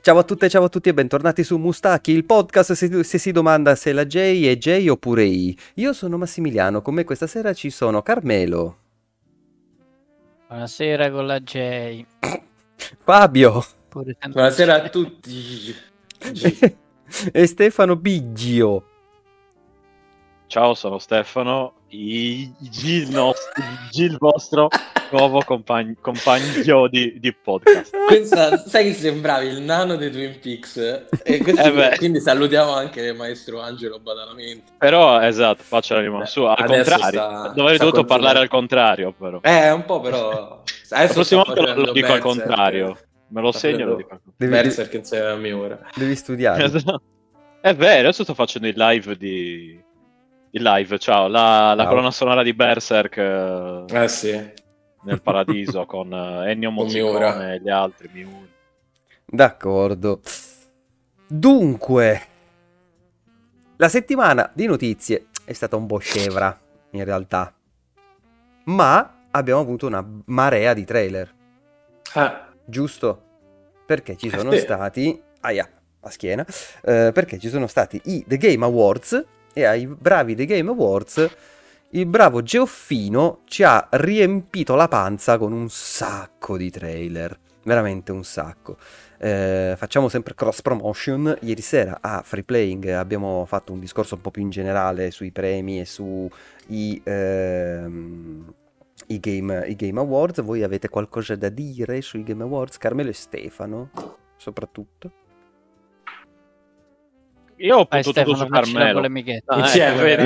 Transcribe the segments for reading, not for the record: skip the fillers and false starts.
Ciao a tutte, ciao a tutti e bentornati su Mustacchi, il podcast se si domanda se la J è J oppure I. Io sono Massimiliano, con me questa sera ci sono Carmelo, Buonasera con la J. Fabio Buonasera a tutti. e Stefano Biggio. Ciao, sono Stefano, il vostro nuovo compagno di podcast. Questa, sai che sembravi il nano dei Twin Peaks? E quindi salutiamo anche il maestro Angelo Badalamenti. Però, esatto, faccio l'anima su, al contrario. Dovrei dovuto parlare al contrario, però. Un po' però. La prossima volta lo dico al contrario. Me lo segno e lo dico al contrario. Berserk insieme a me ora. Devi studiare. Esatto. È vero, adesso sto facendo il live ciao, la colonna sonora di Berserk. Sì. Nel paradiso con Ennio Morricone e gli altri Miura. D'accordo. Dunque, la settimana di notizie è stata un po' scevra, in realtà. Ma abbiamo avuto una marea di trailer. Giusto? Perché ci sono stati... a schiena. Perché ci sono stati i The Game Awards e ai bravi The Game Awards il bravo Geoffino ci ha riempito la panza con un sacco di trailer. Veramente un sacco. Facciamo sempre cross promotion. Ieri sera a Free Playing abbiamo fatto un discorso un po' più in generale sui premi e su i Game Awards. Voi avete qualcosa da dire sui Game Awards? Carmelo e Stefano, soprattutto. Io ho potuto tutto su Carmelo. Insieme,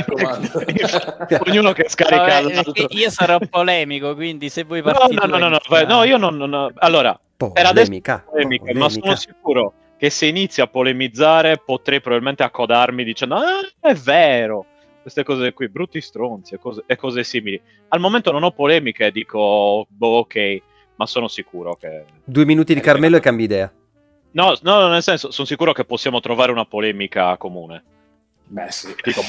ognuno che scarica l'altro. Io sarò polemico, quindi se vuoi partire. No, io non. Allora, polemica, ma sono sicuro che se inizi a polemizzare potrei probabilmente accodarmi dicendo è vero, queste cose qui, brutti stronzi e cose simili. Al momento non ho polemiche e dico ok, ma sono sicuro che 2 minuti di Carmelo e cambi idea. No, nel senso, sono sicuro che possiamo trovare una polemica comune. Beh, sì. Dico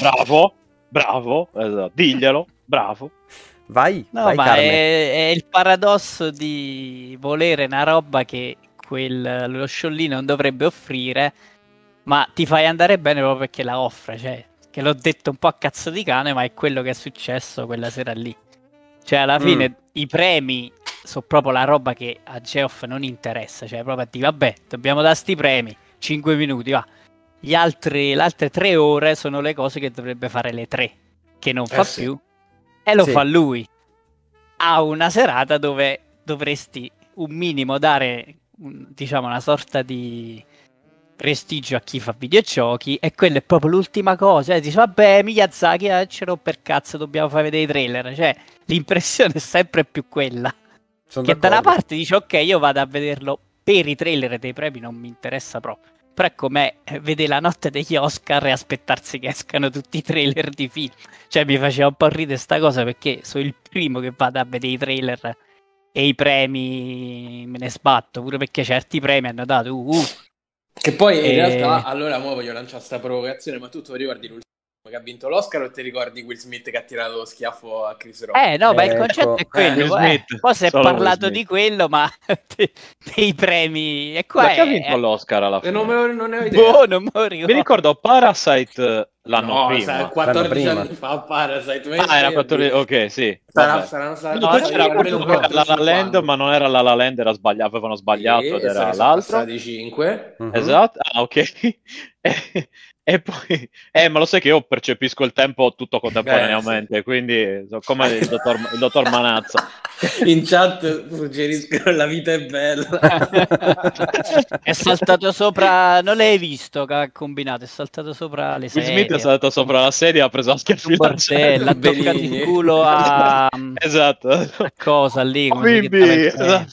bravo, esatto, diglielo, bravo. Vai, no, vai, ma Carme. è il paradosso di volere una roba che lo show lì non dovrebbe offrire, ma ti fai andare bene proprio perché la offre, cioè, che l'ho detto un po' a cazzo di cane, ma è quello che è successo quella sera lì. Cioè, alla fine i premi sono proprio la roba che a Geoff non interessa, cioè proprio a dire vabbè, dobbiamo dare sti premi, 5 minuti, va. Le altre 3 ore sono le cose che dovrebbe fare le 3, che non fa più, e lo fa lui. Ha una serata dove dovresti un minimo dare, diciamo, una sorta di prestigio a chi fa videogiochi, e quella è proprio l'ultima cosa. Dici vabbè, Miyazaki ce l'ho per cazzo, dobbiamo far vedere i trailer, cioè l'impressione è sempre più quella. Sono che d'accordo. da una parte dici ok, io vado a vederlo per i trailer dei premi, non mi interessa proprio, però è come vedere la notte degli Oscar e aspettarsi che escano tutti i trailer di film. Cioè mi faceva un po' ridere sta cosa, perché sono il primo che vado a vedere i trailer e i premi me ne sbatto, pure perché certi premi hanno dato che poi in realtà, allora mo voglio lanciare sta provocazione, ma tu ti ricordi l'ultimo che ha vinto l'Oscar o ti ricordi Will Smith che ha tirato lo schiaffo a Chris Rock? No, ma il concetto è quello. Poi si è parlato di quello, ma dei premi. E qua ma chi ha vinto l'Oscar alla fine? Non ne ho idea. Non me lo ricordo. Mi ricordo Parasite l'anno prima. 14 anni fa Parasite. Era 14, ok, sì. Saranno c'era La La Land, ma non era La La Land, avevano sbagliato ed era l'altro. Di 5. Esatto, ok. E poi, ma lo sai che io percepisco il tempo tutto contemporaneamente, quindi so come il dottor Manazza. In chat suggeriscono La vita è bella. È saltato sopra, non l'hai visto che ha combinato, è saltato sopra le sedie. Will Smith è saltato sopra la sedia, ha preso a schiaffi l'ha toccato il culo a esatto, a cosa lì, come esatto.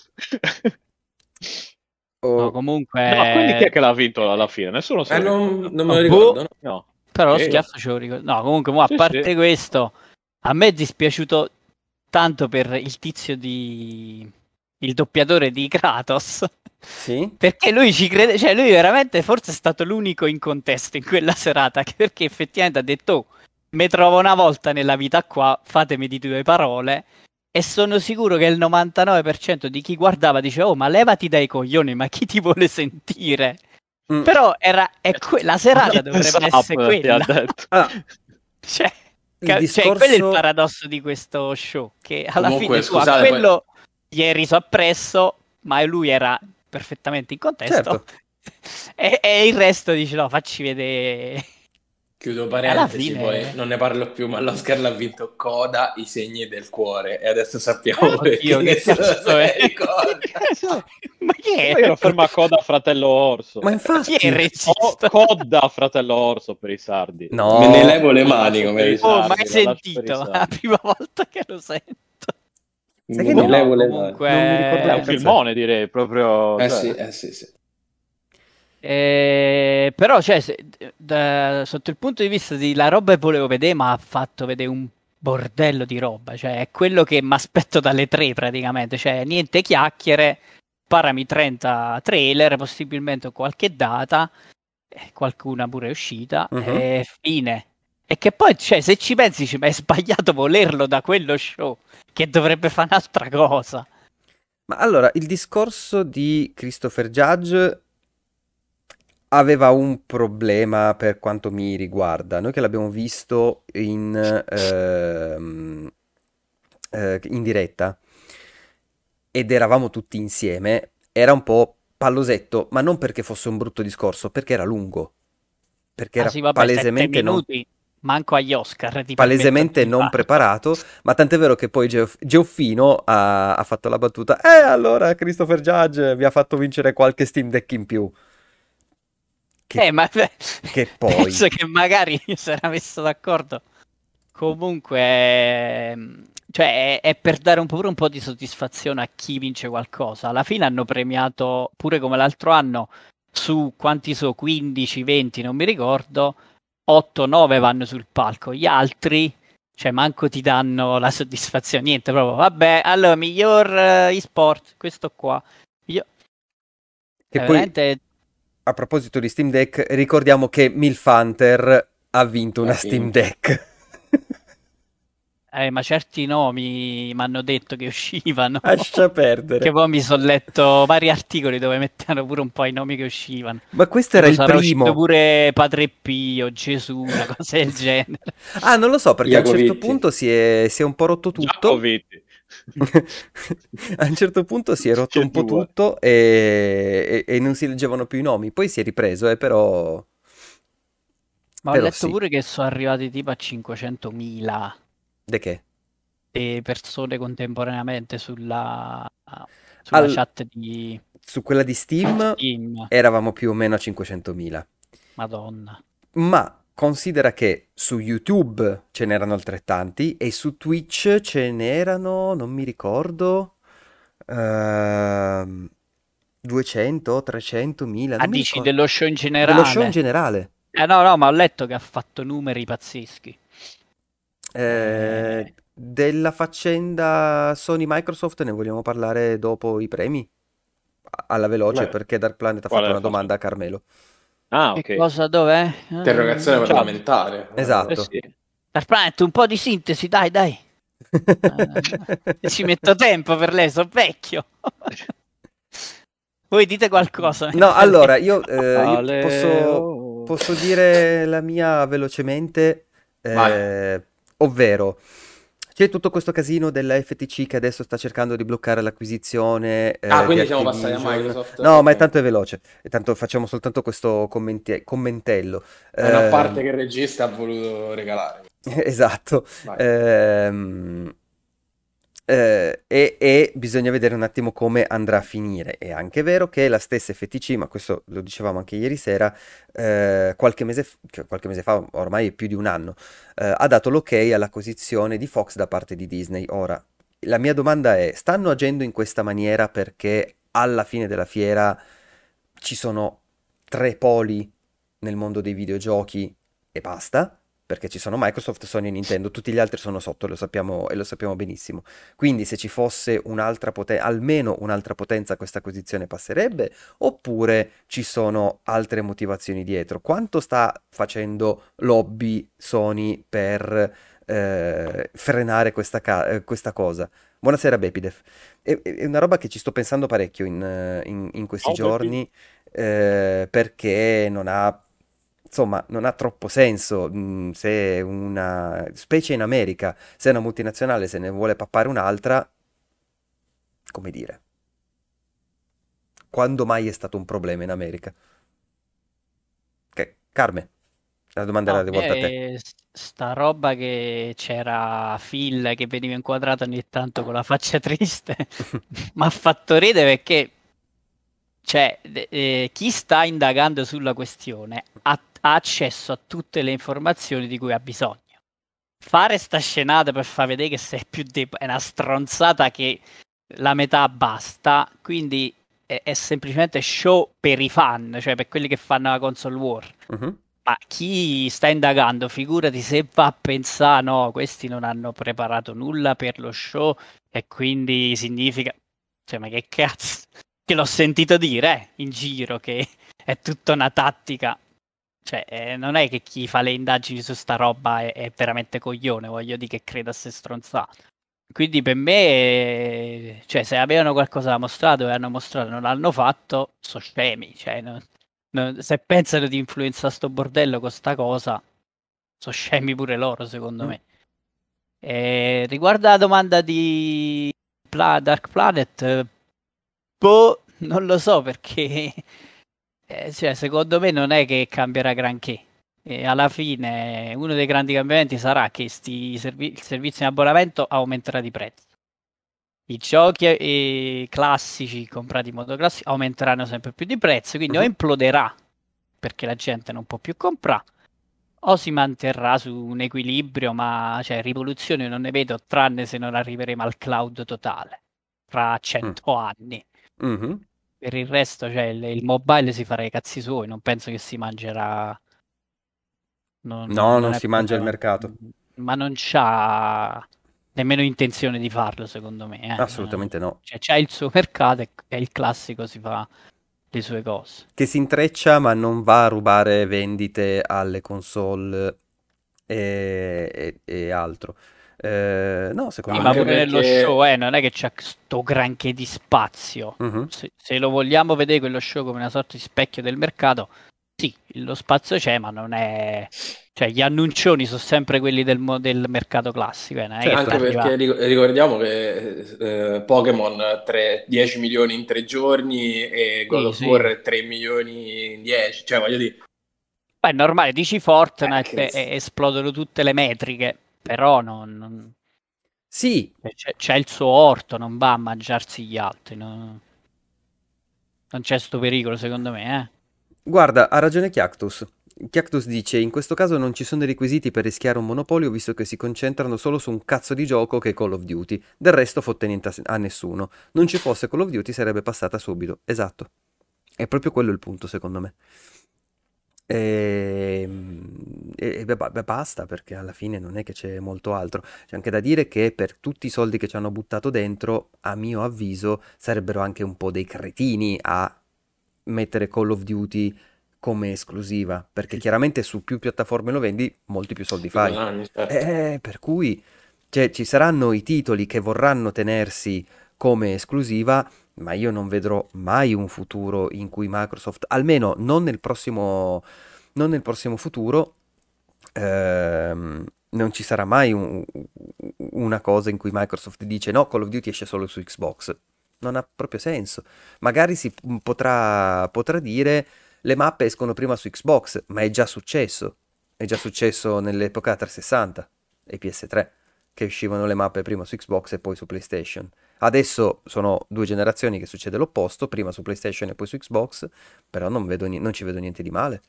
No, comunque no, quindi chi è che l'ha vinto alla fine? Nessuno sa. Non me lo ricordo, no. Però lo schiaffo ce lo ricordo. No, comunque a parte questo, a me è dispiaciuto tanto per il tizio il doppiatore di Kratos. Sì? Perché lui ci crede, cioè lui veramente forse è stato l'unico in contesto in quella serata, perché effettivamente ha detto mi trovo una volta nella vita qua, fatemi di 2 parole. E sono sicuro che il 99% di chi guardava diceva: oh, ma levati dai coglioni, ma chi ti vuole sentire? Mm. Però la serata Keep this dovrebbe up, essere ti ha quella. detto. Allora, Cioè, il quello è il discorso... paradosso di questo show, che alla Comunque, fine tu a scusate, poi quello gli hai riso appresso, ma lui era perfettamente in contesto, Certo. e il resto dici no, facci vedere. chiudo E alla parentesi, poi fine... non ne parlo più, ma l'Oscar l'ha vinto Coda, I segni del cuore. E adesso sappiamo perché Oddio, che nessuno cazzo se è? ne ricorda. Ma chi Io ero è? fermo a coda fratello Orso. Ma Chi è il infatti... regista? Coda fratello Orso per i sardi. Me ne No, levo le La mani, lascio come per i dice. Oh, mai sardi, la lascio per i sentito? È la sardi. prima volta che lo sento. sai Me che ne no? levo le mani. Comunque, Non mi ricordo È che un cazzo è. filmone, direi, proprio... Eh sì, Cioè, eh sì, sì. però, cioè, sotto il punto di vista di la roba che volevo vedere, ma ha fatto vedere un bordello di roba. Cioè, è quello che mi aspetto dalle 3 praticamente. Cioè, niente chiacchiere, parami 30 trailer, possibilmente qualche data, qualcuna pure è uscita, Mhm. e fine. E che poi, cioè, se ci pensi, dici, ma è sbagliato volerlo da quello show, che dovrebbe fare un'altra cosa. Ma allora, il discorso di Christopher Judge aveva un problema per quanto mi riguarda. Noi che l'abbiamo visto in diretta ed eravamo tutti insieme, era un po' pallosetto, ma non perché fosse un brutto discorso, perché era lungo, perché Ah era sì, vabbè, 7 minuti, manco agli Oscar ti permettono palesemente di non farlo. preparato, ma tant'è vero che poi Geoffino ha fatto la battuta, allora Christopher Judge vi ha fatto vincere qualche Steam Deck in più. Che, Ma che poi... penso che magari si era messo d'accordo. Comunque, cioè, è per dare pure un po' di soddisfazione a chi vince qualcosa. Alla fine hanno premiato, pure come l'altro anno, su quanti so, 15, 20, non mi ricordo, 8, 9 vanno sul palco. Gli altri, cioè, manco ti danno la soddisfazione. Niente, proprio, vabbè, allora, miglior eSport, questo qua. Io, Che poi, veramente... a proposito di Steam Deck, ricordiamo che Milf Hunter ha vinto una Ha Steam vinto. Deck. Ma certi nomi mi hanno detto che uscivano. Lascia Che perdere. poi mi sono letto vari articoli dove mettevano pure un po' i nomi che uscivano. Ma questo era Tipo il sarà uscito primo. pure Padre Pio, Gesù, una cosa del genere. Ah, non lo so, perché a un certo Iacovitti. punto si è un po' rotto tutto. Giacovitti. A un certo punto si è rotto C'è un po' due. tutto e non si leggevano più i nomi. Poi si è ripreso, però... Ma ho Però letto sì. pure che sono arrivati tipo a 500.000 De che? persone contemporaneamente sulla Al- chat di Su quella di Steam Steam. eravamo più o meno a 500.000. Madonna. Ma considera che su YouTube ce n'erano altrettanti e su Twitch ce n'erano, non mi ricordo, ehm, 200, 300.000, Ah, non mi dici ricordo. dello show in Dello show in generale? generale. No, no, ma ho letto che ha fatto numeri pazzeschi. Della faccenda Sony-Microsoft ne vogliamo parlare dopo i premi? Alla veloce, Beh, perché Dark Planet ha fatto Quale una faccio? domanda a Carmelo. Ah, Che ok. cosa, dov'è? interrogazione Chat. parlamentare. Esatto. Sì. Dark Planet, un po' di sintesi, dai, dai. Ci metto tempo per lei, sono vecchio. Voi dite qualcosa No, mentre lei... allora, io Ale... posso dire la mia velocemente, Vai. ovvero c'è tutto questo casino della FTC che adesso sta cercando di bloccare l'acquisizione Ah, di quindi siamo passati a Activision. Microsoft? No, ma è Ok. tanto è veloce, e tanto facciamo soltanto questo commentello. È una parte Ehm, che il regista ha voluto regalare. esatto. Vai. Ehm, e bisogna vedere un attimo come andrà a finire. È anche vero che la stessa FTC, ma questo lo dicevamo anche ieri sera, cioè qualche mese fa, ormai è più di un anno, ha dato l'ok all'acquisizione di Fox da parte di Disney. Ora, la mia domanda è, stanno agendo in questa maniera perché alla fine della fiera ci sono tre poli nel mondo dei videogiochi e basta? perché ci sono Microsoft, Sony e Nintendo, tutti gli altri sono sotto, lo sappiamo e lo sappiamo benissimo. Quindi se ci fosse almeno un'altra potenza, questa acquisizione passerebbe, oppure ci sono altre motivazioni dietro? Quanto sta facendo lobby Sony per frenare questa cosa? Buonasera Bepidef. È una roba che ci sto pensando parecchio in questi Oh, Peppy. giorni, perché insomma, non ha troppo senso, se specie in America, se una multinazionale se ne vuole pappare un'altra, come dire, quando mai è stato un problema in America? Carme, la domanda era No, rivolta a te. sta roba che c'era Phil che veniva inquadrato ogni tanto con la faccia triste, mi ha fatto ridere perché cioè, chi sta indagando sulla questione ha accesso a tutte le informazioni di cui ha bisogno. Fare sta scenata per far vedere che sei più debole è una stronzata che la metà basta, quindi è semplicemente show per i fan, cioè per quelli che fanno la console war. Mhm. Ma chi sta indagando, figurati se va a pensare, no, questi non hanno preparato nulla per lo show e quindi significa... Cioè, ma che cazzo? Che l'ho sentito dire, in giro, che è tutta una tattica. Cioè, non è che chi fa le indagini su sta roba è veramente coglione, voglio dire che creda a se stronzato. Quindi per me, cioè, se avevano qualcosa da mostrare, e hanno mostrato, non l'hanno fatto, sono scemi. Cioè, se pensano di influenzare sto bordello con sta cosa, sono scemi pure loro, secondo Mm. me. Riguardo alla domanda di Dark Planet, boh, non lo so perché, cioè, secondo me non è che cambierà granché. E alla fine uno dei grandi cambiamenti sarà che il servizio in abbonamento aumenterà di prezzo. I giochi classici comprati in modo classico aumenteranno sempre più di prezzo, quindi o Mhm. imploderà perché la gente non può più comprare, o si manterrà su un equilibrio, ma cioè, rivoluzioni non ne vedo, tranne se non arriveremo al cloud totale fra Mm. 100 anni. Mhm. Per il resto, cioè, il mobile si farà i cazzi suoi, non penso che si mangerà, No, non non è si mangia il problema, mercato. ma non c'ha nemmeno intenzione di farlo, secondo me. Assolutamente no. Cioè, c'ha il suo mercato e il classico si fa le sue cose. Che si intreccia, ma non va a rubare vendite alle console e altro. No, No, Sì, secondo ma anche me. pure nello show, perché non è che c'è sto granché di spazio. Mhm. Se lo vogliamo vedere quello show come una sorta di specchio del mercato, sì, lo spazio c'è, ma non è... Cioè, gli annuncioni sono sempre quelli del mercato classico, non è che ti Certo. anche perché arriva... ricordiamo che Pokémon 10 milioni in 3 giorni e God Sì, of sì. War 3 milioni in 10, cioè voglio dire, Poi è normale, dici Fortnite che e esplodono tutte le metriche, però Sì, c'è il suo orto, non va a mangiarsi gli altri, non c'è sto pericolo secondo me, eh. guarda, ha ragione Chiactus. Chiactus dice: In questo caso non ci sono i requisiti per rischiare un monopolio, visto che si concentrano solo su un cazzo di gioco che è Call of Duty. Del resto fotte niente a nessuno. Non ci fosse Call of Duty sarebbe passata subito. Esatto. È proprio quello il punto, secondo me. Beh, basta perché alla fine non è che c'è molto altro. C'è anche da dire che per tutti i soldi che ci hanno buttato dentro, a mio avviso, sarebbero anche un po' dei cretini a mettere Call of Duty come esclusiva, perché chiaramente su più piattaforme lo vendi, molti più soldi più fai. guadagni, certo. Per cui cioè, ci saranno i titoli che vorranno tenersi come esclusiva, ma io non vedrò mai un futuro in cui Microsoft, almeno non nel prossimo futuro, non ci sarà mai una cosa in cui Microsoft dice no, Call of Duty esce solo su Xbox. Non ha proprio senso. Magari potrà dire le mappe escono prima su Xbox, ma è già successo. È già successo nell'epoca 360 e PS3, che uscivano le mappe prima su Xbox e poi su PlayStation. Adesso sono due generazioni che succede l'opposto, prima su PlayStation e poi su Xbox, però non ci vedo niente di male.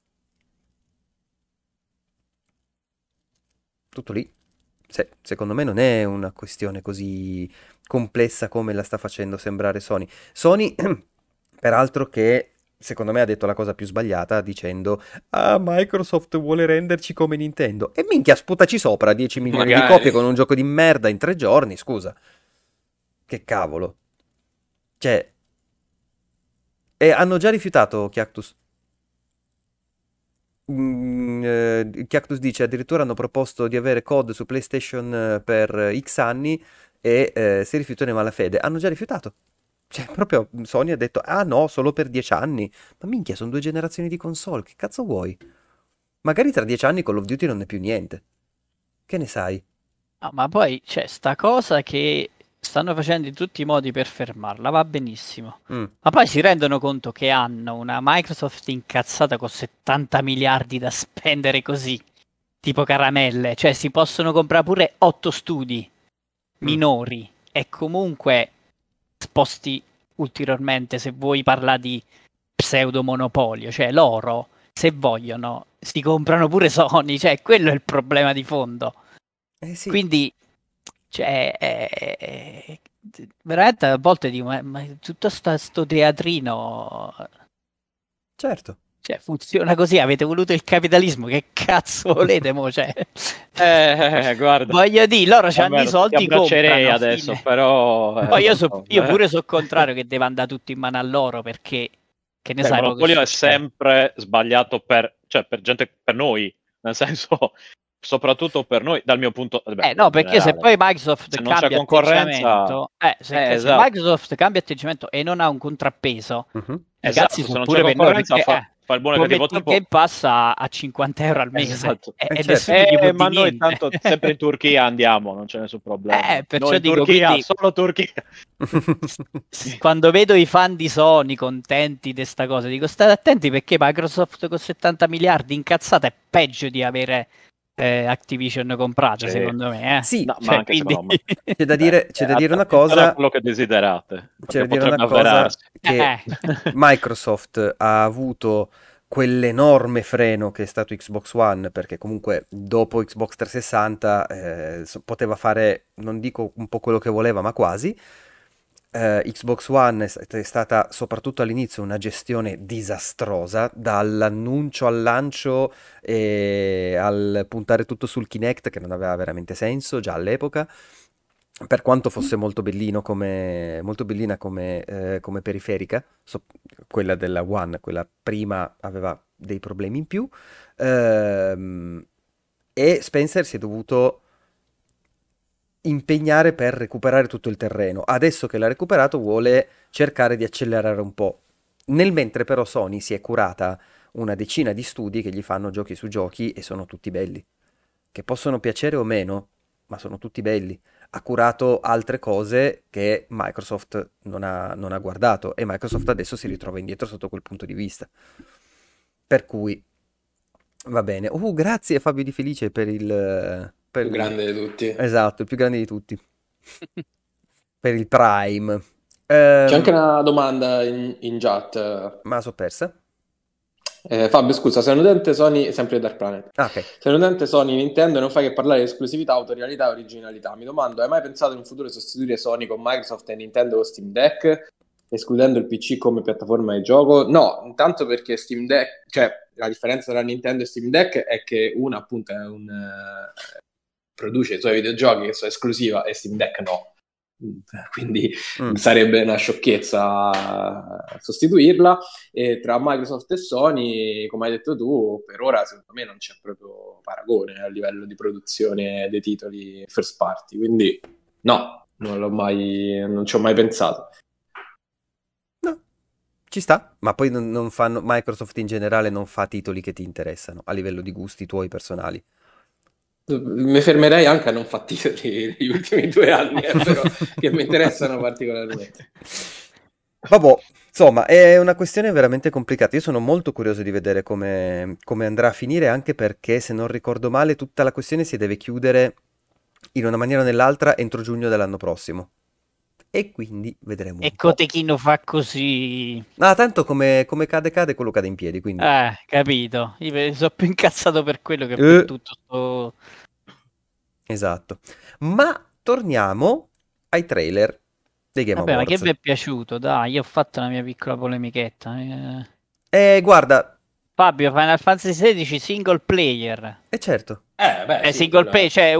Tutto lì. Secondo me non è una questione così complessa come la sta facendo sembrare Sony. Sony, peraltro, che secondo me ha detto la cosa più sbagliata dicendo ah, Microsoft vuole renderci come Nintendo. E minchia, sputaci sopra 10 milioni di copie Magari. con un gioco di merda in 3 giorni, scusa. Che cavolo. Cioè, e hanno già rifiutato Chiactus. Cactus dice addirittura hanno proposto di avere COD su PlayStation per X anni e si rifiutano in malafede. Hanno già rifiutato. Cioè, proprio Sony ha detto, ah no, solo per 10 anni. Ma minchia, sono 2 generazioni di console, che cazzo vuoi? Magari tra 10 anni Call of Duty non è più niente. Che ne sai? No, ma poi c'è sta cosa che stanno facendo in tutti i modi per fermarla, va benissimo. Mm. Ma poi si rendono conto che hanno una Microsoft incazzata con 70 miliardi da spendere così, tipo caramelle, cioè si possono comprare pure 8 studi minori e comunque sposti ulteriormente se vuoi parlare di pseudo-monopolio, cioè loro, se vogliono, si comprano pure Sony, cioè quello è il problema di fondo. Eh sì, Quindi, cioè, veramente a volte dico, ma tutto sto teatrino, certo. cioè, funziona così, avete voluto il capitalismo, che cazzo volete, mo? Cioè, Guarda, voglio dire, loro hanno i davvero, ti soldi, abbraccerei comprano, adesso, fine. però Poi io, non so. io pure so contrario che deve andare tutto in mano a loro, perché, che ne Beh, il sai, poi che monopolio è succede? sempre sbagliato cioè, per gente, per noi, nel senso, soprattutto per noi, dal mio punto, beh, No, in perché se generale. poi Microsoft Se non c'è cambia concorrenza, atteggiamento, se esatto. Microsoft cambia atteggiamento e non ha un contrappeso, Mhm. i cazzi Esatto, se sono non c'è pure per noi, concorrenza perché fa il buono e può cattivo mettere il Game tempo. Pass a 50 euro al mese Esatto. e Certo. nessuno gli può Ma dire noi niente. tanto sempre in Turchia andiamo, non c'è nessun problema. Noi Perciò in dico, Turchia, quindi solo Turchia. quando vedo i fan di Sony contenti di sta cosa, dico state attenti perché Microsoft con 70 miliardi incazzata è peggio di avere Activision comprata, Sì. secondo me. Sì, No, ma Cioè, anche quindi... secondo me. c'è da dire una Attenzione a cosa, quello che desiderate, c'è da perché dire una potrebbe cosa avverarsi. che Eh, Microsoft ha avuto quell'enorme freno che è stato Xbox One, perché comunque dopo Xbox 360 poteva fare, non dico un po' quello che voleva, ma quasi. Xbox One è stata soprattutto all'inizio una gestione disastrosa, dall'annuncio al lancio e al puntare tutto sul Kinect, che non aveva veramente senso già all'epoca. Per quanto fosse molto bellina come periferica, quella della One, quella prima aveva dei problemi in più. ehm, e Spencer si è dovuto impegnare per recuperare tutto il terreno. Adesso che l'ha recuperato vuole cercare di accelerare un po'. Nel mentre però Sony si è curata una decina di studi che gli fanno giochi su giochi e sono tutti belli. Che possono piacere o meno, ma sono tutti belli. Ha curato altre cose che Microsoft non ha guardato e Microsoft adesso si ritrova indietro sotto quel punto di vista. Per cui va bene. Grazie Fabio Di Felice Più grande di tutti. esatto, il più grande di tutti. Per il Prime. C'è anche una domanda in chat. Ma so persa. Fabio, scusa, sei un utente Sony, sempre Dark Planet. Ah, ok. Sei un utente Sony Nintendo e non fai che parlare di esclusività, autorialità e originalità. Mi domando, hai mai pensato in un futuro di sostituire Sony con Microsoft e Nintendo con Steam Deck, escludendo il PC come piattaforma di gioco? No, intanto perché Steam Deck, cioè la differenza tra Nintendo e Steam Deck è che una appunto è produce i suoi videogiochi che sono esclusiva e Steam Deck no. Quindi Mm. sarebbe una sciocchezza sostituirla. E tra Microsoft e Sony, come hai detto tu, per ora secondo me non c'è proprio paragone a livello di produzione dei titoli first party, quindi no, non ci ho mai pensato. No, ci sta. Ma poi non fanno. Microsoft in generale non fa titoli che ti interessano a livello di gusti tuoi personali. Mi fermerei anche a non fare titoli negli ultimi 2 anni, però che mi interessano particolarmente. Vabbè, insomma, è una questione veramente complicata. Io sono molto curioso di vedere come andrà a finire, anche perché, se non ricordo male, tutta la questione si deve chiudere in una maniera o nell'altra entro giugno dell'anno prossimo. E quindi vedremo e un po'. Cotechino fa così. Ah, tanto come cade, quello cade in piedi, quindi. Capito. Io sono più incazzato per quello che per Eh, tutto sto... esatto. Ma torniamo ai trailer dei Game Vabbè, ma che Awards. vi è piaciuto? Dai, io ho fatto la mia piccola polemichetta. Guarda, Fabio, Final Fantasy XVI single player. certo. Beh, È sì, single quello player, cioè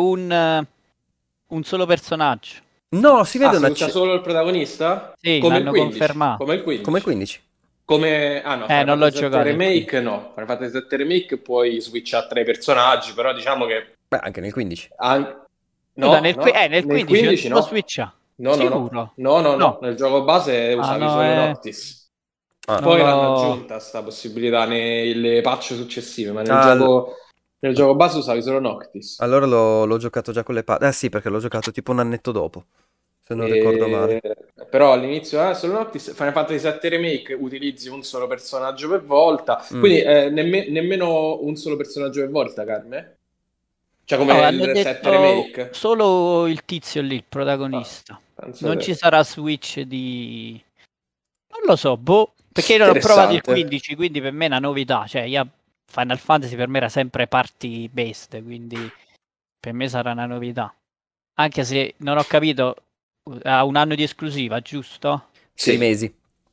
un solo personaggio. No, si Ah, vedono si usa solo il protagonista? Sì, Come il l'hanno 15. confermato. Come il 15. come 15. Come... Ah no, Final Non l'ho Fantasy VII giocato il Remake no. Final Fantasy VII Remake puoi switchare tra i personaggi, però diciamo che... Beh, anche nel 15. Scusa, No, nel, no, nel nel 15 non 15 si può no. switchare. No, no, no. Sicuro? No, no, no. No. Nel gioco base Ah, usavi no, solo Noctis. Ah. non Poi l'hanno l'ho- aggiunta sta possibilità nelle patch successive, ma Ah, nel gioco base usavi solo Noctis. allora l'ho giocato già con le palle. Sì, perché l'ho giocato tipo un annetto dopo, se non ricordo male. Però all'inizio solo Noctis. Final Fantasy VII Remake utilizzi un solo personaggio per volta, Mm. quindi nemmeno un solo personaggio per volta, Carme? Cioè No, come hanno il 7 detto Remake? solo il tizio lì, il Ah, protagonista. pensa Non te. ci sarà switch di... Non lo so, boh, perché io non ho provato il Interessante. 15, quindi per me è una novità. Cioè, io Final Fantasy per me era sempre party based, quindi per me sarà una novità. Anche se non ho capito, ha un anno di esclusiva, giusto? 6 Sì. mesi.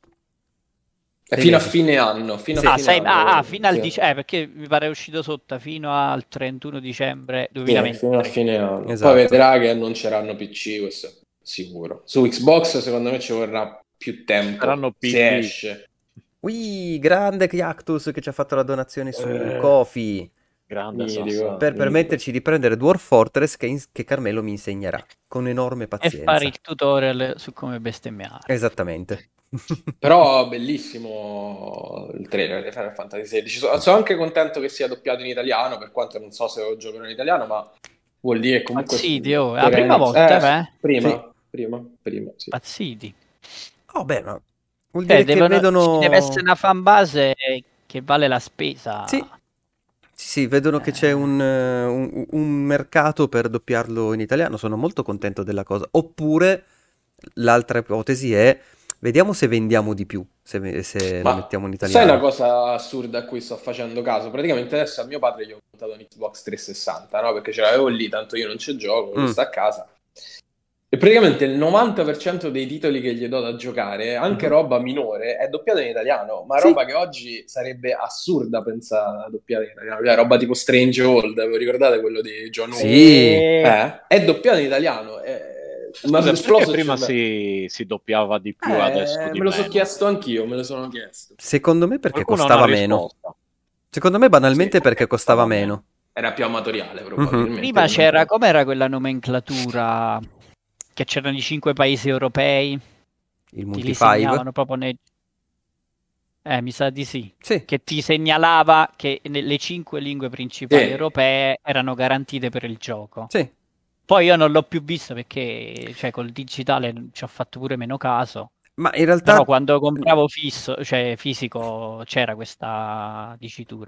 È 6 fino a mesi. fine anno, fino Sì. a fine anno. Fino al Sì. perché mi pare è uscito sotto fino al 31 dicembre Sì, fino a 2023. fine anno. Esatto. Poi vedrà che annunceranno PC, questo è sicuro. Su Xbox secondo me ci vorrà più tempo, Saranno se PC. esce. Ui, grande Cactus che ci ha fatto la donazione su Eh. Kofi Grande Mitico. Sassa. per Mitico. permetterci di prendere Dwarf Fortress che Carmelo mi insegnerà con enorme E fare pazienza. il tutorial su come bestemmiare. Esattamente. Però bellissimo il trailer di Final Fantasy XVI. Sono anche contento che sia doppiato in italiano, per quanto non so se lo giocherò in italiano, ma vuol dire che comunque Pazziti, oh, è la per prima inizio- volta, prima, sì. Pazziti. Oh, beh, ma vuol Cioè, dire che ci deve essere vedono... una fanbase che vale la spesa. Sì, sì, vedono che c'è un mercato per doppiarlo in italiano. Sono molto contento della cosa. Oppure l'altra ipotesi è, vediamo se vendiamo di più, se lo Ma mettiamo in sai una italiano. cosa assurda a cui sto facendo caso? Praticamente adesso a mio padre gli ho montato un Xbox 360, no? Perché ce l'avevo lì, tanto io non ci gioco, lui Mm. sta a casa. E praticamente il 90% dei titoli che gli do da giocare, anche Mhm. roba minore, è doppiata in italiano, ma Sì. roba che oggi sarebbe assurda pensare a doppiata in italiano. Cioè, roba tipo Strange World, vi ricordate quello di John Woo? Sì. È doppiata in italiano. Ma Scusa, esploso perché il prima cervello. si doppiava di più, adesso di Me lo sono meno? chiesto anch'io, me lo sono chiesto. Secondo me perché Qualcuno ha una costava meno. risposta. Secondo me banalmente Sì, perché costava meno. era più amatoriale Mhm. probabilmente. Prima c'era, com'era quella nomenclatura? Che c'erano i 5 paesi europei, Il ti li multi-five? segnavano proprio nei... mi sa di sì. Sì. Che ti segnalava che le 5 lingue principali Sì. europee erano garantite per il gioco. Sì. Poi io non l'ho più visto perché, cioè, col digitale ci ho fatto pure meno caso. Ma in realtà Però quando compravo fisico c'era questa dicitura.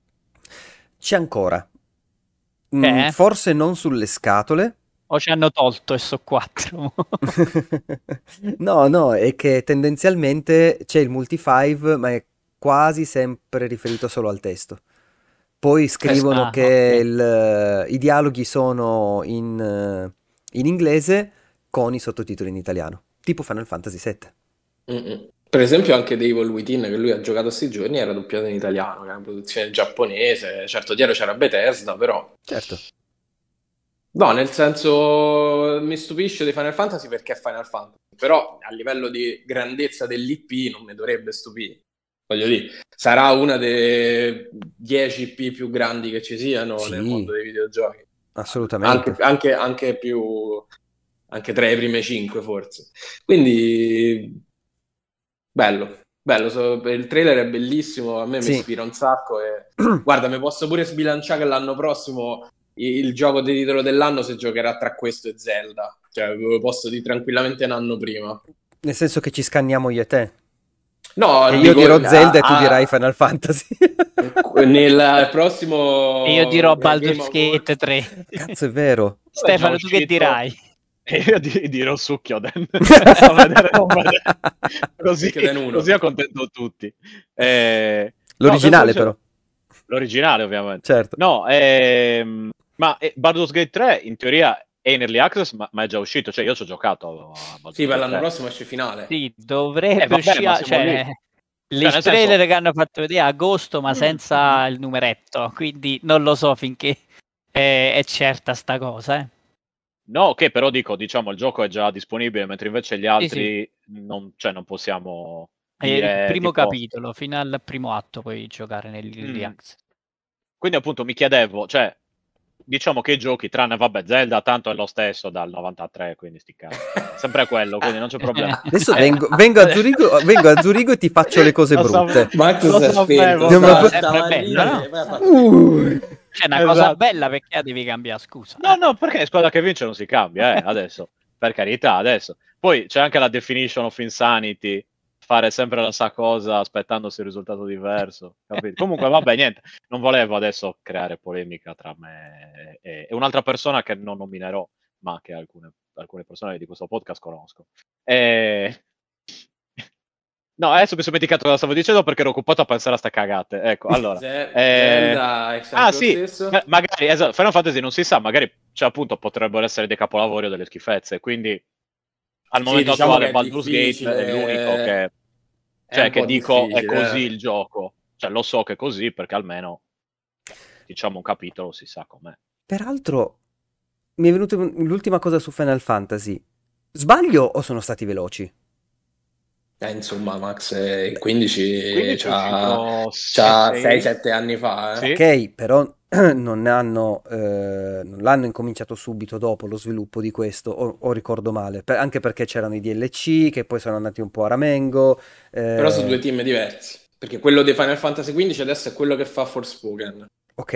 c'è ancora. Eh? Forse non sulle scatole. O ci hanno tolto e so 4. No, è che tendenzialmente c'è il multi-five, ma è quasi sempre riferito solo al testo. Poi scrivono che Ok. i dialoghi sono in inglese con i sottotitoli in italiano, tipo Final Fantasy VII. Mm-mm. Per esempio anche Devil Within che lui ha giocato questi giorni era doppiato in italiano, che è una produzione giapponese, certo dietro c'era Bethesda, però Certo. no, nel senso mi stupisce di Final Fantasy perché è Final Fantasy, però a livello di grandezza dell'IP non mi dovrebbe stupire. Voglio dire, sarà una dei 10 IP più grandi che ci siano Sì. nel mondo dei videogiochi. Assolutamente. Anche più, anche tra i prime 5 forse. Quindi bello, il trailer è bellissimo, a me mi Sì. ispira un sacco e guarda, mi posso pure sbilanciare che l'anno prossimo il gioco di titolo dell'anno si giocherà tra questo e Zelda, cioè ve lo posso dire tranquillamente un anno prima. Nel senso che ci scanniamo io e te. No, E io dico, dirò Zelda e tu dirai Final Fantasy. nel prossimo E io dirò Game Baldur's Award. Gate 3. Cazzo, è vero. Stefano, tu che dirai? E io dirò Sukkyoden. Non vedere. Sukkyoden 1. Così accontento tutti. L'originale No, però. L'originale ovviamente. Certo. No, ma Baldur's Gate 3 in teoria è in early access, ma è già uscito. Cioè io ci ho giocato a Baldur's Sì, per Gate l'anno 3. prossimo esce finale. Sì, dovrebbe Vabbè, ma uscire, siamo cioè, lì. Il nel trailer senso- che hanno fatto vedere a agosto, ma senza il numeretto, quindi non lo so finché è certa sta cosa. No, ok, però dico, diciamo, il gioco è già disponibile, mentre invece gli Sì, sì. altri non, cioè, non possiamo È il dire primo tipo. capitolo, fino al primo atto puoi giocare nell'early Mm. access. Quindi appunto mi chiedevo, cioè, diciamo che i giochi, tranne, vabbè, Zelda, tanto è lo stesso dal 93, quindi sti cazzi. È sempre quello, quindi non c'è problema. Adesso vengo a Zurigo e ti faccio le cose Lo brutte. Max lo si è spento, sapevo, No, ma- Sempre stava a bello, ridere, no? poi ha fatto... C'è una cosa Esatto. bella perché la devi cambiare, scusa. No, perché squadra che vince non si cambia, adesso. Per carità, adesso. Poi c'è anche la definition of insanity, fare sempre la stessa cosa aspettandosi un risultato diverso, capito? Comunque, vabbè, niente, non volevo adesso creare polemica tra me e un'altra persona che non nominerò, ma che alcune persone di questo podcast conosco. E... No, adesso mi sono dimenticato cosa stavo dicendo perché ero occupato a pensare a sta cagate. Ecco, allora. Zelda è sempre lo Sì, stesso. magari, esatto, Final Fantasy non si sa, magari, cioè, appunto, potrebbero essere dei capolavori o delle schifezze, quindi al Sì, momento diciamo che attuale è Baldur's Gate è l'unico difficile, è cioè, un che po' dico è difficile. così il gioco. Cioè, lo so che è così perché almeno, diciamo, un capitolo si sa com'è. Peraltro, mi è venuta l'ultima cosa su Final Fantasy. Sbaglio o sono stati veloci? Insomma, Max 15 15 è uscito c'ha 6. 6-7 anni fa, Sì. Ok, però non l'hanno incominciato subito dopo lo sviluppo di questo, o ricordo male, anche perché c'erano i DLC che poi sono andati un po' a ramengo. Però sono due eh, team diversi. Perché quello di Final Fantasy XV adesso è quello che fa Forspoken. ok.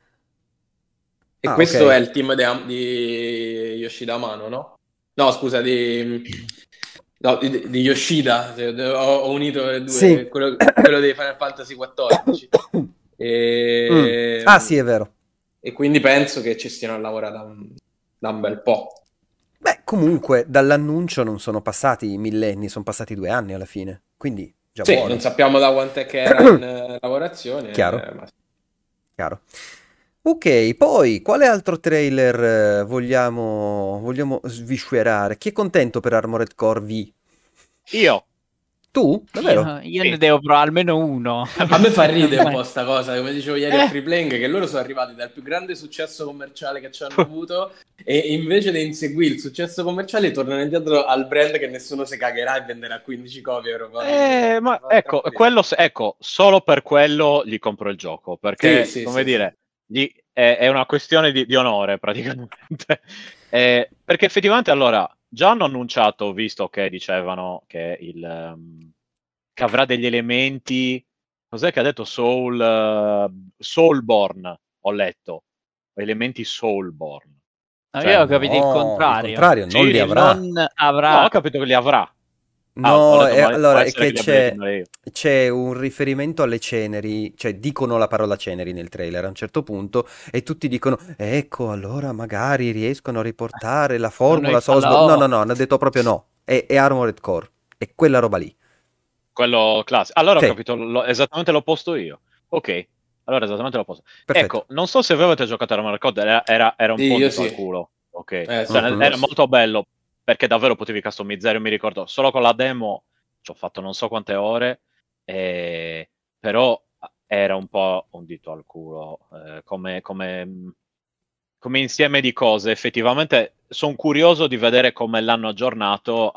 E Ah, ok. questo è il team di Yoshida Amano, no? No, scusa, no, di Yoshida. Ho unito le due, Sì. quello di Final Fantasy XIV. Mm. E, Ah, sì, è vero. e quindi penso che ci stiano a lavorare da un bel po'. Beh, comunque, dall'annuncio non sono passati millenni, sono passati 2 anni alla fine. Quindi, già Sì, non buono. sappiamo da quant'è che era in lavorazione, Chiaro, ma chiaro. Ok, poi, quale altro trailer vogliamo sviscerare? Chi è contento per Armored Core V? Io. Tu? Davvero? Io ne Sì. devo provare almeno uno. a me fa ridere un Ormai. po' sta cosa, come dicevo ieri a Eh. Free Playing, che loro sono arrivati dal più grande successo commerciale che ci hanno avuto e invece di inseguire il successo commerciale tornano indietro al brand che nessuno si cagherà e venderà 15 copie probabilmente. Ma Fa ecco, troppo ridere. ecco, solo per quello gli compro il gioco, Sì, perché, sì, come sì, sì. dire, è una questione di onore praticamente. Perché effettivamente, allora, già hanno annunciato, visto che dicevano che, che avrà degli elementi, cos'è che ha detto Soulborn, ho letto, elementi Soulborn. No, io Cioè, ho capito il No, il contrario. contrario, non sì, li sì, sì. avrà. Non No, ho avrà. capito che li avrà. Ho No, detto, può allora è essere che che li abbia letti male io. c'è un riferimento alle ceneri, cioè dicono la parola ceneri nel trailer a un certo punto e tutti dicono, ecco, allora magari riescono a riportare la Sono i formula Soulsborne. No, falò. no, no, hanno detto proprio no, è Armored Core, è quella roba lì. Quello classico. Allora ho Sì, capito esattamente l'opposto io. Ok, allora esattamente l'opposto. perfetto. Ecco, non so se voi avete giocato a Armored Core, era un Sì, po' un io dito sì. al culo. Ok, Sì, cioè, Mhm. quello era sì. molto bello perché davvero potevi customizzare. Io mi ricordo solo con la demo ci ho fatto non so quante ore, però era un po' un dito al culo come insieme di cose. Effettivamente sono curioso di vedere come l'hanno aggiornato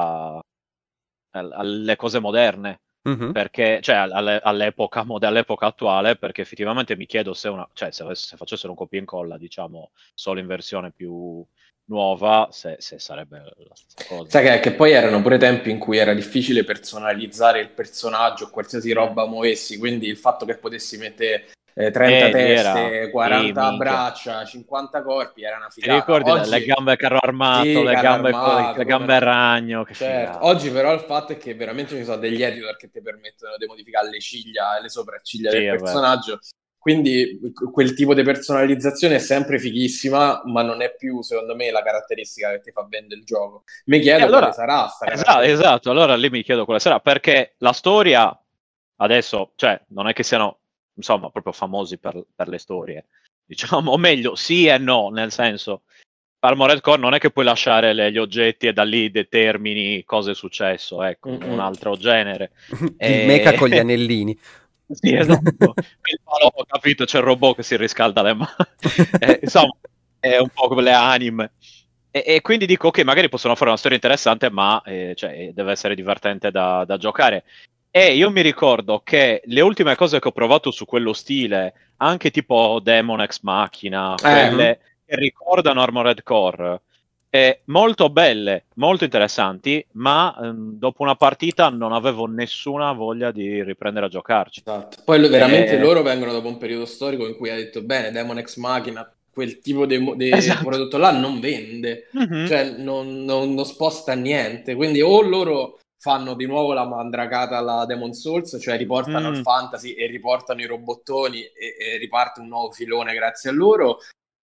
alle cose moderne, Mhm. perché, cioè all'epoca attuale, perché effettivamente mi chiedo cioè, se facessero un copia e incolla, diciamo, solo in versione più nuova, se sarebbe la stessa cosa. Sai che poi erano pure tempi in cui era difficile personalizzare il personaggio, qualsiasi Mm. roba muovessi, quindi il fatto che potessi mettere 30 Lì era, teste, sì, 40 minchia. braccia, 50 corpi era una Ti figata. ricordi le Oggi gambe carro armato, sì, carro le armato, come gambe a no. ragno, che Certo, figata. oggi però il fatto è che veramente ci sono degli editor che ti permettono di modificare le ciglia e le sopracciglia Sì, del è vero. personaggio, quindi quel tipo di personalizzazione è sempre fighissima, ma non è più, secondo me, la caratteristica che ti fa vendere il gioco. Mi E chiedo quale allora, sarà sta esatto, caratteristica. esatto, allora lì mi chiedo quale sarà, perché la storia adesso, cioè, non è che siano, insomma, proprio famosi per le storie, diciamo, o meglio, sì e no, nel senso, Armored Core non è che puoi lasciare gli oggetti e da lì determini cosa è successo, ecco, un altro genere. Il mecha con gli anellini. Sì, esatto. Ho capito, c'è il robot che si riscalda le mani. Insomma, è un po' come le anime. E quindi dico, ok, magari possono fare una storia interessante, ma cioè, deve essere divertente da giocare. E io mi ricordo che le ultime cose che ho provato su quello stile, anche tipo Demon Ex Machina, quelle che ricordano Armored Core, molto belle, molto interessanti, ma dopo una partita non avevo nessuna voglia di riprendere a giocarci. Esatto. Poi veramente loro vengono dopo un periodo storico in cui ha detto bene, Demon Ex Machina, quel tipo di Esatto. prodotto là non vende, cioè non sposta niente, quindi o loro fanno di nuovo la mandracata alla Demon Souls, cioè riportano il fantasy e riportano i robottoni e riparte un nuovo filone grazie a loro,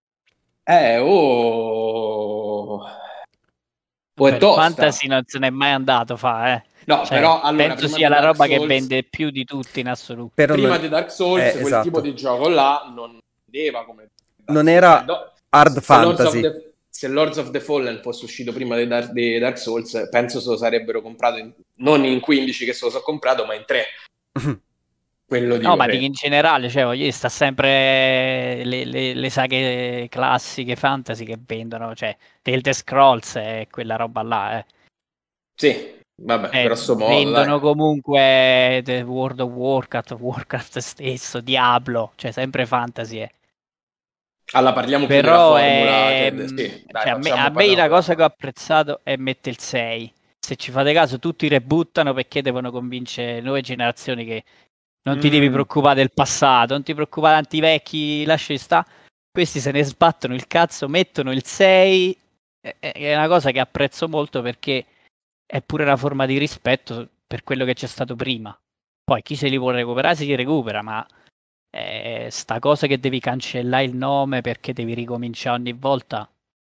o è il tosta. fantasy non se n'è mai andato No, Cioè, però allora penso prima sia di la Dark roba che Souls, vende più di tutti in assoluto. Però prima non- di Dark Souls quel esatto. tipo di gioco là non vendeva come Non era hard fantasy. se Lords of the Fallen fosse uscito prima di Dark Souls, penso se lo sarebbero comprato non in 15 che se lo so comprato, ma in 3. Quello dico, No, ma dico in generale, cioè, voglio dire, sta sempre le saghe classiche fantasy che vendono, cioè, The Elder Scrolls e quella roba là, Sì, vabbè, grosso modo, vendono dai. comunque The World of Warcraft stesso, Diablo, cioè sempre fantasy. Allora, parliamo più della Però formula sì, dai, cioè, a me parliamo la della cosa che ho formula. apprezzato è mettere il 6. Se ci fate caso, tutti rebuttano perché devono convincere nuove generazioni che non ti devi preoccupare del passato, non ti preoccupare tanti vecchi, lasci sta. Questi se ne sbattono il cazzo, mettono il 6. È una cosa che apprezzo molto perché è pure una forma di rispetto per quello che c'è stato prima. Poi chi se li vuole recuperare si li recupera, ma sta cosa che devi cancellare il nome perché devi ricominciare ogni volta.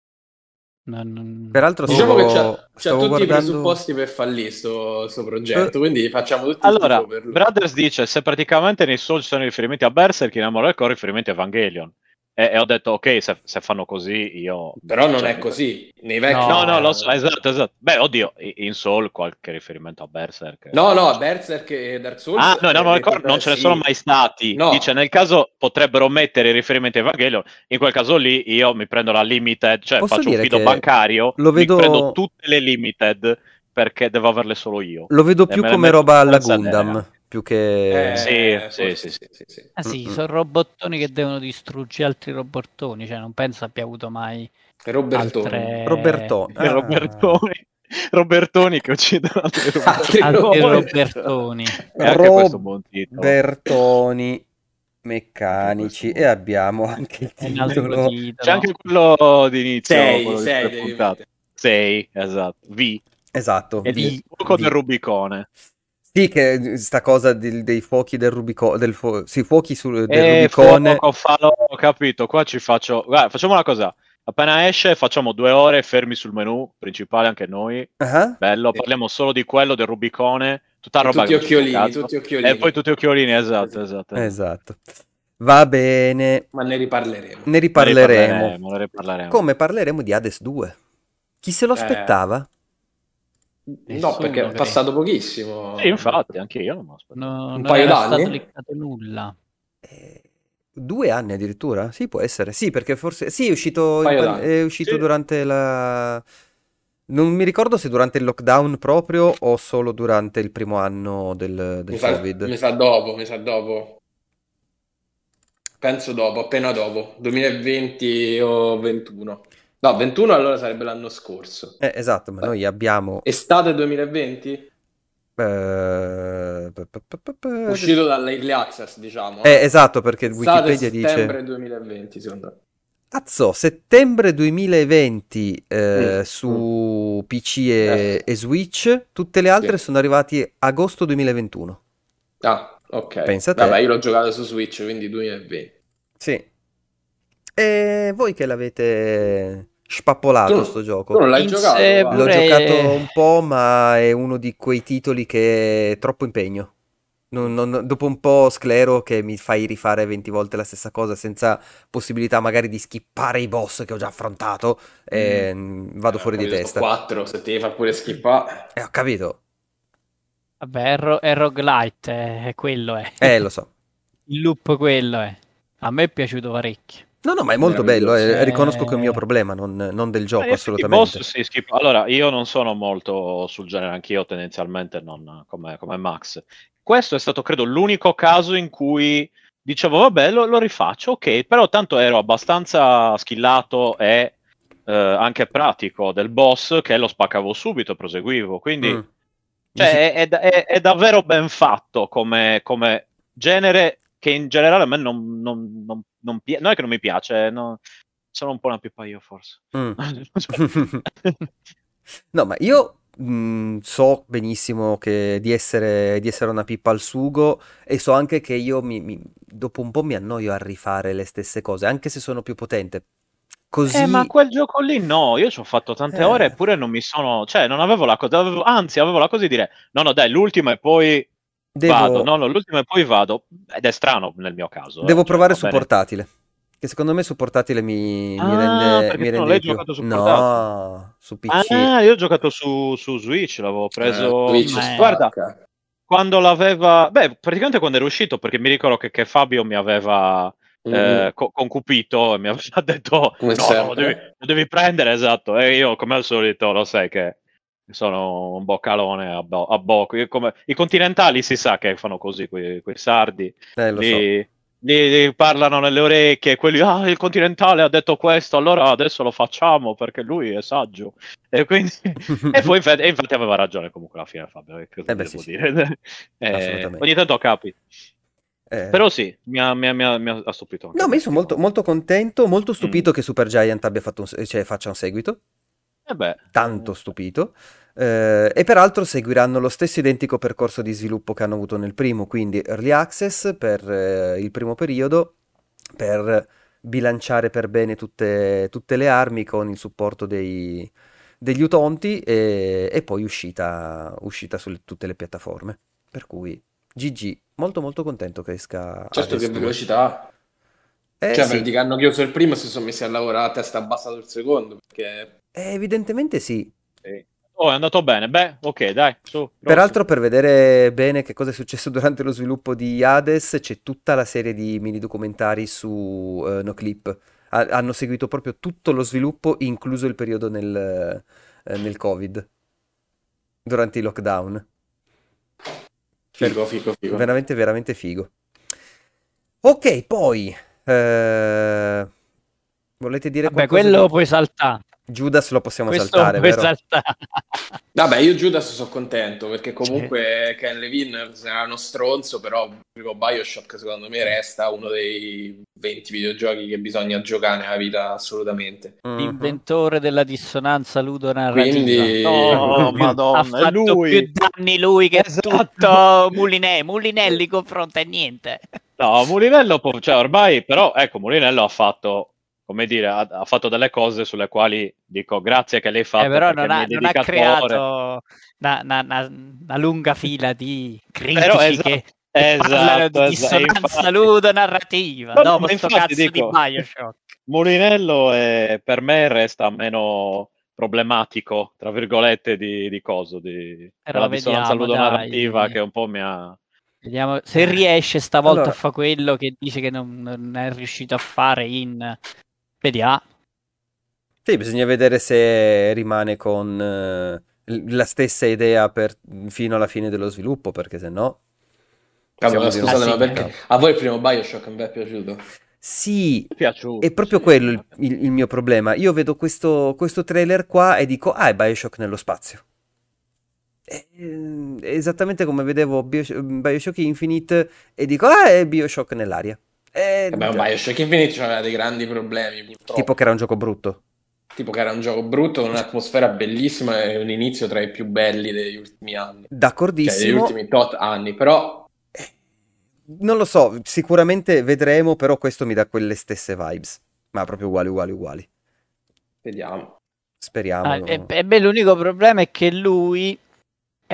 Peraltro Diciamo che stavo c'ha tutti guardando... i presupposti per fallire sto progetto, quindi facciamo tutti il Allora, tifo per lui. Brothers dice se praticamente nei Souls sono riferimenti a Berserk, in Armored Core riferimenti a Evangelion. E ho detto, ok, se fanno così io... Però non cioè, è così, nei vecchi No, No. no, lo so, esatto. Beh, oddio, in Soul qualche riferimento a Berserk. No, Berserk e Dark Souls Ah, no, in Armored Core non ce ne sono sì. mai stati. No. Dice, nel caso potrebbero mettere i riferimenti a Evangelion, in quel caso lì io mi prendo la limited, cioè Posso faccio un dire fido che bancario, lo mi prendo vedo... tutte le limited perché devo averle solo io. Lo vedo E più me le come metto roba alla senza idea. Gundam, più che... Sì. Sì. Ah sì, sono robottoni che devono distruggere altri robottoni, cioè non penso abbia avuto mai Robertoni. altre... Roberto. E Robertoni che uccidono altri Altri altri robot. robertoni. E anche questo è un buon titolo. Robertoni meccanici. E abbiamo anche il È un altro titolo. titolo. C'è anche quello d'inizio, 6, quello di 6 tre devi puntate. mettere. 6, esatto. V. Esatto, E il fuoco del Rubicone. Sì, che sta cosa dei fuochi del Rubicone, sì, fuochi del Rubicone. Fuoco, falò, ho capito. Qua ci faccio... Guarda, facciamo una cosa. Appena esce facciamo 2 ore fermi sul menu principale anche noi. Ah, Bello, Sì. parliamo solo di quello del Rubicone. Tutta E roba tutti che non ci fa un occhiolini, cazzo. tutti occhiolini. E poi tutti occhiolini, esatto. esatto. Va bene, Ma ne riparleremo. ne riparleremo. Ne riparleremo. Come parleremo di Hades 2. Chi se lo aspettava? No, Nessuno, perché è credo. passato pochissimo. Sì, infatti, anche io non me lo aspettavo. Un Non paio era d'anni? stato liccato nulla. 2 anni addirittura? Sì, può essere. Sì, perché forse... Sì, è uscito, Paio d'anni. è uscito Sì. durante la... Non mi ricordo se durante il lockdown proprio o solo durante il primo anno del Covid. Mi sa dopo. Penso dopo, appena dopo. 2020 o 21. No, 21 allora sarebbe l'anno scorso. Esatto, ma noi abbiamo... Estate 2020? eh, Uscito dalla Early Access, diciamo. esatto, perché Estate Wikipedia dice... settembre 2020, secondo me. Cazzo, settembre 2020 su PC e Switch, tutte le altre Sì. sono arrivati agosto 2021. Ah, ok. Pensa te. Vabbè, io l'ho giocato su Switch, quindi 2020. Sì. E voi che l'avete spappolato sto Tu gioco? non l'hai Inz, giocato? Va? L'ho pure- giocato un po', ma è uno di quei titoli che è troppo impegno. Dopo un po' sclero che mi fai rifare 20 volte la stessa cosa senza possibilità magari di skippare i boss che ho già affrontato, vado fuori di Capito, sono testa. 4, se ti devi far pure skippare. Ho capito. Vabbè, è roguelite, è quello è. Lo so. Il loop quello è. A me è piaciuto parecchio. No, ma è molto bello, Meraviglioso. Riconosco che è un mio problema, non del In gioco, effetti i boss assolutamente. si skip. Allora, io non sono molto sul genere, anch'io tendenzialmente non come Max. Questo è stato, credo, l'unico caso in cui dicevo, vabbè, lo rifaccio, ok, però tanto ero abbastanza skillato e anche pratico del boss che lo spaccavo subito e proseguivo. Quindi, Mm. Dici, cioè, è davvero ben fatto come genere che in generale a me non è che non mi piace, no, sono un po' una pippa io, forse. mm. No, ma io so benissimo di essere una pippa al sugo e so anche che io dopo un po' mi annoio a rifare le stesse cose, anche se sono più potente. Ma Così, quel gioco lì no, io ci ho fatto tante ore eh, eppure non mi sono, cioè non avevo la cosa, anzi avevo la cosa di dire, no no dai, l'ultima e poi vado, devo, no no, l'ultima e poi vado, ed è strano nel mio caso, devo cioè provare va su bene. portatile, che secondo me su portatile mi Ah, rende, perché mi tu non rende l'hai di più. giocato su portatile? No, su PC. Ah, io ho giocato su Switch, l'avevo preso, Twitch Ma guarda, spacca. quando l'aveva, beh, praticamente quando era uscito, perché mi ricordo che Fabio mi aveva Mm-mm. concupito e mi aveva detto: Come no, no, sempre. lo devi prendere, esatto. E io, come al solito, lo sai che sono un boccalone a bocco. I continentali si sa che fanno così, quei sardi. Lo so. Li, li parlano nelle orecchie, quelli, ah, il continentale ha detto questo, allora adesso lo facciamo perché lui è saggio. E quindi e poi infatti aveva ragione comunque alla fine Fabio, che cosa Eh ti beh, sì, devo sì, dire? Ogni assolutamente. tanto capi. Eh, Però sì, mi ha stupito anche No, ma io sono questi molto, qua. molto contento, molto Mm. stupito che Supergiant abbia cioè, faccia un seguito. E beh, Tanto stupito. E peraltro seguiranno lo stesso identico percorso di sviluppo che hanno avuto nel primo, quindi early access per il primo periodo, per bilanciare per bene tutte le armi con il supporto degli utenti e poi uscita su tutte le piattaforme. Per cui GG, molto molto contento che esca Certo che Hades 2. velocità. Cioè, per Sì, dire che hanno chiuso il primo e si sono messi a lavorare a testa bassa sul secondo, perché evidentemente sì. sì. Oh, è andato bene. Beh, ok, dai, su, prossimo. Peraltro, per vedere bene che cosa è successo durante lo sviluppo di Hades, c'è tutta la serie di mini documentari su Noclip. Hanno seguito proprio tutto lo sviluppo, incluso il periodo nel Covid, durante i lockdown. Per- figo, figo, figo. Veramente, veramente figo. Ok, poi, eh, volete dire vabbè, qualcosa quello di puoi saltare. Judas? Lo possiamo Questo saltare, puoi vero? saltare. Vabbè, io Judas sono contento perché Cioè, comunque Ken Levine sarà uno stronzo, però il primo BioShock secondo me resta uno dei 20 videogiochi che bisogna giocare nella vita assolutamente. Mhm. l'inventore della dissonanza ludonarrativa. Quindi Oh, Ha Madonna, è fatto più lui! danni lui che Esatto! tutto Mulinelli confronta e niente. No, Mulinello, cioè ormai, però, ecco, Mulinello ha fatto, come dire, ha fatto delle cose sulle quali dico grazie che l'hai fatto Però perché non mi ha, hai non ha dedicato ore. creato una lunga fila di Però critici esatto, che parlano di e dissonanza infatti, ludonarrativa no, no, dopo ma sto infatti cazzo di dico, Bioshock. Mulinello per me resta meno problematico, tra virgolette, di coso, della Però dissonanza vediamo, ludonarrativa dai. che un po' mi ha... Vediamo se riesce stavolta a Allora, fare quello che dice che non è riuscito a fare in... Vediamo. sì, bisogna vedere se rimane con la stessa idea fino alla fine dello sviluppo, perché se no vabbè, ma possiamo dire un Ah scusate, sacco ma sì, di perché cavo. a voi il primo BioShock mi è piaciuto? Sì, Mi è è piaciuto, proprio sì. quello il mio problema. Io vedo questo trailer qua e dico, ah, è BioShock nello spazio. È esattamente come vedevo BioShock Infinite e dico, ah, è BioShock nell'aria. Vabbè, un BioShock Infinite aveva dei grandi problemi, Tipo che purtroppo. era un gioco brutto. Tipo che era un gioco brutto con un'atmosfera bellissima e un inizio tra i più belli degli ultimi anni. Cioè, degli D'accordissimo. ultimi tot anni, però Non lo so, sicuramente vedremo, però questo mi dà quelle stesse vibes. Ma proprio uguali, uguali, uguali. vediamo. Speriamo. e beh, l'unico problema è che lui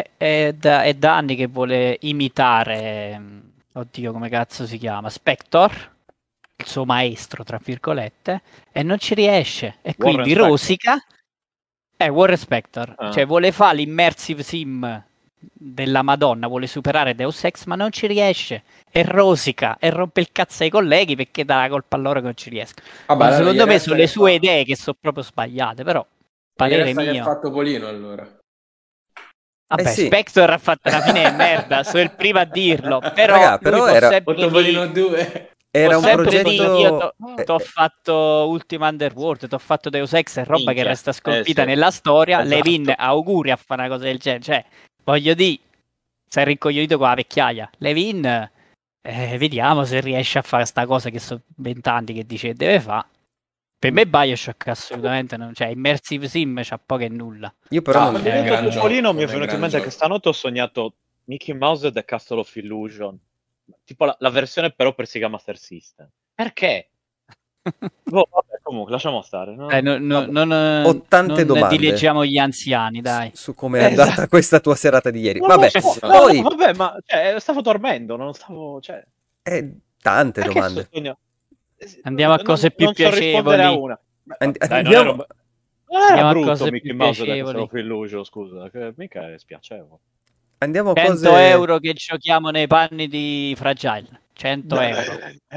è da anni che vuole imitare, oddio come cazzo si chiama, Spector, il suo maestro tra virgolette, e non ci riesce, e Warren quindi Spector. rosica. Warren Spector, Ah. cioè vuole fare l'immersive sim della Madonna, vuole superare Deus Ex, ma non ci riesce, e rosica e rompe il cazzo ai colleghi perché dà la colpa a loro che non ci riescono. Vabbè, Quindi, allora secondo gli me resta sono le che sue fa- idee che sono proprio sbagliate, però gli parere resta che ha mio. fatto Polino allora. Vabbè, sì. Spector ha fatto una fine di merda, sono il primo a dirlo, però Raga, lui però può era- sempre Topolino dire, 2. Era un sempre dire, io progetto... t'ho fatto Ultima Underworld, t'ho fatto Deus Ex, è roba che Minchia, resta scolpita sì. nella storia. Esatto. Levin, auguri a fare una cosa del genere, cioè, voglio dire, sei rincoglionito con la vecchiaia. Levin, vediamo se riesce a fare sta cosa che sono 20 anni che dice che deve fare. Per me Bioshock assolutamente non, cioè Immersive Sim c'ha poco e nulla. Io però No, non... Quando hai è un detto gran Topolino gioco, mi è è un venuto in gran mente gioco. che stanotte ho sognato Mickey Mouse e The Castle of Illusion. Tipo la versione però per Sega Master System. Perché? Boh, vabbè, comunque, lasciamo stare. No? Dai, Vabbè. Ho tante non domande dileggiamo gli anziani, dai. su come è andata Esatto. questa tua serata di ieri. Non lo Vabbè, so. No, poi... no, vabbè, ma cioè, stavo dormendo, non stavo... Cioè, tante perché domande. sogno? Andiamo a cose più non so rispondere a piacevoli. una. Dai, Andiamo... non era Andiamo a brutto cose Mickey più Mouse da piacevoli. Castle of Illusion, scusa, che mica è spiacevole. Andiamo a 100 cose... euro che giochiamo nei panni di Fragile. 100 euro.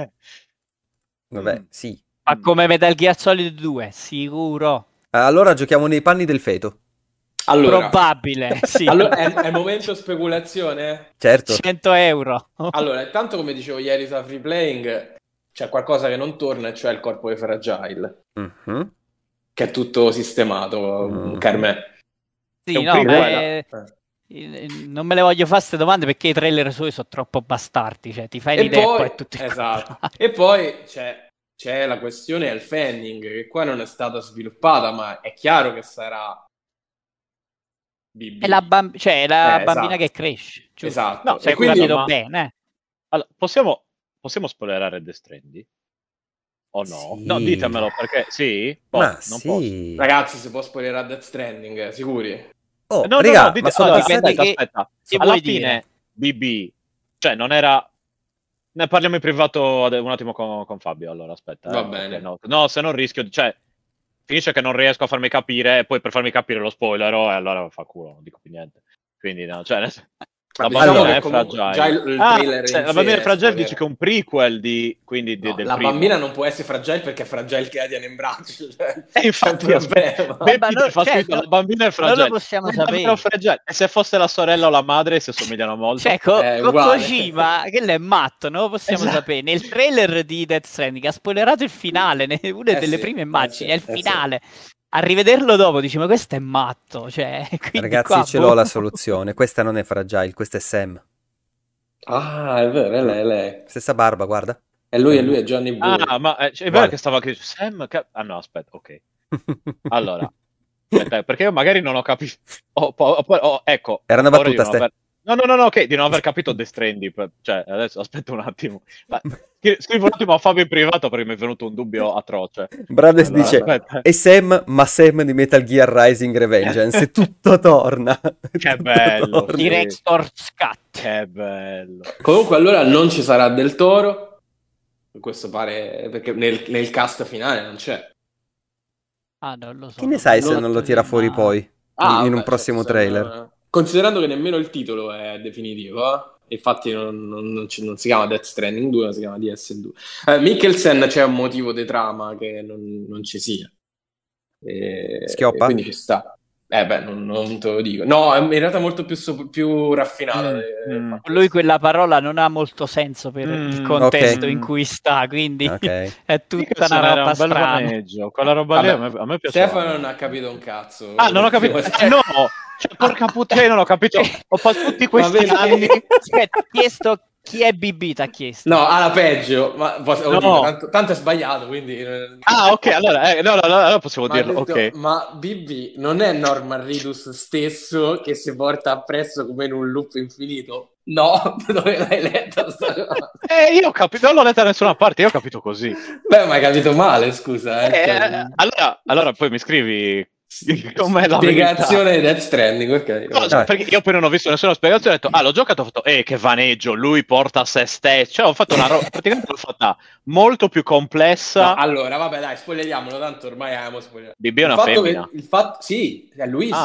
Vabbè, sì. Ma come Metal Gear Solid 2, sicuro. Allora giochiamo nei panni del feto. Allora, Probabile, sì. allora è momento speculazione? Certo. 100 euro. Allora, intanto come dicevo ieri su Free Playing, c'è qualcosa che non torna, e cioè il corpo di Fragile, Mhm. che è tutto sistemato, Mhm. Carmè. Sì, È un no, prequel. non me le voglio fare queste domande perché i trailer suoi sono troppo bastardi. Cioè, ti fai E l'idea poi, e poi è tutto il esatto. contrario. E poi c'è la questione del fanning, che qua non è stata sviluppata, ma è chiaro che sarà BB. È la, cioè, è la bambina Esatto. che cresce, giusto? Esatto. No, Se E ho quindi capito ma- bene. Allora, possiamo spoilerare Death Stranding? O no? Sì. No, ditemelo perché sì? Ma non sì. ragazzi, si può spoilerare Death Stranding, sicuri? Oh, No, raga, dite- ma sono allora, passati... aspetta. Che Alla vuoi fine dire? BB, cioè non era... Ne parliamo in privato un attimo con Fabio, allora aspetta. Va perché bene. no, se non rischio... Cioè, finisce che non riesco a farmi capire e poi per farmi capire lo spoilero e allora fa culo, non dico più niente. Quindi no, cioè... Ma La diciamo bambina che è comunque fragile. già il trailer Cioè, in la sé bambina è è fragile spoiler. dice che è un prequel del La primo. bambina non può essere fragile perché è fragile che la tiene in braccio. Cioè, E infatti, c'è un problema. Baby no, fa cioè, scritto, la bambina è non lo fragile. possiamo È davvero sapere. fragile. E se fosse la sorella o la madre si assomigliano molto? Cioè, È uguale. Kojima, che lei è matto, non lo possiamo Esatto. sapere. Nel trailer di Death Stranding ha spoilerato il finale, una delle Sì, prime immagini, è il sì. finale. A rivederlo dopo dici, ma questo è matto. Cioè, quindi Ragazzi, qua, ce l'ho la soluzione. Questa non è Fragile, questa è Sam. Ah, è vero, è lei. Stessa barba, guarda. È lui, è Johnny Boone. Ah, ma è vero Guarda. che stava anche Sam? Ah no, aspetta, ok. Allora, aspetta, perché io magari non ho capito. Ecco. Era una ora di battuta, non aver... No, ok, di non aver capito The Stranding. Cioè, adesso aspetta un attimo. Scrivo un attimo a Fabio in privato perché mi è venuto un dubbio atroce. Brades Allora, dice, aspetta. è Sam, ma Sam di Metal Gear Rising Revengeance. Tutto torna. Che Tutto bello, torna. sì. Director's Cut. Che bello. Comunque allora non ci sarà Del Toro. Questo pare perché nel cast finale non c'è. Ah, non lo so. Chi ne sai se non non lo tira fuori poi? In un prossimo certo, trailer. Considerando che nemmeno il titolo è definitivo, infatti non si chiama Death Stranding 2, ma si chiama DS2. Mikkelsen c'è un motivo di trama che non ci sia. Schioppa? Quindi ci sta. Non te lo dico. No, in realtà è molto più raffinato. Lui quella parola non ha molto senso per il contesto in cui sta, quindi è tutta una roba strana. Maneggio. Quella roba lì a me piace. Stefano non ha capito un cazzo. Ah, non ho capito. No, cioè, porca puttana, non ho capito. Ho passato tutti questi anni. Aspetta, ho chiesto chi è BB, t'ha chiesto. No, alla peggio, ma No. tanto è sbagliato, quindi... Ah, ok, allora possiamo Ma dirlo, detto, ok. ma BB non è Norman Reedus stesso che si porta appresso come in un loop infinito? No, dove l'hai letta sta cosa? Io ho capito, non l'ho letta da nessuna parte, io ho capito così. Beh, ma hai capito male, scusa. Allora poi mi scrivi com'è la spiegazione di Death Stranding, ok. No, perché io poi non ho visto nessuna spiegazione, ho detto, l'ho giocato, ho fatto, che vaneggio, lui porta se stesso, cioè ho fatto una roba, praticamente l'ho fatta molto più complessa. No, allora, vabbè, dai, spoileriamolo, tanto ormai abbiamo spoilerato. BB è una femmina. Sì, è Luis.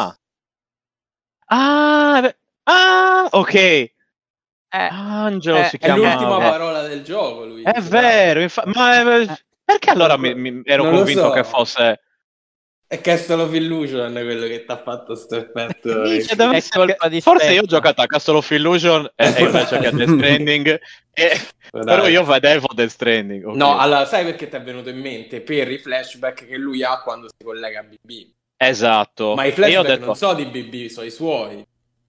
Ok. Angelo si È l'ultima chiamava. parola del gioco, Luis. È vero, perché allora mi ero Non lo convinto so. che fosse... È Castle of Illusion quello che ti ha fatto sto effetto. È colpa di Forse io ho Spectre. giocato a Castle of Illusion e invece che a Death Stranding, però io vedevo Death Stranding. Okay. No, allora sai perché ti è venuto in mente? Per i flashback che lui ha quando si collega a BB. Esatto. Ma i flashback detto... non so di BB, sono i suoi.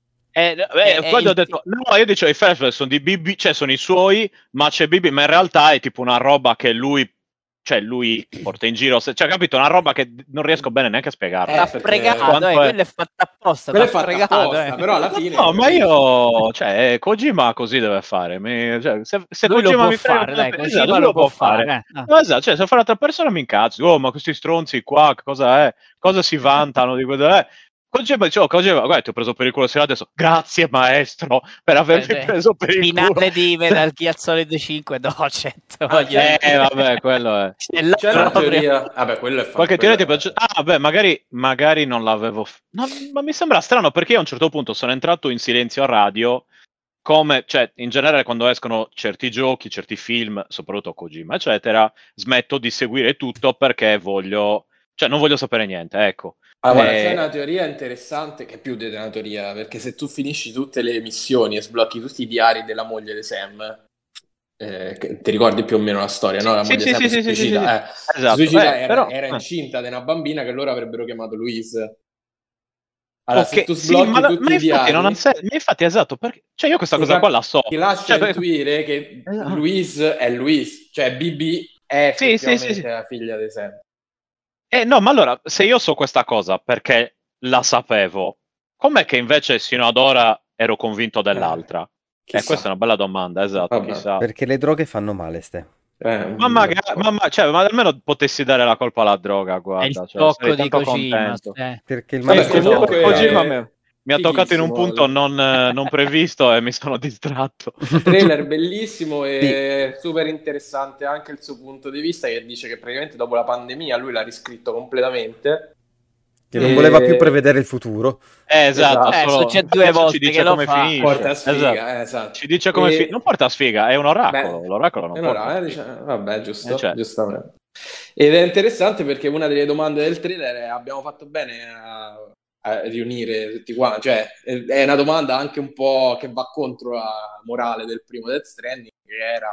Poi ho detto, no, io dicevo i flashback sono di BB, cioè sono i suoi, ma c'è BB, ma in realtà è tipo una roba che lui porta in giro, cioè capito, una roba che non riesco bene neanche a spiegarla. T'ha fregato, quello è fatto apposta, quello è fatto apposta, però alla fine no, ma io, cioè, Kojima così deve fare, se lui Kojima lo può mi frega, fare, dai, esatto, Kojima lo può fare. No, esatto, cioè, se fa un'altra persona mi incazzo, ma questi stronzi qua, che cosa è? Cosa si vantano di quello? Kojima dicevo, guarda, ti ho preso per il culo sino adesso. Grazie, maestro, per avermi preso per il culo. Finale di Metal Gear Solid 5, docent. Vabbè, quello è. C'è una teoria. Vabbè, quello è qualche teoria tipo, vabbè, magari non l'avevo. No, ma mi sembra strano perché io a un certo punto sono entrato in silenzio a radio. Come, cioè, in generale, quando escono certi giochi, certi film, soprattutto Kojima, eccetera, smetto di seguire tutto perché non voglio sapere niente, ecco. Allora, c'è una teoria interessante che è più di una teoria, perché se tu finisci tutte le missioni e sblocchi tutti i diari della moglie di Sam, ti ricordi più o meno la storia, no? La moglie di Sam si suicida. Esatto. Suicida però, era incinta di una bambina che loro avrebbero chiamato Louise. Allora, okay, se tu sblocchi tutti i diari... infatti, esatto, perché cioè io questa cosa qua la so. Ti lascia intuire che Louise è Louise, cioè BB è effettivamente la figlia di Sam. No, ma allora, se io so questa cosa perché la sapevo, com'è che invece sino ad ora ero convinto dell'altra? Questa è una bella domanda, esatto, chissà. Perché le droghe fanno male, ste. Ma almeno potessi dare la colpa alla droga, guarda. È il tocco di Kojima. Perché il maestro Kojima mi ha toccato in un punto non previsto e mi sono distratto. Trailer bellissimo e super interessante anche il suo punto di vista, che dice che praticamente dopo la pandemia lui l'ha riscritto completamente. Che non voleva più prevedere il futuro. Esatto. C'è 2 volte ci dice che lo come fa. finisce. Porta sfiga, esatto. Ci dice come finisce. Non porta sfiga, è un oracolo. L'oracolo non porta sfiga. Vabbè, giusto, giustamente. Ed è interessante perché una delle domande del trailer è: abbiamo fatto bene a riunire tutti quanti? Cioè, è una domanda anche un po' che va contro la morale del primo Death Stranding, che era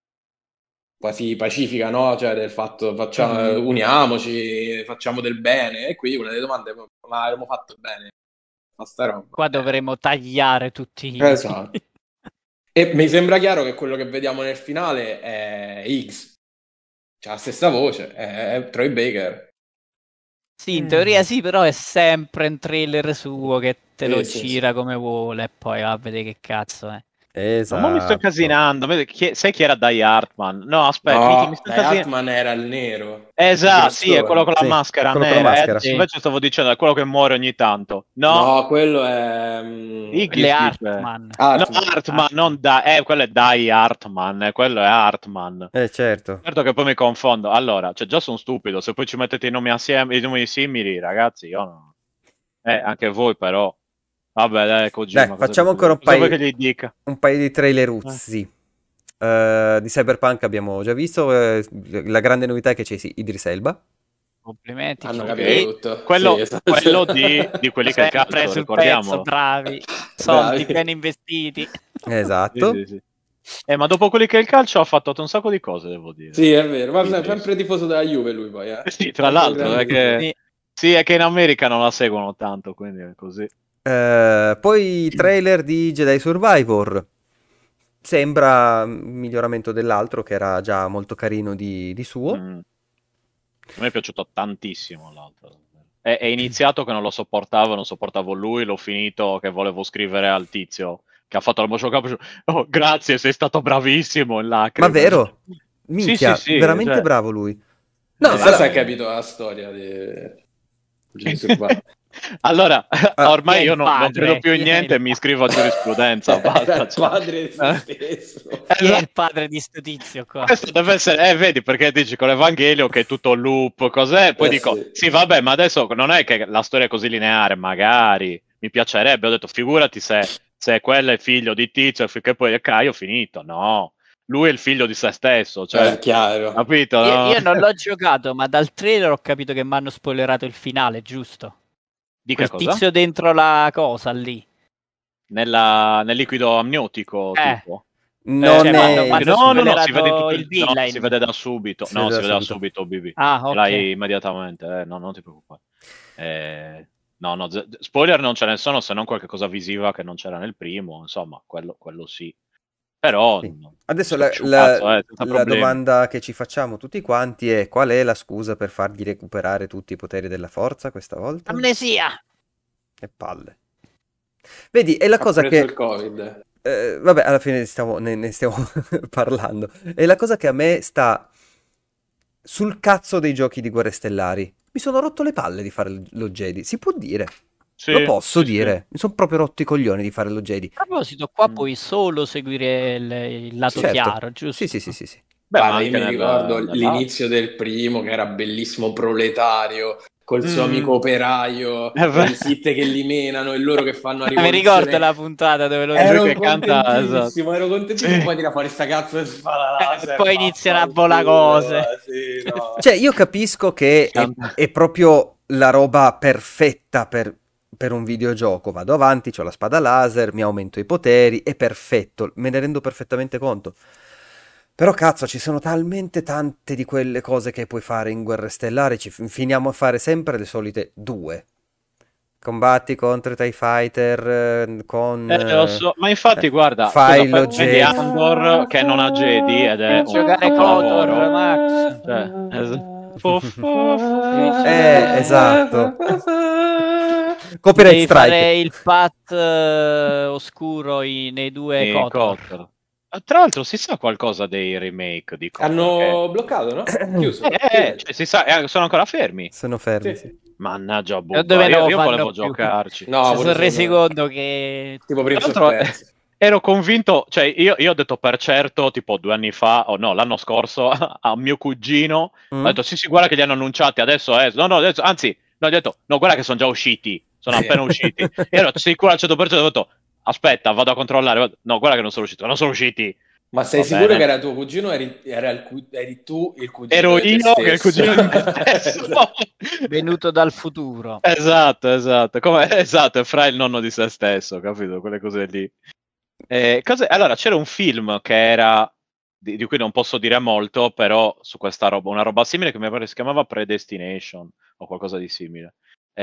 quasi pacifica, no? Cioè del fatto uniamoci, facciamo del bene. E qui una delle domande è: ma avremmo fatto bene a sta roba? Qua dovremmo tagliare tutti esatto. E mi sembra chiaro che quello che vediamo nel finale è X, c'ha la stessa voce, è Troy Baker. Sì, in teoria sì, però è sempre un trailer suo che te lo gira come vuole e poi va a vedere che cazzo è. Esatto. Ma mi sto incasinando. Sai chi era Die Hartman? No, aspetta. No, Die Hartman era il nero. Esatto, sì, è quello con la maschera quello nera. Con la maschera. Invece stavo dicendo, è quello che muore ogni tanto. No, quello è... Le Hartman. No, Hartman, non quello è Die Hartman, quello è Hartman. Certo. Certo che poi mi confondo. Allora, cioè già sono stupido, se poi ci mettete i nomi assieme, i nomi simili, ragazzi, io no. Anche voi però. Vabbè, dai, Kojima, dai, facciamo ancora un paio di traileruzzi. Di Cyberpunk abbiamo già visto. La grande novità è che c'è Idris Elba. Complimenti. Hanno capito tutto. Quello di quelli che cazzo, ricordiamolo. Bravi, soldi ben investiti. Esatto. Sì. Ma dopo quelli che il calcio ha fatto un sacco di cose, devo dire. Sì, è vero, ma è sempre tifoso della Juve lui poi. Sì, tra l'altro, è che in America non la seguono tanto, quindi è così. Poi trailer di Jedi Survivor. Sembra un miglioramento dell'altro, che era già molto carino di suo. A me è piaciuto tantissimo l'altro. È iniziato che non lo sopportavo lui, l'ho finito che volevo scrivere al tizio che ha fatto il motion capture. Oh, grazie, sei stato bravissimo in lacrime. Ma vero? Minchia, sì, veramente bravo lui. No, sai, ha capito la storia di... Allora, ormai chi è io il non padre? credo più in Chi è niente il e mi iscrivo a giurisprudenza. Era Basta, il padre di se stesso. Chi è il padre di sto tizio qua? Questo deve essere, vedi perché dici con l'Evangelio che è tutto loop, cos'è? Poi dico, sì, vabbè, ma adesso non è che la storia è così lineare, magari mi piacerebbe. Ho detto, figurati se quello è figlio di tizio, che poi è Caio, finito. No, lui è il figlio di se stesso, cioè, È chiaro. capito? Io, No? io non l'ho giocato, ma dal trailer ho capito che mi hanno spoilerato il finale, giusto? Di che Quel cosa? tizio dentro la cosa lì. Nel liquido amniotico, tipo? Non Cioè, è... m'hanno No, si vede in spoilerato tutto il no, si villain. vede da subito. Si No, vede si da vede da subito. subito, Bibi. Ah, Ce ok. l'hai immediatamente, no, non ti preoccupare. No, spoiler non ce ne sono se non qualche cosa visiva che non c'era nel primo, insomma, quello sì. Però Sì. non Adesso capisci un cazzo, senza la problemi. domanda che ci facciamo tutti quanti è: qual è la scusa per fargli recuperare tutti i poteri della forza questa volta? Amnesia! Che palle. Vedi, è la Ha cosa preso il che... Covid. vabbè, alla fine ne stiamo parlando. È la cosa che a me sta sul cazzo dei giochi di Guerre Stellari. Mi sono rotto le palle di fare lo Jedi. Si può dire. Lo Sì, posso sì, sì. dire. Mi sono proprio rotto i coglioni di fare lo Jedi. A proposito, qua puoi solo seguire il lato Certo. chiaro, Sì, giusto? sì, sì, sì, sì. Beh, ma Guarda, io anche mi ricordo nell'altro. l'inizio del primo, che era bellissimo, proletario, col suo amico Mm. operaio, È e vero. i Sith che li menano e loro che fanno la Mi ricordo la rivoluzione. puntata dove lo È lui Ero che canta, esatto. contentissimo, Sì. poi tira fuori sta cazzo di spada e laser, poi iniziano a volare vaffanculo, cose. sì, no. Cioè, io capisco che Canta. è proprio la roba perfetta per un videogioco. Vado avanti, ho la spada laser, mi aumento i poteri, è perfetto, me ne rendo perfettamente conto. Però cazzo, ci sono talmente tante di quelle cose che puoi fare in Guerre Stellari, finiamo a fare sempre le solite due. Combatti contro i TIE Fighter con... Lo so, ma infatti, guarda, scusa, fai lo prendi Jedi. Andor che non ha Jedi ed è Devi un giocare capolavoro. KOTOR, Max. Cioè, Devi giocare... Esatto. Copyright Devi strike. fare il path oscuro nei due Sì, KOTOR. KOTOR. Tra l'altro, si sa qualcosa dei remake di KOTOR? Hanno bloccato, no? Chiuso. Cioè, si sa, sono ancora fermi. Sono fermi, sì. Sì. Mannaggia, Dove bubba, non lo io fanno volevo più. giocarci. No, Si pure sono resi secondo me. conto che... Tipo Tra Prince of l'altro, Persia. ero convinto, cioè io ho detto per certo, tipo 2 anni fa, o no, l'anno scorso, a mio cugino, ho Mm? detto sì, guarda che li hanno annunciati, adesso no, adesso, anzi, no, gli ho detto, no, guarda che sono già usciti, sono appena usciti. E ero sicuro al 100%, ho detto, aspetta, vado a controllare, no, guarda che non sono usciti, non sono usciti. Ma sei Va sicuro che bene. era tuo cugino o eri tu il cugino Ero di te io che il stesso? cugino di me stesso. Venuto dal futuro. Esatto, esatto, è Fra il nonno di se stesso, capito? Quelle cose lì. Allora, c'era un film che era, di cui non posso dire molto, però su questa roba, una roba simile che mi pare si chiamava Predestination o qualcosa di simile.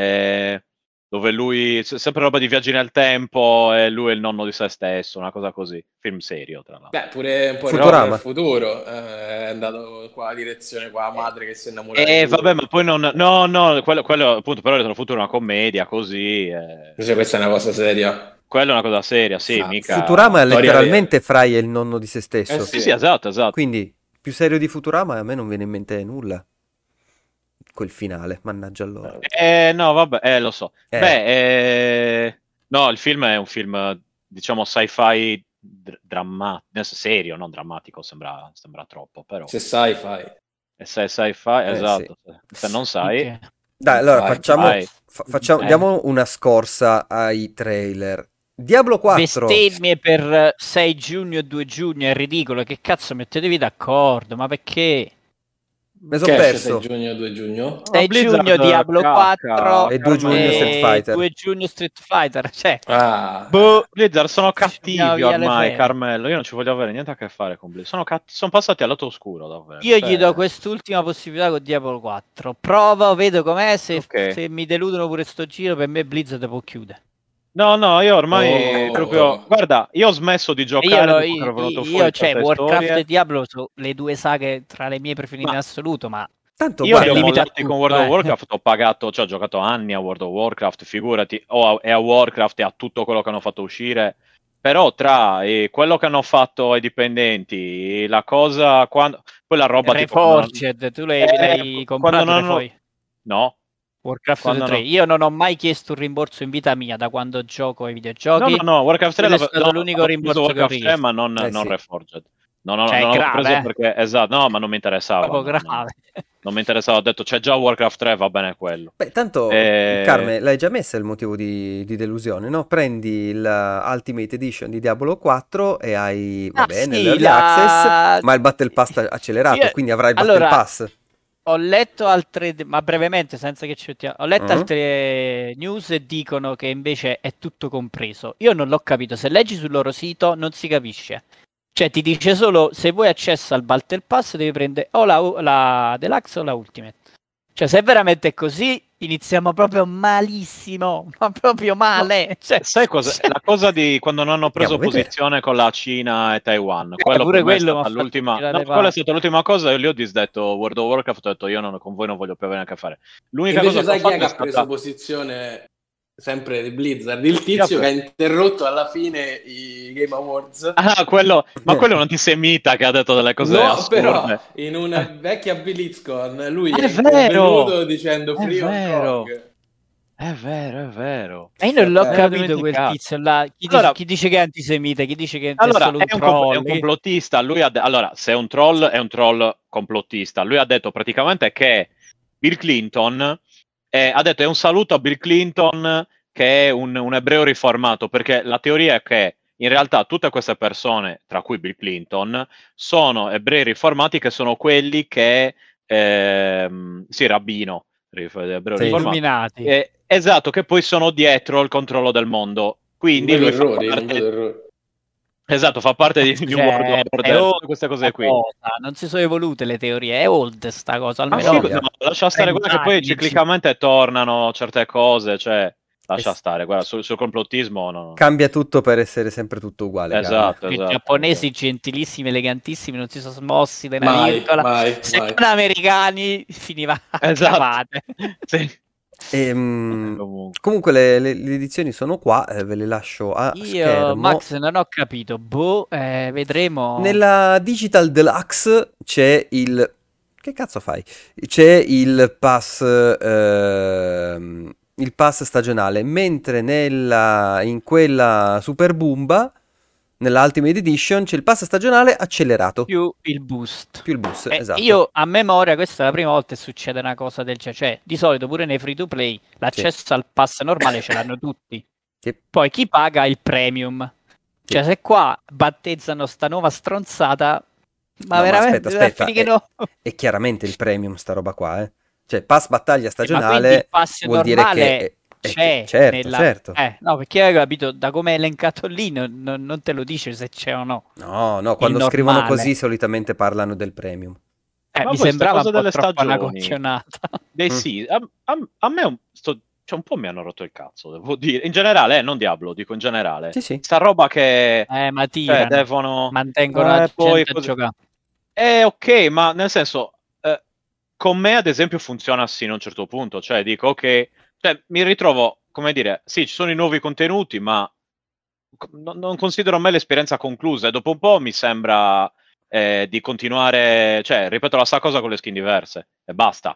Dove lui, sempre roba di viaggi nel tempo e lui è il nonno di se stesso, una cosa così. Film serio, tra l'altro. Beh, pure un po' Ritorno al Futurama. futuro. È andato qua la direzione qua, madre che si innamora di lui. Vabbè, ma poi non. No, quello appunto, però Ritorno al futuro è una commedia, così. Invece questa è una cosa seria. Quella è una cosa seria, sì, Ah, mica. Futurama è storia letteralmente Fry è il nonno di se stesso. Eh Sì, sì. sì, esatto. Quindi, più serio di Futurama a me non viene in mente nulla. Quel finale, mannaggia loro. No, vabbè, lo so. Eh. Beh, no, il film è un film, diciamo, sci-fi drammatico, serio, non drammatico, sembra troppo, però. Se sai, fai. E se sci-fi, esatto. Se non sai, Ok. Dai, Non allora fai. facciamo, Vai. diamo una scorsa ai trailer. Diablo 4. Bestemmie per 6 giugno e 2 giugno è ridicolo. Che cazzo mettetevi d'accordo? Ma perché? Mi sono Che esce 6 perso. giugno, 2 giugno? 6 giugno Diablo 4 E 2 giugno Street e Fighter. 2 giugno Street Fighter. Cioè, Ah, boh, Blizzard sono ci andiamo cattivi via le ormai, ferie. Carmello. Io non ci voglio avere niente a che fare con Blizzard. Sono passati al lato oscuro, davvero. Io Cioè, gli do quest'ultima possibilità con Diablo 4. Provo, vedo com'è. Se, ok. se mi deludono pure sto giro, per me Blizzard può chiudere. No, io ormai proprio. Oh. Guarda, io ho smesso di E giocare dopo che ero venuto fuori cioè, certe Warcraft storie. e Diablo sono le due saghe tra le mie preferite in Ma assoluto, ma Tanto io c'è li il ho guarda, limite a mollati con tutto, World of Warcraft, ho pagato, cioè ho giocato anni a World of Warcraft, figurati, e a Warcraft e a tutto quello che hanno fatto uscire. Però tra quello che hanno fatto ai dipendenti, la cosa, quando, poi la roba tipo quando Reforged, tu l'hai quando comprato non hanno, Reforged? no, Warcraft Quando 3. no. Io non ho mai chiesto un rimborso in vita mia da quando gioco ai No, videogiochi. no, no, Warcraft 3 Quello è stato l'unico ho preso rimborso che ho Warcraft 3, richiesto. ma non Sì. Reforged. No, no, Cioè, non è l'avevo grave, preso perché, esatto, no, ma non mi interessava. proprio No, no. grave. Non mi interessava, ho detto c'è già Warcraft 3, va bene quello. Beh, tanto, Carme, l'hai già messa il motivo di delusione, no? Prendi l'Ultimate Edition di Diablo 4 e hai, va Ah, bene, sì, l'Early Access, la... ma il Battle Pass accelerato, Io- quindi avrai il Battle Allora, Pass. ho letto altre, ma brevemente, senza che ci mettiamo. Ho letto Mm? altre news e dicono che invece è tutto compreso. Io non l'ho capito. Se leggi sul loro sito non si capisce. Cioè, ti dice solo se vuoi accesso al Battle Pass devi prendere o la Deluxe o la Ultimate. Cioè, se veramente è così, iniziamo proprio malissimo, ma proprio No, male. Cioè, sai cosa? La cosa di quando non hanno Andiamo preso a vedere. posizione con la Cina e Taiwan, quello pure per me è quello mi ha stata fatto l'ultima. girare No, le quella è palle. stata l'ultima cosa e lì ho disdetto World of Warcraft, ho detto io con voi non voglio più avere a che fare. L'unica Invece cosa che ho sai chi è fatto che è ha preso stata. posizione sempre di Blizzard? Il Chi ha tizio che ha interrotto alla fine i Game Awards. Ah, ma quello è un antisemita che ha detto delle cose No, però assurde. in una vecchia BlizzCon lui è È vero! intervenuto dicendo È Free Hong vero! Kong. È vero, è vero. E io Lascia non l'ho Me l'ero perdere. capito quel dimenticato. tizio là. Allora, Chi dice che è antisemita, chi dice che è allora solo un è troll. un complottista. Allora, se è un troll, è un troll complottista. Lui ha detto praticamente che Bill Clinton ha detto è un saluto a Bill Clinton che è un ebreo riformato, perché la teoria è che in realtà tutte queste persone, tra cui Bill Clinton, sono ebrei riformati che sono quelli che sì, rabbino, ebreo Sì. riformato. Illuminati. Esatto, che poi sono dietro il controllo del mondo. Non Quindi vedo lui fa errori, non vedo parte, errori. esatto, fa parte di New World Cioè, è Order, old tutte queste cose sta qui. cosa. Non si sono evolute le teorie. È old sta cosa. Ha Ma Almeno voglia. no, lascia stare, guarda che 30 poi anni. ciclicamente tornano certe cose, cioè, lascia Es- stare, guarda, sul complottismo no. Cambia tutto per essere sempre tutto uguale, Carme. Esatto, I esatto, giapponesi esatto. gentilissimi, elegantissimi, non si sono smossi di una Mai, virgola. mai, Se mai. erano americani, finiva a Esatto. cavate. Sì. Comunque. Comunque le edizioni sono qua, ve le lascio a Io, schermo. Max, non ho capito. Boh, vedremo. Nella Digital Deluxe c'è il... Che cazzo fai? C'è il pass stagionale, mentre in quella Super Boomba, nella Ultimate Edition, c'è il pass stagionale accelerato. Più il boost. Più il bus, esatto. Io a memoria, questa è la prima volta che succede una cosa del genere. Cioè, di solito pure nei free to play l'accesso al pass normale ce l'hanno tutti. Sì. Poi chi paga il premium. Sì. Cioè, se qua battezzano sta nuova stronzata, ma No, ma veramente aspetta, finché no. è chiaramente il premium sta roba qua, eh. Cioè, pass battaglia Ma quindi il stagionale pass vuol dire che... normale c'è certo, nella... certo. No, perché hai capito, da come è elencato lì non te lo dice se c'è o no. No, Il quando scrivono normale. così solitamente parlano del premium. Ma Mi poi sta sembrava cosa un po' delle troppo una stagioni, coccionata. dei Mm. sì, a me cioè, un po' mi hanno rotto il cazzo, devo dire. In generale, non Diablo, dico in generale. Sì, sì. Sta roba che Ma cioè, tirano, devono. mantengono la Poi gente a giocare. ok, ma nel senso, con me ad esempio funziona sino a un certo punto, cioè dico ok, cioè, mi ritrovo, come dire, sì, ci sono i nuovi contenuti, ma non considero me l'esperienza conclusa e dopo un po' mi sembra di continuare, cioè ripeto la stessa cosa con le skin diverse e basta.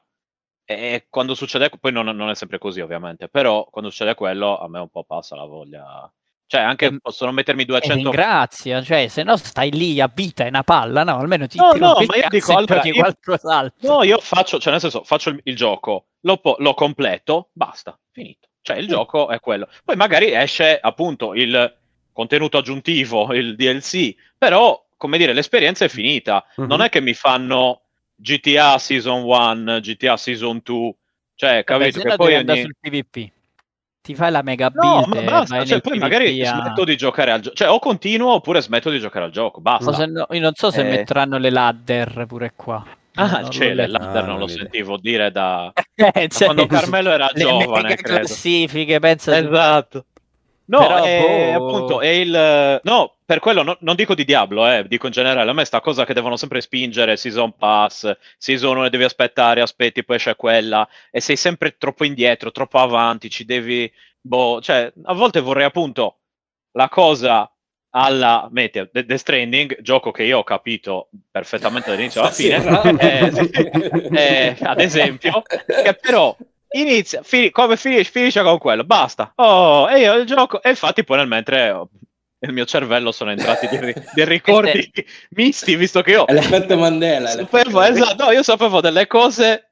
E quando succede, poi non è sempre così ovviamente, però quando succede quello a me un po' passa la voglia. Cioè anche possono mettermi E 200. ringrazia, cioè, se no stai lì a vita, è una palla, no? Almeno ti No, rompi il ma io dico, cazzo e allora, giochi qualcos'altro. no, io faccio, cioè nel senso, faccio il gioco, lo completo, basta, finito. Cioè il Sì. gioco è quello. Poi magari esce appunto il contenuto aggiuntivo, il DLC, però, come dire, l'esperienza è finita. Non Mhm. è che mi fanno GTA Season 1, GTA Season 2, cioè, Vabbè, capito se che no devi poi andare ogni. sul PvP. Ti fai la mega No, build ma e basta, vai cioè nel poi magari PvP smetto di giocare al gioco, cioè o continuo oppure smetto di giocare al gioco, O basta. se no, io non so se Eh, metteranno le ladder pure qua. il Non l'ho cielo, il letto. ladder Ah, non non lo l'idea. sentivo dire da Cioè, quando Carmelo era le mega giovane, credo. classifiche, pensa tu. Esatto. No, Però, appunto, boh... è il. No, per quello non dico di Diablo, dico in generale. A me sta cosa che devono sempre spingere, Season Pass, Season 1 devi aspettare, aspetti, poi esce quella, e sei sempre troppo indietro, troppo avanti, ci devi. Boh, cioè, a volte vorrei appunto la cosa alla Meteor, The Stranding, gioco che io ho capito perfettamente dall'inizio alla fine, Stasera. ad esempio, che però inizia, come finisce con quello, basta. Oh, e io il gioco, e infatti poi nel mentre nel mio cervello sono entrati dei ricordi misti, visto che io È l'effetto Mandela. sapevo, esatto, no, io sapevo delle cose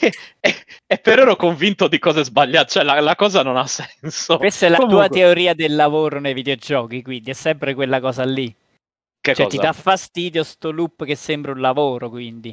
e però ero convinto di cose sbagliate, cioè la cosa non ha senso. Questa è la tua Comunque, teoria del lavoro nei videogiochi, quindi è sempre quella cosa lì. che Cioè, ti cosa? dà fastidio sto loop che sembra un lavoro, quindi.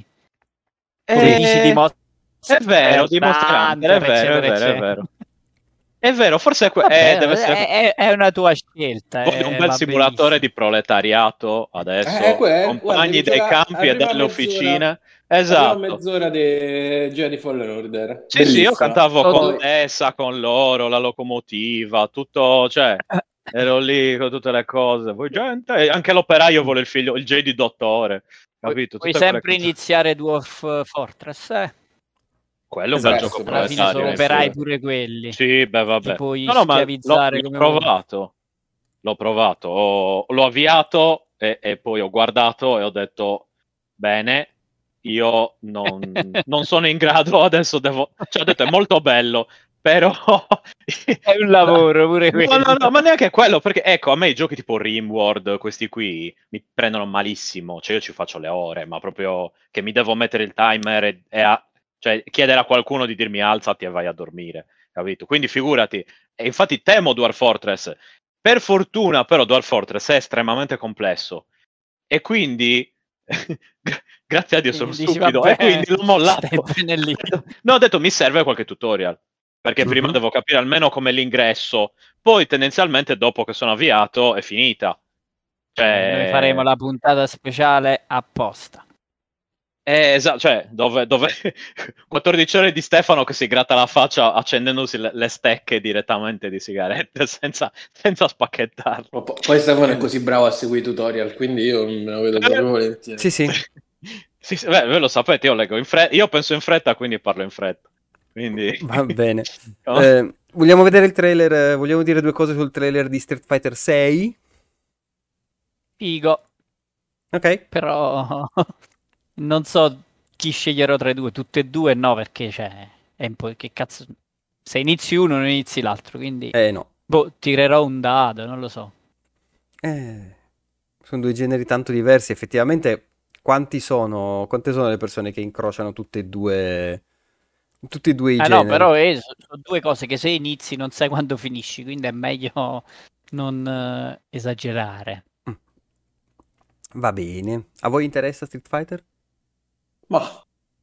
Come dici di È vero, di Monster Hunter, è Hunter, vero, è eccetera, vero, è eccetera. vero. È vero, forse Vabbè, deve essere... è una tua scelta, Voglio un bel va simulatore benissimo. di proletariato adesso, Guarda, compagni devi dei giocare campi e delle officine. la prima Esatto. mezz'ora di Jedi Fallen Order. Sì, io Bellissima. cantavo Poi- Contessa con loro, la locomotiva, tutto, cioè, ero lì con tutte le cose. Voi gente, e anche l'operaio vuole il Jedi dottore, capito? Puoi Tutte quelle sempre cose. iniziare Dwarf Fortress, Quello è un bel Esatto. gioco Alla fine proletario, in scoperai effetti. pure quelli. Sì, beh, Ti vabbè. puoi No, no, ma schiavizzare l'ho come vuoi. provato. L'ho provato. L'ho avviato e poi ho guardato e ho detto, bene, io non sono in grado, adesso devo... Cioè, ho detto, è molto bello, però... È un lavoro pure No, quello. no, no, ma neanche quello, perché ecco, a me i giochi tipo Rimworld, questi qui, mi prendono malissimo, cioè io ci faccio le ore, ma proprio che mi devo mettere il timer cioè chiedere a qualcuno di dirmi alzati e vai a dormire, capito? Quindi figurati, e infatti temo Dwarf Fortress, per fortuna però Dwarf Fortress è estremamente complesso, e quindi, grazie a Dio sono Dici, stupido, e vabbè, quindi l'ho mollato. stai bene lì. No, ho detto mi serve qualche tutorial, perché prima Mhm. devo capire almeno come l'ingresso, poi tendenzialmente dopo che sono avviato è finita. Noi faremo Cioè, la puntata speciale apposta. esatto, cioè, dove 14 ore di Stefano che si gratta la faccia accendendosi le stecche direttamente di sigarette senza spacchettarlo. Poi Stefano è così bravo a seguire i tutorial, quindi io me lo vedo proprio volentieri. Sì, sì. Sì, sì, beh, voi lo sapete, io leggo in fretta, io penso in fretta, quindi parlo in fretta. Quindi... Va bene. No? Vogliamo vedere il trailer? Vogliamo dire due cose sul trailer di Street Fighter 6? Figo, Ok. però non so chi sceglierò tra i due. Tutte e due no, perché cioè, è un po' che cazzo. Se inizi uno non inizi l'altro, quindi No. boh, tirerò un dado, non lo so. Sono due generi tanto diversi. Effettivamente, quante sono le persone che incrociano tutti e due i No, generi? però sono due cose che se inizi non sai quando finisci, quindi è meglio non esagerare. Va bene. A voi interessa Street Fighter? Ma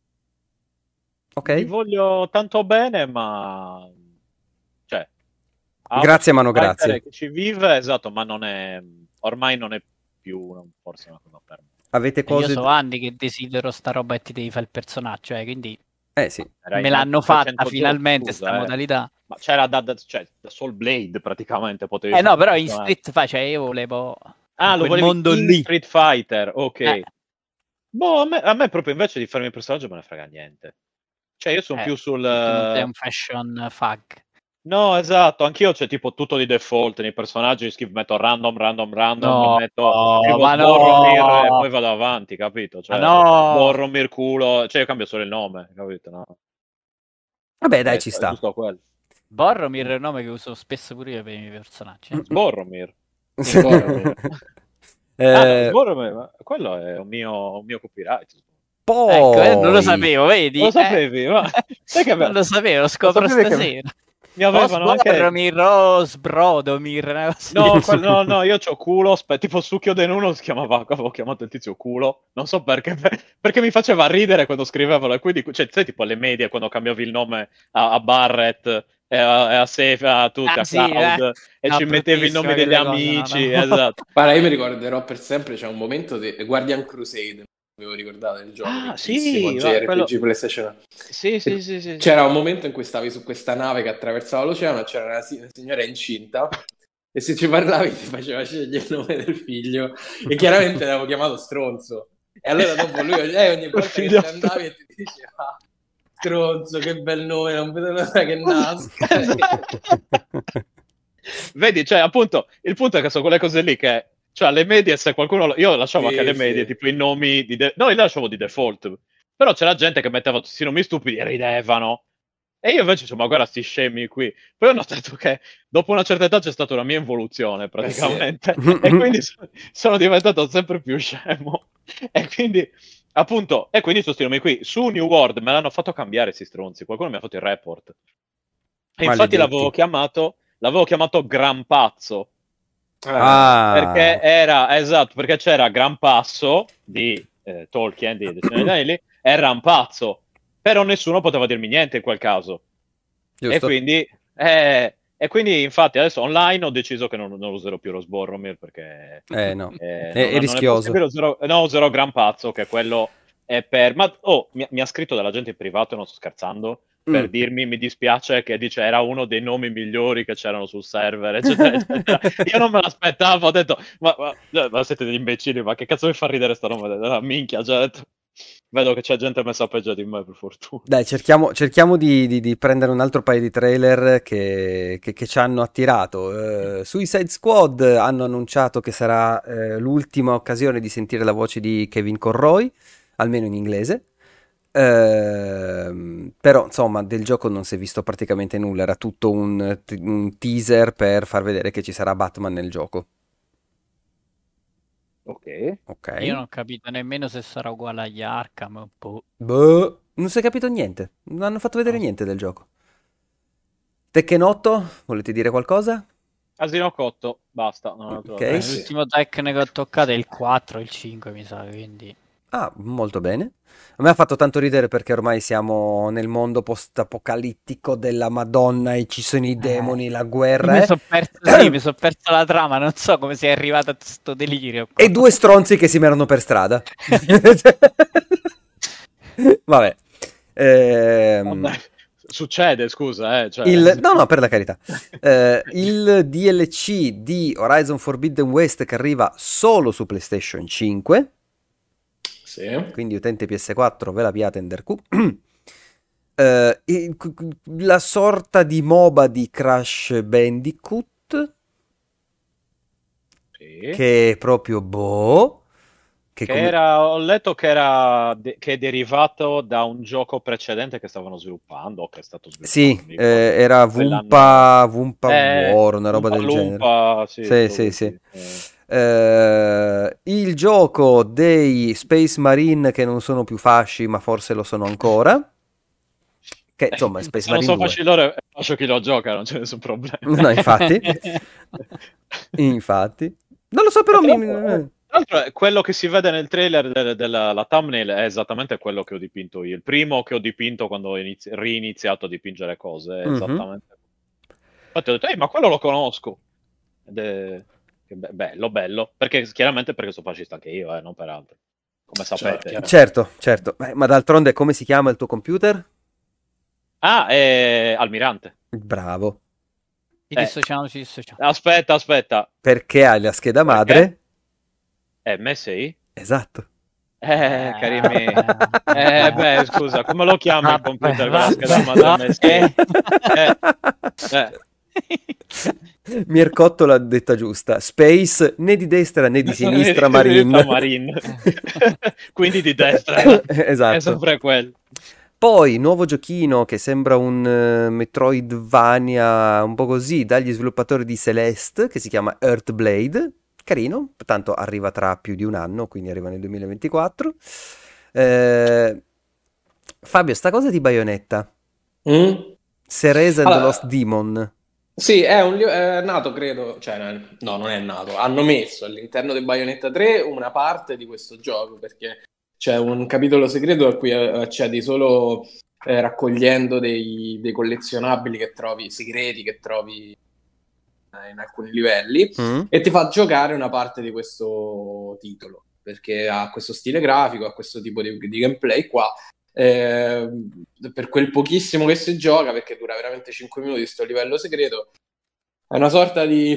Ok. Vi voglio tanto bene, ma... Cioè, amo Grazie, Street Mano, Fighter grazie. che ci vive, esatto, ma non è... Ormai non è più forse una cosa per me. Avete E io cose... so anni che desidero sta roba e ti devi fare il personaggio, quindi Sì. Era me in l'hanno fatta 300 giochi, finalmente sta scusa, modalità. Ma c'era cioè, da Soul Blade praticamente potevi fare No, il però in personaggio. Street Fighter, cioè io volevo Ah, lo quel volevi mondo in lì. Street Fighter, ok. Eh, Boh, a me proprio invece di farmi il personaggio me ne frega niente. Cioè, io sono più sul... tu non sei un fashion fag. No, esatto, anch'io c'è tipo tutto di default nei personaggi, metto random, No, scrivo ma Boromir e no, poi vado avanti, capito? ma Cioè, no. Boromir culo, cioè io cambio solo il nome, capito? No? Vabbè, dai, ci È sta. giusto quello. Boromir è un nome che uso spesso pure io per i miei personaggi. Boromir. sì, Boromir. Ah, no, Eh, Boromir, ma quello è un mio copyright. Ecco, non lo Poi... sapevo, vedi? Lo sapevi? Ma sai che Non lo sapevo, lo lo scopro sapevi che stasera. mi avevano anche... Boromir, Sbrodomir, una cosa No, io c'ho culo, tipo Succhio Denuno si chiamava, avevo chiamato il tizio culo, non so perché, perché mi faceva ridere quando scrivevano, e quindi, cioè, sai, tipo alle medie, quando cambiavi il nome a Barrett, a Seif, a tutti, a sì, Cloud, e no, ci mettevi i nomi bruttissime degli quelle cose, no, amici, no. esatto. Guarda, io mi ricorderò per sempre, c'è un momento di Guardian Crusade, avevo ricordato il gioco, Ah, vecchissimo sì, ma quello... JRPG PlayStation. Sì, E sì. c'era un momento in cui stavi su questa nave che attraversava l'oceano e c'era una signora incinta e se ci parlavi ti faceva scegliere il nome del figlio e chiaramente l'avevo chiamato stronzo. E allora dopo lui ogni volta che ci andavi e ti diceva stronzo, che bel nome, non vedo l'ora che nasca. Vedi, cioè, appunto, il punto è che sono quelle cose lì che, cioè, alle medie, se qualcuno, io lasciavo anche alle Sì, medie, sì. tipo i nomi no, io lasciavo di default, però c'era gente che metteva tutti i nomi stupidi e ridevano, E io invece dicevo, ma guarda, sti scemi qui. Poi ho notato che dopo una certa età c'è stata una mia evoluzione, praticamente. E quindi sono diventato sempre più scemo. E quindi, appunto, e quindi sto nomi qui. Su New World me l'hanno fatto cambiare, questi stronzi. Qualcuno mi ha fatto il report. E infatti Maledetti. l'avevo chiamato Gran Pazzo. Perché Ah, era, esatto, perché c'era Gran Passo di Tolkien, di Signore degli Anelli, e Rampazzo. Però nessuno poteva dirmi niente in quel caso. E giusto? quindi, infatti, adesso online ho deciso che non userò più lo Sboromir perché No, non, è non è rischioso. possibile. Userò Gran Pazzo, che quello è per. Ma mi ha scritto della gente in privato, e non sto scherzando, per Mm. dirmi mi dispiace che dice era uno dei nomi migliori che c'erano sul server, eccetera, eccetera. Io non me l'aspettavo, ho detto, ma siete degli imbecilli, ma che cazzo mi fa ridere sto nome? Minchia, cioè, ho detto, vedo che c'è gente messa peggio di me, per fortuna. Dai, cerchiamo di prendere un altro paio di trailer che ci hanno attirato. Suicide Squad hanno annunciato che sarà l'ultima occasione di sentire la voce di Kevin Conroy, almeno in inglese. Però insomma del gioco non si è visto praticamente nulla, era tutto un teaser per far vedere che ci sarà Batman nel gioco. Ok. Ok. Io non ho capito nemmeno se sarà uguale agli Arkham. Boh. Boh, non si è capito niente, non hanno fatto vedere No. niente del gioco. Tekken 8, volete dire qualcosa? Asino cotto, basta, non ho altro da Ok. dire. Sì. L'ultimo Tekken che ho toccato è il 4, il 5 mi sa, quindi. Ah, molto bene. A me ha fatto tanto ridere perché ormai siamo nel mondo post-apocalittico della Madonna e ci sono i demoni, la Io mi guerra, sono perso, sì, mi sono perso la trama, non so come sia arrivato a questo delirio e qua. due stronzi che si menano per strada. Vabbè. Vabbè, Ehm, succede, scusa, cioè. No, no, per la carità. Il DLC di Horizon Forbidden West che arriva solo su PlayStation 5, Sì. quindi utente PS4 ve la piate in der cu. La sorta di MOBA di Crash Bandicoot, Sì. che è proprio boh, che Che come. era, ho letto che che è derivato da un gioco precedente che stavano sviluppando, o che è stato Sì, sviluppato, non mi ricordo. era Poi l'hanno. Wumpa War, una Un roba del genere. palumpa, sì, Sì, tipo sì, sì. così. Il gioco dei Space Marine che non sono più fasci, ma forse lo sono ancora. Che insomma è Space Se non Marine so 2. facile loro, faccio chi lo gioca, non c'è nessun problema. No, infatti. Infatti. Non lo so, E però tra l'altro quello che si vede nel trailer della la thumbnail è esattamente quello che ho dipinto io. Il primo che ho dipinto quando ho riniziato a dipingere cose, è Mhm. esattamente. Infatti ho detto, ma quello lo conosco. Ed è bello, bello. Perché chiaramente perché sono fascista anche io, non per altro. Come Certo, sapete. chiaro. Certo, certo. Ma d'altronde come si chiama il tuo computer? Ah, è Almirante. Bravo. Ci Eh, dissociamo, ci dissociamo. aspetta. Perché hai la scheda Perché? madre? Me sei? Esatto. Carimi. Beh, scusa, come lo chiama il Vabbè, computer con la scheda vabbè, madre MSI? vabbè. Eh, eh. Mircotto l'ha detta giusta. Space né di destra né di sinistra, Marine. Marine. Quindi di destra. È Esatto. sempre quello. Poi, nuovo giochino che sembra un Metroidvania un po' così, dagli sviluppatori di Celeste, che si chiama Earthblade. Carino, tanto arriva tra più di un anno, quindi arriva nel 2024. Eh, Fabio, sta cosa di Bayonetta, Mm? Cereza and the Lost Allora, Demon. sì, è nato, credo, cioè no, non è nato, hanno messo all'interno di Bayonetta 3 una parte di questo gioco, perché c'è un capitolo segreto a cui accedi solo raccogliendo dei collezionabili che trovi, segreti che trovi in alcuni livelli, Mm? e ti fa giocare una parte di questo titolo, perché ha questo stile grafico, ha questo tipo di gameplay qua. Eh, per quel pochissimo che si gioca, perché dura veramente 5 minuti sto livello segreto, è una sorta di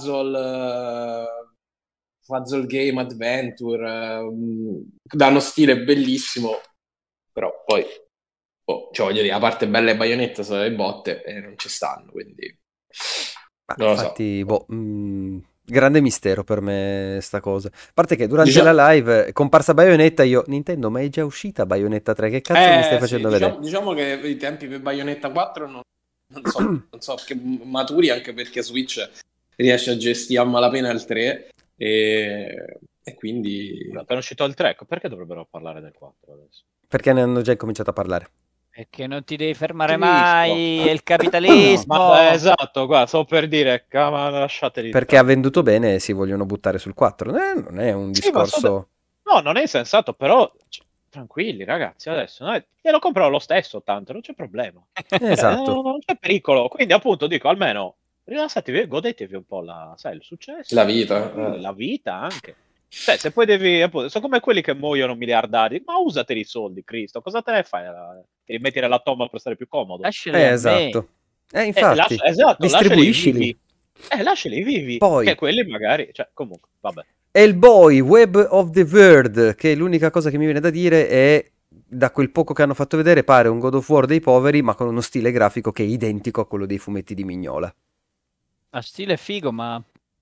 puzzle game adventure, da uno stile bellissimo, però poi, cioè voglio dire, la parte bella e Bayonetta sono le botte e non ci stanno, quindi Ma non lo so. infatti, boh, Grande mistero per me sta cosa. A parte che durante Diciamo- la live è comparsa Bayonetta, io Nintendo, ma è già uscita Bayonetta 3? Che cazzo mi stai Sì, facendo vedere? diciamo che i tempi per Bayonetta 4 non so che maturi, anche perché Switch riesce a gestire a malapena il 3 e quindi Appena uscito il 3, perché dovrebbero parlare del 4 adesso? Perché ne hanno già incominciato a parlare. Perché non ti devi fermare Cristo. mai, è il Ma capitalismo. esatto, qua sto per dire, ma lasciateli Perché ha stare. venduto bene e si vogliono buttare sul 4. Non è un Sì, ma discorso... no, non è insensato, però tranquilli ragazzi, adesso glielo comprerò lo stesso, tanto non c'è problema. Esatto. Non c'è pericolo, quindi appunto dico, almeno rilassatevi, godetevi un po' il successo, la vita. la vita anche. Cioè, se poi devi, appunto, sono come quelli che muoiono miliardari, ma usateli i soldi, Cristo, cosa te ne fai? Ti rimetti nella tomba per stare più comodo? Lasciali a me. Esatto. Infatti, Esatto, lasciali distribuiscili. vivi. Lasciali vivi. Poi- Che quelli magari, cioè, comunque, vabbè. Hellboy, Web of the World, che l'unica cosa che mi viene da dire è, da quel poco che hanno fatto vedere, pare un God of War dei poveri, ma con uno stile grafico che è identico a quello dei fumetti di Mignola. A stile figo, ma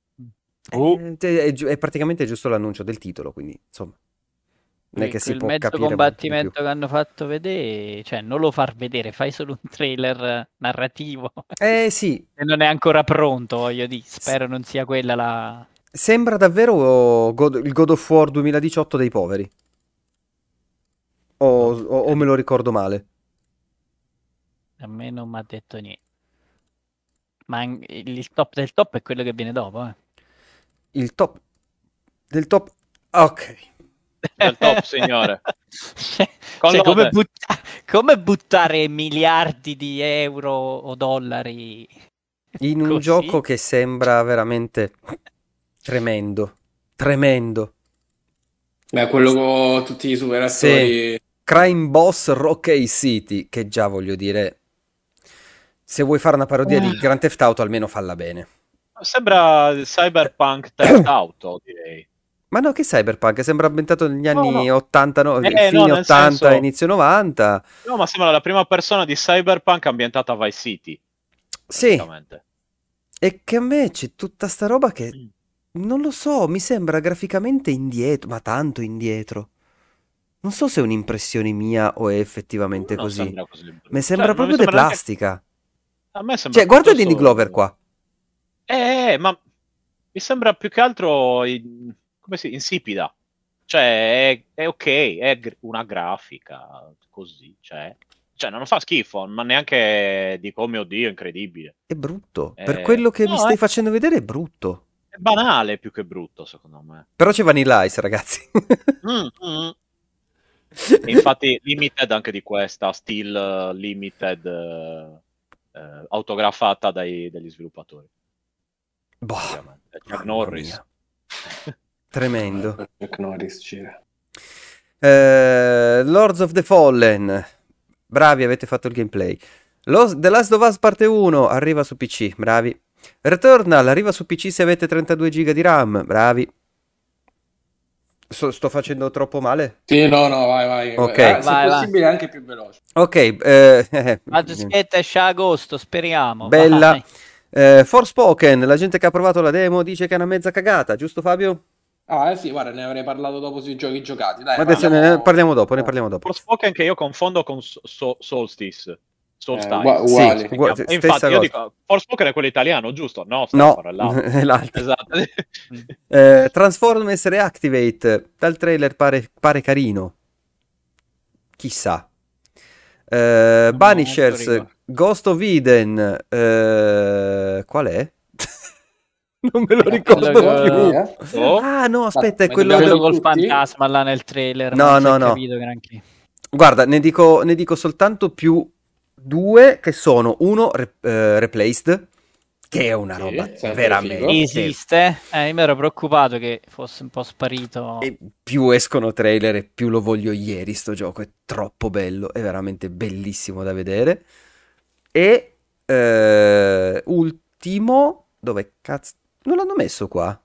È praticamente giusto l'annuncio del titolo, quindi insomma, non è che si quel può mezzo capire molto di più. combattimento che hanno fatto vedere, cioè non lo far vedere, fai solo un trailer narrativo. Sì, E non è ancora pronto, voglio dire. Spero non sia quella la... sembra davvero il God of War 2018 dei poveri. O me lo ricordo male. A me non mi ha detto niente. Ma il top del top è quello che viene dopo, eh. Il top del top. Ok. Del top, signore. Con Cioè, lode. come buttare miliardi di euro o dollari In un così? gioco che sembra veramente tremendo. Tremendo. Beh, quello con tutti i super attori. Crime Boss Rocky City, che già voglio dire, se vuoi fare una parodia di Grand Theft Auto almeno falla bene. Sembra il Cyberpunk Theft Auto, direi. Ma no, che Cyberpunk? Sembra ambientato negli anni no. 80, no, No, fine nel 80, senso... inizio 90. No, ma sembra la prima persona di Cyberpunk ambientata a Vice City. Sì, Praticamente. e che a me c'è tutta sta roba che, non lo so, mi sembra graficamente indietro, ma tanto indietro. Non so se è un'impressione mia o è effettivamente Non così. sembra così brutto. Mi sembra Cioè, non mi proprio di sembra neanche... plastica. A me sembra Cioè, guarda piuttosto... Danny Glover qua. Ma mi sembra più che altro insipida. Cioè, è ok, è una grafica così, cioè, non fa schifo, ma neanche dico, oh mio Dio, incredibile. È brutto. Per quello che mi No, stai facendo vedere è brutto. è banale più che brutto, secondo me. Però c'è Vanilla Ice, ragazzi. Mm. Infatti, limited anche di questa, still limited, autografata dagli sviluppatori. Boh, Ovviamente. Chuck mamma Norris. mia. Tremendo. Chuck Norris gira. Lords of the Fallen. Bravi, avete fatto il gameplay. The Last of Us parte 1 arriva su PC. Bravi. Returnal arriva su PC se avete 32 GB di RAM. Bravi. Sto facendo troppo male? Sì, no, vai. Ok. Se Vai. possibile anche più veloce. Ok. La dischetta esce a agosto, speriamo. Bella. Vai. Forspoken, la gente che ha provato la demo dice che è una mezza cagata, giusto Fabio? Sì, guarda, ne avrei parlato dopo sui giochi giocati. Dai, Ma adesso ne parliamo dopo, ne parliamo dopo. Forspoken che io confondo con Solstice. Solstice. Uguali. Sì, E infatti stessa io cosa. dico, Forspoken è quello italiano, giusto? No, No, è l'altro. è l'altro. Esatto. Transformers Reactivate, dal trailer pare carino. Chissà. Banishers, Ghost of Eden, qual è? Non me lo ricordo più. Oh. Ah no, aspetta, è Ma quello Quello dobbiamo- col tutti? fantasma là nel trailer. No, non si è no. capito granché. Guarda, ne dico soltanto più due, che sono uno Replaced, che è una roba sempre veramente... figo. Esiste? Io mi ero preoccupato che fosse un po' sparito. E più escono trailer e più lo voglio ieri sto gioco, è troppo bello, è veramente bellissimo da vedere. E ultimo, dove cazzo... Non l'hanno messo qua?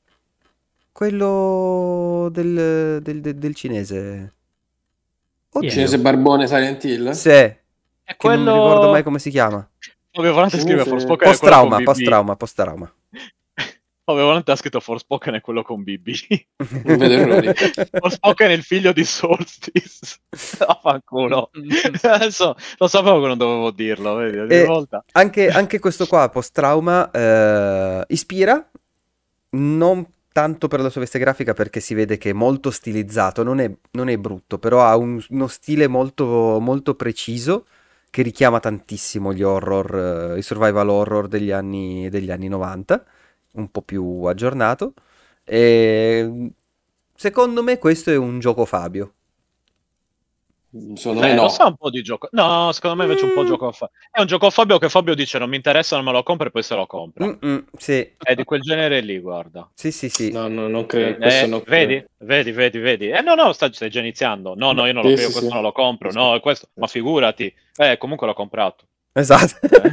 Quello del cinese. Oddio. Cinese Barbone Silent Hill? Sì, È che non mi ricordo mai come si chiama. Fabio Volante scrive Cinese- Forspoken è quello con BB. Post-trauma. Ovviamente ha scritto Forspoken è quello con BB. Non vedo errori. Forspoken è il figlio di Solstice. Affanculo. Adesso lo sapevo che non dovevo dirlo, vedi, ogni E volta. anche questo qua, post-trauma, ispira, non tanto per la sua veste grafica perché si vede che è molto stilizzato, non è brutto, però ha uno stile molto, molto preciso che richiama tantissimo gli horror, i survival horror degli anni 90, un po' più aggiornato. E secondo me questo è un gioco Fabio. Secondo me Lo no. sa un po' di gioco. No, secondo me invece è un po' gioco a Fabio. È un gioco a Fabio che Fabio dice non mi interessa, non me lo compra e poi se lo compra. Sì, È di quel genere lì, guarda. sì, sì, sì. No, non credo. Questo non credo. Vedi. No, stai già iniziando. No, io non lo Sì, credo, sì, questo sì. non lo compro. Sì. No, questo, ma figurati. Comunque l'ho comprato. Esatto.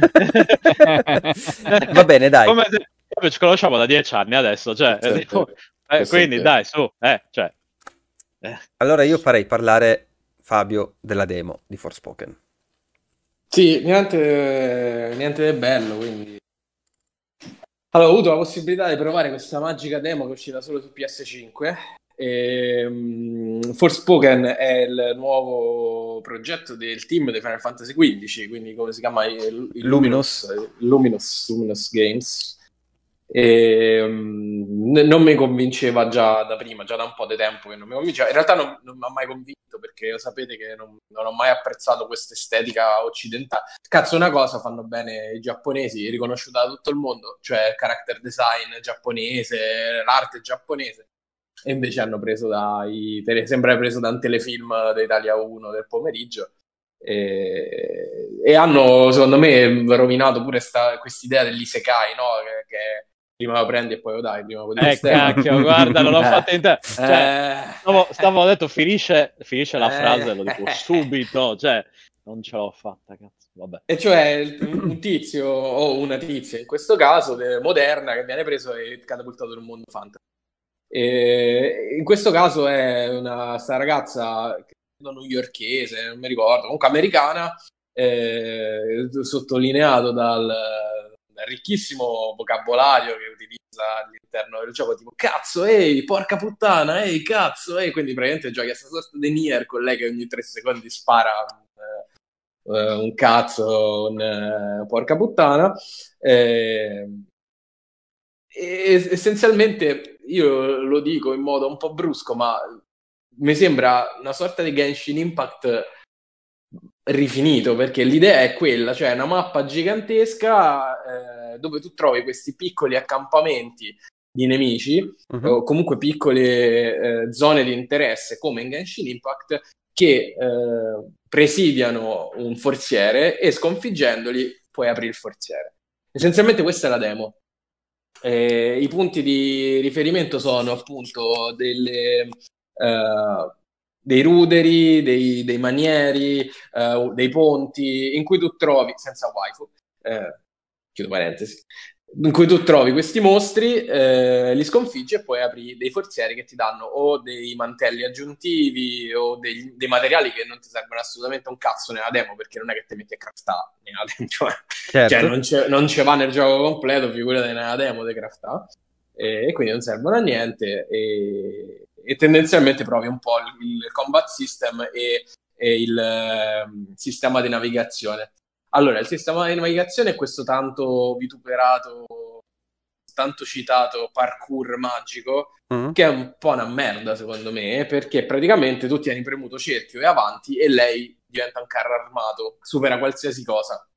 Va bene, dai. Come se proprio ci conosciamo da 10 anni adesso, cioè, Questo è vero. Questo è quindi vero. dai, su, cioè. Allora io farei parlare Fabio della demo di Forspoken. Sì, niente di bello, quindi. Allora, ho avuto la possibilità di provare questa magica demo che è uscita solo su PS5. Forspoken è il nuovo progetto del team di Final Fantasy XV, quindi come si chiama il Luminous Games. Non mi convinceva già da prima, già da un po' di tempo che non mi convinceva. In realtà non mi ha mai convinto perché sapete che non ho mai apprezzato questa estetica occidentale. Cazzo, una cosa fanno bene i giapponesi, riconosciuta da tutto il mondo, cioè il character design giapponese, l'arte giapponese. E invece hanno preso sembra preso da un telefilm da Italia 1 del pomeriggio. E hanno, secondo me, rovinato pure quest'idea dell'isekai, no? Che prima lo prendi e poi lo dai, prima lo Cacchio, guarda, non l'ho fatta in te. Cioè, stavo detto, finisce la frase, lo dico subito, cioè, non ce l'ho fatta, cazzo, vabbè. E cioè un tizio o una tizia, in questo caso, moderna, che viene preso e catapultato in un mondo fantasy. E in questo caso è sta ragazza newyorkese, non mi ricordo, comunque americana, sottolineato dal ricchissimo vocabolario che utilizza all'interno del gioco, tipo cazzo, ehi, porca puttana, ehi, cazzo, ehi, quindi praticamente giochi a questa sorta di Nier con lei che ogni 3 secondi spara un cazzo, porca puttana. E essenzialmente io lo dico in modo un po' brusco, ma mi sembra una sorta di Genshin Impact rifinito, perché l'idea è quella, cioè una mappa gigantesca dove tu trovi questi piccoli accampamenti di nemici o comunque piccole zone di interesse come in Genshin Impact che presidiano un forziere e sconfiggendoli puoi aprire il forziere. Essenzialmente questa è la demo. I punti di riferimento sono appunto dei ruderi, dei manieri, dei ponti in cui tu trovi, senza waifu, chiudo parentesi, in cui tu trovi questi mostri, li sconfiggi e poi apri dei forzieri che ti danno o dei mantelli aggiuntivi o dei materiali che non ti servono assolutamente un cazzo nella demo, perché non è che ti metti a craftare nella demo, Certo. cioè non ci va nel gioco completo, figurati nella demo di craftare, e quindi non servono a niente e tendenzialmente provi un po' il combat system e il sistema di navigazione. Allora, il sistema di navigazione è questo tanto vituperato, tanto citato parkour magico, che è un po' una merda secondo me, perché praticamente tu tieni premuto cerchio e avanti e lei diventa un carro armato, supera qualsiasi cosa.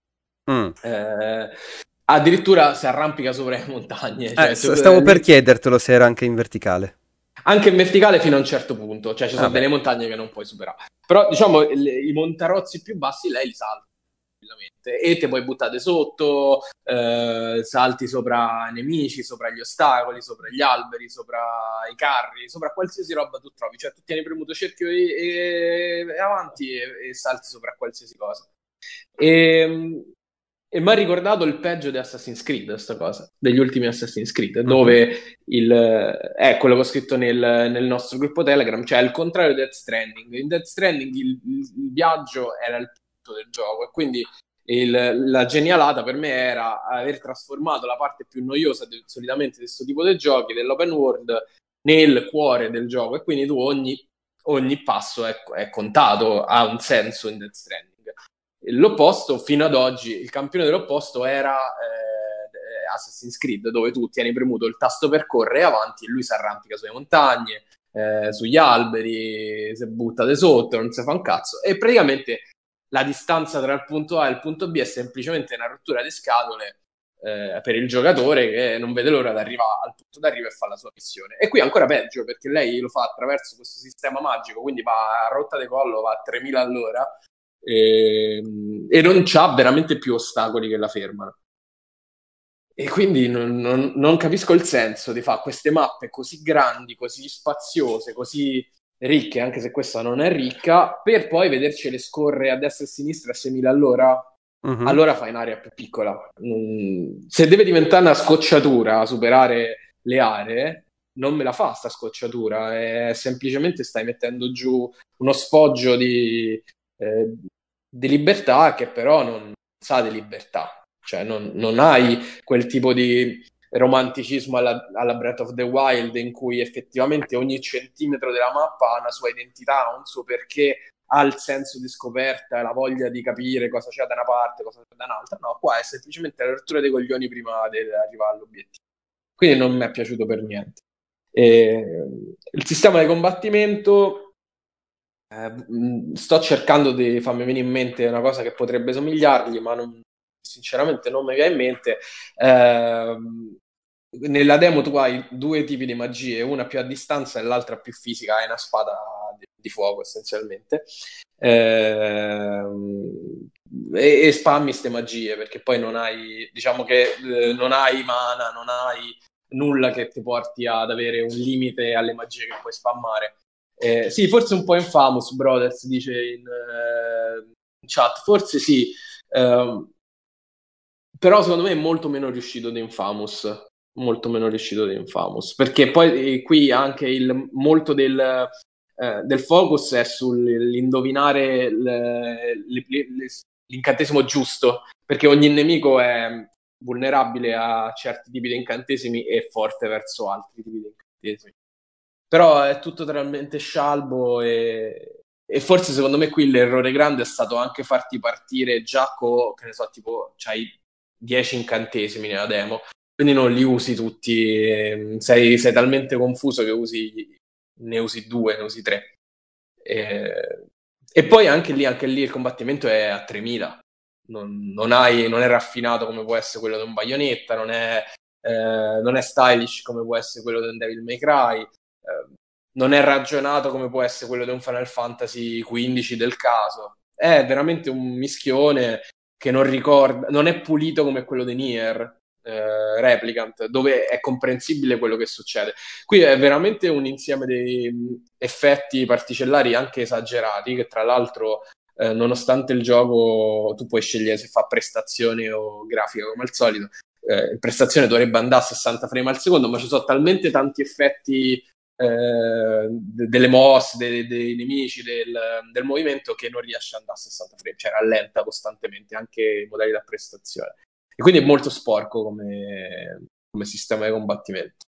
Addirittura si arrampica sopra le montagne. Cioè, Stavo per chiedertelo se era anche in verticale. Anche in verticale fino a un certo punto, cioè ci sono delle montagne che non puoi superare. Però diciamo i montarozzi più bassi lei li salta e te puoi buttare sotto, salti sopra nemici, sopra gli ostacoli, sopra gli alberi, sopra i carri, sopra qualsiasi roba tu trovi, cioè tu tieni premuto cerchio e avanti e salti sopra qualsiasi cosa. E mi ha ricordato il peggio di Assassin's Creed, questa cosa, degli ultimi Assassin's Creed, dove è quello che ho scritto nel nostro gruppo Telegram, cioè il contrario di Death Stranding. In Death Stranding il viaggio era il punto del gioco e quindi La genialata per me era aver trasformato la parte più noiosa solitamente di questo tipo di giochi, dell'open world, nel cuore del gioco, e quindi tu ogni passo è contato, ha un senso in Death Stranding. L'opposto, fino ad oggi, il campione dell'opposto era Assassin's Creed, dove tu tieni premuto il tasto per correre avanti e lui si arrampica sulle montagne, sugli alberi, si butta di sotto, non si fa un cazzo, e praticamente la distanza tra il punto A e il punto B è semplicemente una rottura di scatole per il giocatore che non vede l'ora di arrivare al punto d'arrivo e fa la sua missione. E qui è ancora peggio, perché lei lo fa attraverso questo sistema magico, quindi va a rotta di collo, va a 3000 all'ora, e non c'ha veramente più ostacoli che la fermano. E quindi non capisco il senso di fare queste mappe così grandi, così spaziose, così ricche, anche se questa non è ricca, per poi vedercele scorrere a destra e a sinistra a 6.000 all'ora. Allora fai un'area più piccola. Se deve diventare una scocciatura superare le aree, non me la fa sta scocciatura, semplicemente stai mettendo giù uno sfoggio di libertà che però non sa di libertà. Cioè non hai quel tipo di romanticismo alla Breath of the Wild, in cui effettivamente ogni centimetro della mappa ha una sua identità, ha un suo perché, ha il senso di scoperta, la voglia di capire cosa c'è da una parte, cosa c'è da un'altra. No, qua è semplicemente la rottura dei coglioni prima di arrivare all'obiettivo. Quindi non mi è piaciuto per niente. Il sistema di combattimento, sto cercando di farmi venire in mente una cosa che potrebbe somigliargli, ma sinceramente non mi viene in mente. Nella demo tu hai due tipi di magie, una più a distanza e l'altra più fisica, hai una spada di fuoco essenzialmente, e spammi queste magie, perché poi non hai, diciamo che non hai mana, non hai nulla che ti porti ad avere un limite alle magie che puoi spammare. Sì, forse un po' Infamous Brothers, dice in chat, forse sì, però secondo me è molto meno riuscito di Infamous, molto meno riuscito di Infamous, perché poi qui anche molto del focus è sull'indovinare l'incantesimo giusto, perché ogni nemico è vulnerabile a certi tipi di incantesimi e forte verso altri tipi di incantesimi. Però è tutto talmente scialbo e forse secondo me qui l'errore grande è stato anche farti partire già con, che ne so, tipo, c'hai 10 incantesimi nella demo, quindi non li usi tutti, sei talmente confuso che ne usi 2, ne usi 3. E poi anche lì il combattimento è a 3000, non è raffinato come può essere quello di un Bayonetta, non è stylish come può essere quello di un Devil May Cry, non è ragionato come può essere quello di un Final Fantasy XV del caso. È veramente un mischione che non è pulito come quello di Nier Replicant, dove è comprensibile quello che succede. Qui è veramente un insieme di effetti particellari anche esagerati, che tra l'altro nonostante il gioco tu puoi scegliere se fa prestazione o grafica come al solito, in prestazione dovrebbe andare a 60 frame al secondo, ma ci sono talmente tanti effetti delle mosse, dei nemici, del movimento, che non riesce ad andare a 60 frame, cioè rallenta costantemente anche in modalità prestazione. E quindi è molto sporco come sistema di combattimento.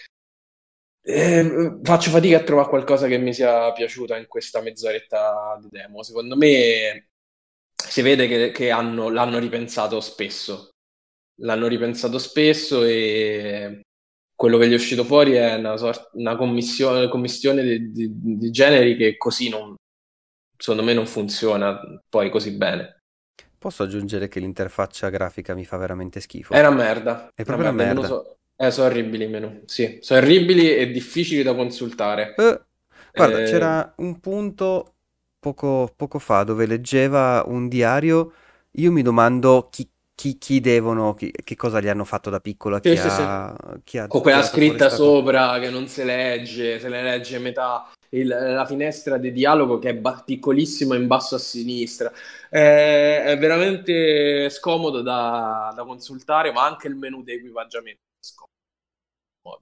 Faccio fatica a trovare qualcosa che mi sia piaciuta in questa mezz'oretta di demo. Secondo me si vede che l'hanno ripensato spesso. L'hanno ripensato spesso e quello che gli è uscito fuori è una commistione di generi che così secondo me non funziona poi così bene. Posso aggiungere che l'interfaccia grafica mi fa veramente schifo? È una merda. È proprio una merda. Sono orribili i menu. Sì, sono orribili e difficili da consultare. Guarda, c'era un punto poco fa dove leggeva un diario. Io mi domando che cosa gli hanno fatto da piccolo a Sì, chi sì, sì. ha Con quella tirato fuori scritta sta cosa. sopra che non si legge, se ne legge metà, la finestra di dialogo che è piccolissima in basso a sinistra. È veramente scomodo da consultare, ma anche il menu di equipaggiamento è scomodo.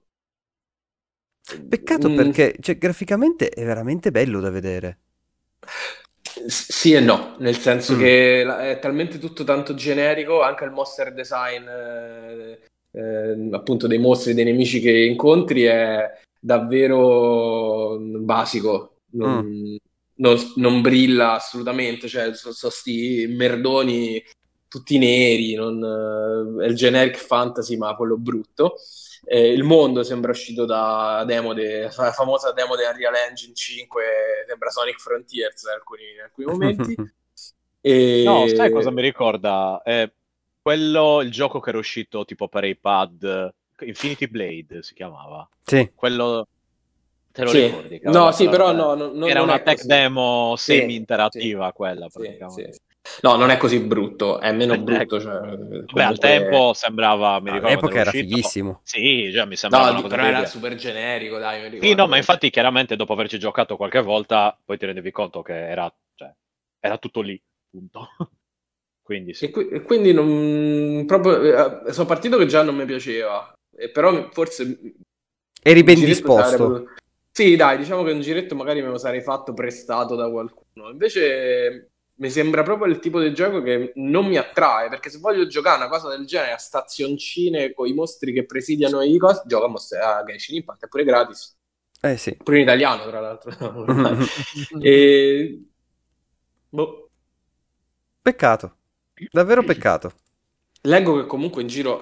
Peccato perché, cioè, graficamente è veramente bello da vedere. Sì e no, nel senso Mm. che è talmente tutto tanto generico, anche il monster design, appunto dei mostri, dei nemici che incontri è davvero basico, Mm. non brilla assolutamente, cioè sono sti merdoni tutti neri, è il generic fantasy ma quello brutto. Il mondo sembra uscito da la famosa demo di Unreal Engine 5, sembra Sonic Frontiers in alcuni momenti. No, sai cosa mi E... ricorda? Il gioco che era uscito tipo per iPad, Infinity Blade si chiamava. Sì. Quello, te lo Sì, ricordi? Che no, aveva sì, quella però roba? no, Era non una è tech così. demo Sì, sì, semi-interattiva quella sì, sì. praticamente. No, non è così brutto, è meno brutto, Ecco. cioè, Vabbè, al comunque... tempo sembrava, mi ricordo quando All'epoca era era uscito, fighissimo. sì, cioè, mi sembrava No, una cosa però era incredibile. super generico, dai, mi Sì, no, ma ricordo. infatti chiaramente dopo averci giocato qualche volta, poi ti rendevi conto che era, cioè, era tutto lì, punto. Quindi sì. E quindi non, proprio, sono partito che già non mi piaceva, però forse Eri un ben giretto ci avrei disposto. potuto... Sì, dai, diciamo che un giretto magari me lo sarei fatto prestato da qualcuno. Invece mi sembra proprio il tipo di gioco che non mi attrae, perché se voglio giocare una cosa del genere a stazioncine con i mostri che presidiano i cosi, gioco a Genshin Impact, è pure gratis. Eh sì. Pure in italiano, tra l'altro. Ormai. E... boh. Peccato. Davvero peccato. Leggo che comunque in giro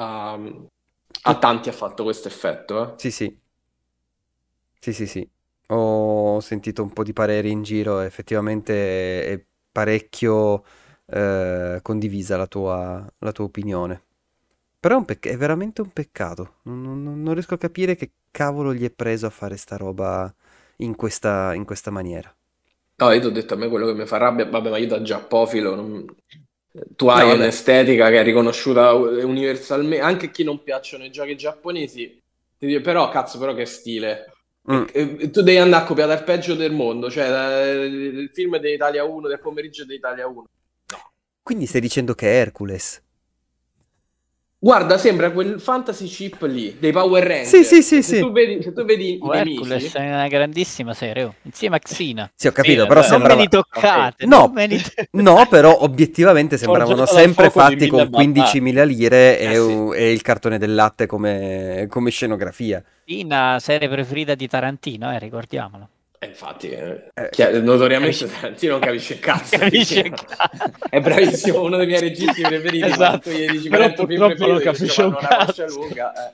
a tanti ha fatto questo effetto, eh. Sì, sì. Sì, sì, sì. Ho sentito un po' di pareri in giro, effettivamente è parecchio condivisa la tua opinione. Però è veramente un peccato. Non riesco a capire che cavolo gli è preso a fare sta roba in questa maniera. No, io ti ho detto a me quello che mi fa rabbia, vabbè, ma io da giappofilo, tu No, hai vabbè. un'estetica che è riconosciuta universalmente, anche a chi non piacciono i giochi giapponesi, ti dice, però cazzo, però che stile. Mm. Tu devi andare a copiare al peggio del mondo, cioè il film dell'Italia 1, del pomeriggio dell'Italia 1. No. Quindi stai dicendo che è Hercules? Guarda, sembra quel fantasy chip lì, dei Power Sì, sì, Rangers. sì, Se sì. tu vedi, se tu vedi i Oh, Hercules nemici, è una grandissima serie, oh, insieme a Xena. Sì, ho Sì, capito, è però Non vero. me li sembrava... Ok. toccate, non No, me li no, però obiettivamente sembravano Forgiata dal sempre fuoco di fatti con mille battaglie. 15.000 lire e, sì. e il cartone del latte come scenografia. Xena, serie preferita di Tarantino, ricordiamolo. Infatti, Capisci? notoriamente Tarantino non capisce un cazzo di Capisci? cinema. È bravissimo, uno dei miei registi preferiti, ma se tu Esatto, gli dici qual è però il tuo film purtroppo non preferito, dice capisce un Giovanni una coscia cazzo. lunga.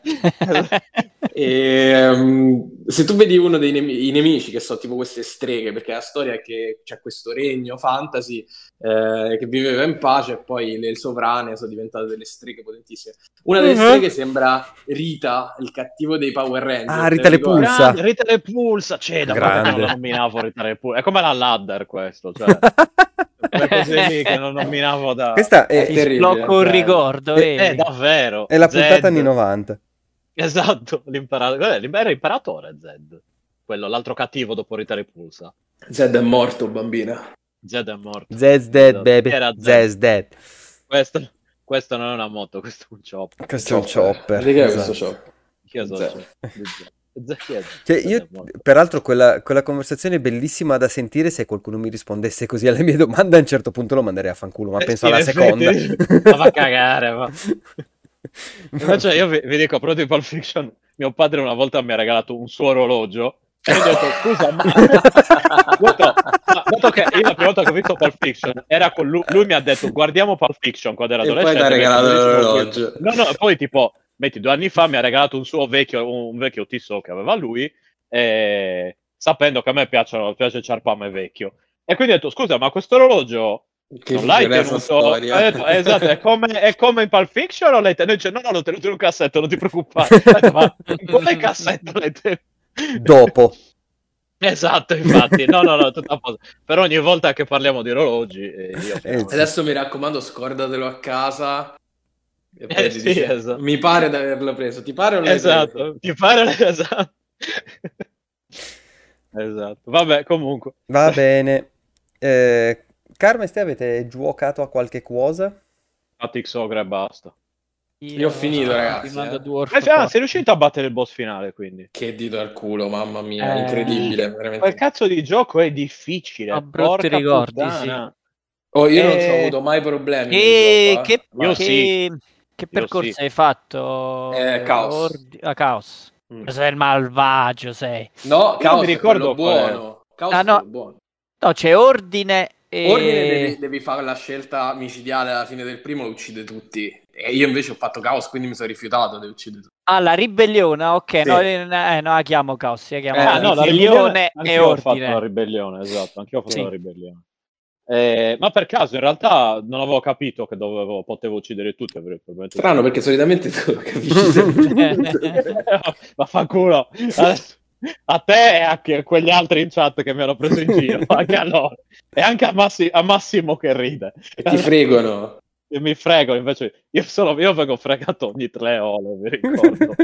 Se tu vedi uno i nemici, che sono tipo queste streghe, perché la storia è che c'è questo regno fantasy che viveva in pace e poi le sovrane sono diventate delle streghe potentissime. Una delle Mhm. streghe sembra Rita, il cattivo dei Power Ah, Ranger, te lo Rita ricordi? Grande, Repulsa. Rita Repulsa, c'è da quant'è che non la Grande. nominavo Rita Repulsa? È come la ladder questo, cioè, quelle cose lì che non nominavo da... Questa È Ti terribile, sblocco è un bello. ricordo, vedi? Davvero, è la puntata anni Zed, 90. esatto, l'imperatore, era imperatore Zed, quello, l'altro cattivo dopo Rita Repulsa. Zed è morto, bambina. Zed è morto, Zed's dead, esatto. Chi baby. era Zed? Zed's dead. Questo, questo non è una moto, questo è un chopper. Questo è un Chopper. chopper, Di che è questo esatto. chopper? Chi è Zed? Zed. Di Zed. Chi è Zed? Cioè, Zed io, è morto. peraltro, quella conversazione è bellissima da sentire. Se qualcuno mi rispondesse così alle mie domande, a un certo punto lo manderei a fanculo, ma penso Sì, in alla effetti, seconda. ma va a cagare, ma... Ma- Invece io vi dico, proprio di Pulp Fiction, mio padre una volta mi ha regalato un suo orologio e io gli ho detto, scusa, ma... Gli ho detto, ma dato che io la prima volta che ho visto Pulp Fiction era con lui mi ha detto, guardiamo Pulp Fiction quando ero E poi ti ha adolescente, mentre regalato noi dicevamo qui... l'orologio. No, no, e poi tipo, metti 2 anni fa mi ha regalato un vecchio tissot che aveva lui, sapendo che a me piace il ciarpame vecchio. E quindi ho detto, scusa, ma questo orologio non l'hai Cos'è sta tenuto? Ho storia? detto, esatto, è come in Pulp Fiction o l'hai tenuto? Dice, no, no, l'ho tenuto in un cassetto, non ti preoccupare. Ho detto, ma in quale cassetto l'hai tenuto? Dopo. Esatto, infatti, no, no, no, tutto a posto. Per ogni volta che parliamo di orologi, io chiaramente... Sì. Adesso mi raccomando, scordatelo a casa. E poi ti Sì, dice, esatto. mi pare di averlo preso. Ti pare o l'hai preso? Esatto, ti pare? Esatto. Esatto. Vabbè, comunque. Va bene. Carmen, te avete giocato a qualche cosa? Fatti Xogra e basta. Io ho finito, ragazzi. Rimando Dwarf sei forte. riuscito a battere il boss finale, quindi. Che dito al culo, mamma mia, incredibile, Quel veramente. cazzo di gioco è difficile. Ho brutti Porca ricordi, puttana. Oh, io non ci ho avuto mai problemi nel Che, gioco, che, mai. Io sì. che Io percorso sì. hai fatto? Chaos. Chaos. Mm. Sei il malvagio, sei. No, Io Chaos mi è quello ricordo qual è. buono. Chaos Ah, è quello no. buono. No, c'è ordine e... Ordine devi fare la scelta micidiale alla fine del primo e uccide tutti. E io invece ho fatto Chaos, quindi mi sono rifiutato di uccidere tutti. Ah, la ribellione, ok, Sì. no, la chiamo Chaos, la chiamo Ah, No, la ribellione e anch'io ho fatto la ordine. ribellione, esatto, anch'io ho fatto Sì. la ribellione. Ma per caso in realtà non avevo capito che potevo uccidere tutti. Probabilmente Strano, perché solitamente tu capisci sempre. Vaffanculo. A te e a quegli altri in chat che mi hanno preso in giro, anche a loro. E anche a Massimo che ride. E ti fregano. Io mi frego, invece io vengo fregato ogni 3 ore, vi ricordo.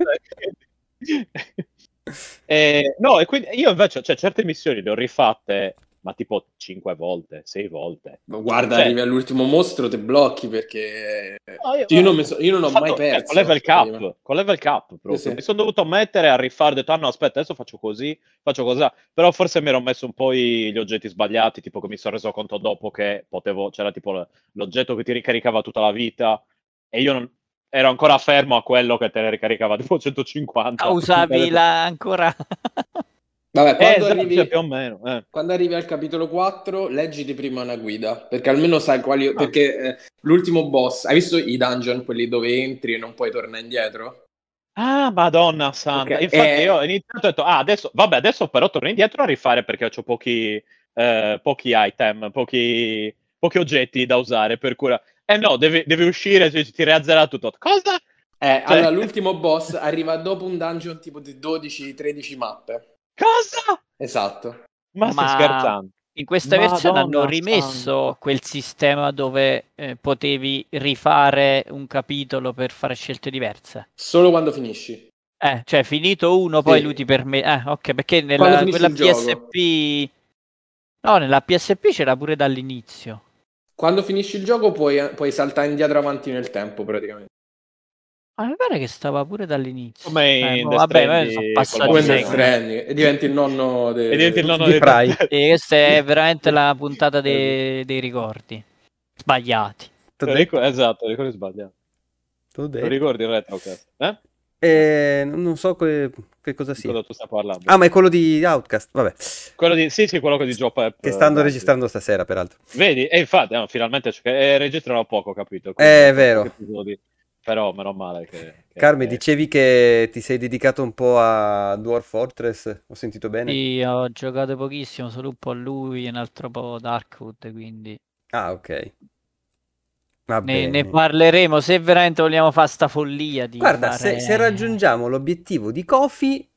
No, e quindi io invece, cioè, certe missioni le ho rifatte, ma tipo 5 volte, 6 volte. Guarda, Cioè, arrivi all'ultimo mostro, te blocchi perché no, io non ho mai perso. con level cap, proprio. Sì, sì. Mi sono dovuto mettere a rifare, ho detto, ah no, aspetta, adesso faccio così, faccio così. Però forse mi ero messo un po' gli oggetti sbagliati, tipo che mi sono reso conto dopo che c'era tipo l'oggetto che ti ricaricava tutta la vita e io non, ero ancora fermo a quello che te ne ricaricava tipo 150. Usavi ancora... Vabbè, Esatto, cioè, più o meno. quando arrivi al capitolo 4, leggiti prima una guida, perché almeno sai quali... Ah. Perché l'ultimo boss... Hai visto i dungeon, quelli dove entri e non puoi tornare indietro? Ah, Madonna santa. Ok, Infatti io ho iniziato e ho detto, adesso però torno indietro a rifare perché ho pochi item, pochi oggetti da usare, per cui... no, devi uscire, ti rialzerà tutto. Cosa? Cioè, allora, l'ultimo boss arriva dopo un dungeon tipo di 12-13 mappe. cosa? Esatto. Ma stai scherzando? In questa versione hanno Madonna rimesso santa. quel sistema dove potevi rifare un capitolo per fare scelte diverse. Solo quando finisci. Cioè finito uno, Sì. poi lui ti permette... ok, perché Quando finisci quella il gioco. PSP... No, nella PSP c'era pure dall'inizio. Quando finisci il gioco puoi saltare indietro avanti nel tempo, praticamente. Ma mi pare che stava pure dall'inizio. Come in The Vabbè, Stranding sono col passati Come boss nel secoli. Stranding. E diventi il nonno E diventi il nonno di Fry. E questa è veramente la puntata dei ricordi sbagliati. T'ho detto, Esatto, ricordi sbagliato. t'ho Lo detto. ricordi il retrocast? Non so che cosa Di sia. cosa tu stai parlando? Ah, ma è quello di Outcast, vabbè. Sì, quello che di Joe Pep. Che stanno Dark. registrando stasera, peraltro. Vedi? E infatti, finalmente registrano poco, capito? È vero. Però meno male che Carmi, dicevi che ti sei dedicato un po' a Dwarf Fortress, ho sentito bene? Sì, ho giocato pochissimo, solo un po' a lui e un altro po' Darkwood, quindi Ah, ok. Va ne bene. parleremo se veramente vogliamo fare sta follia di Guarda, fare... se raggiungiamo l'obiettivo di Kofi,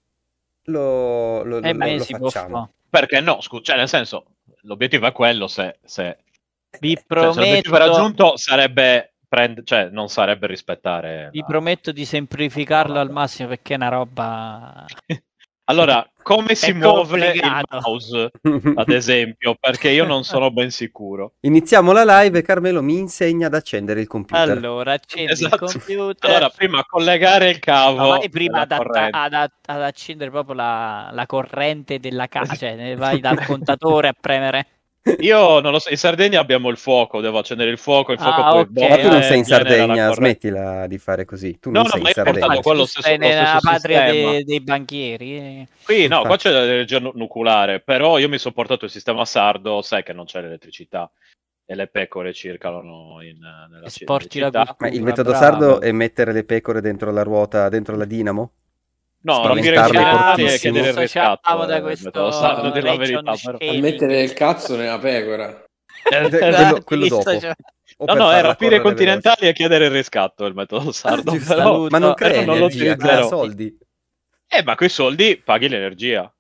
lo me si può facciamo. fare. Perché no? Cioè, nel senso, l'obiettivo è quello, se Vi cioè, se l'obiettivo è prometto, raggiunto sarebbe cioè non sarebbe rispettare vi prometto di semplificarlo al massimo perché è una roba... Allora, come si È muove il complicato. mouse, ad esempio, perché io non sono ben sicuro. Iniziamo la live e Carmelo mi insegna ad accendere il computer. Allora, accendi Esatto. il computer. Allora, prima collegare il cavo Ma vai prima della corrente. ad accendere proprio la corrente della casa, cioè vai dal contatore a premere. Io non lo so, in Sardegna abbiamo il fuoco, devo accendere il fuoco poi ok. Ma tu non sei in genera la Sardegna, corrente. smettila di fare così. Tu No, non no, sei ma in io ho portato Sardegna. quello Tu stesso, stai nella patria sistema. dei banchieri. Qui no, qua Infatti. c'è l'energia nucleare, però io mi sono portato il sistema sardo, sai che non c'è l'elettricità e le pecore circolano nelle Esporti la città. Ma il cultura, metodo bravo. sardo è mettere le pecore dentro la ruota, dentro la dinamo? No, rapire i Spaventarle continentali e fortissimo. chiedere il riscatto da è il metodo sardo, questo di la region verità, però. A mettere il cazzo nella pecora. Quello dopo. O No, per no, è farla rapire i correre veloce. continentali e chiedere il riscatto, è il metodo sardo, Giusto. però Ma non crea non lo energia, crea utilizzerò. soldi. Ma coi soldi paghi l'energia.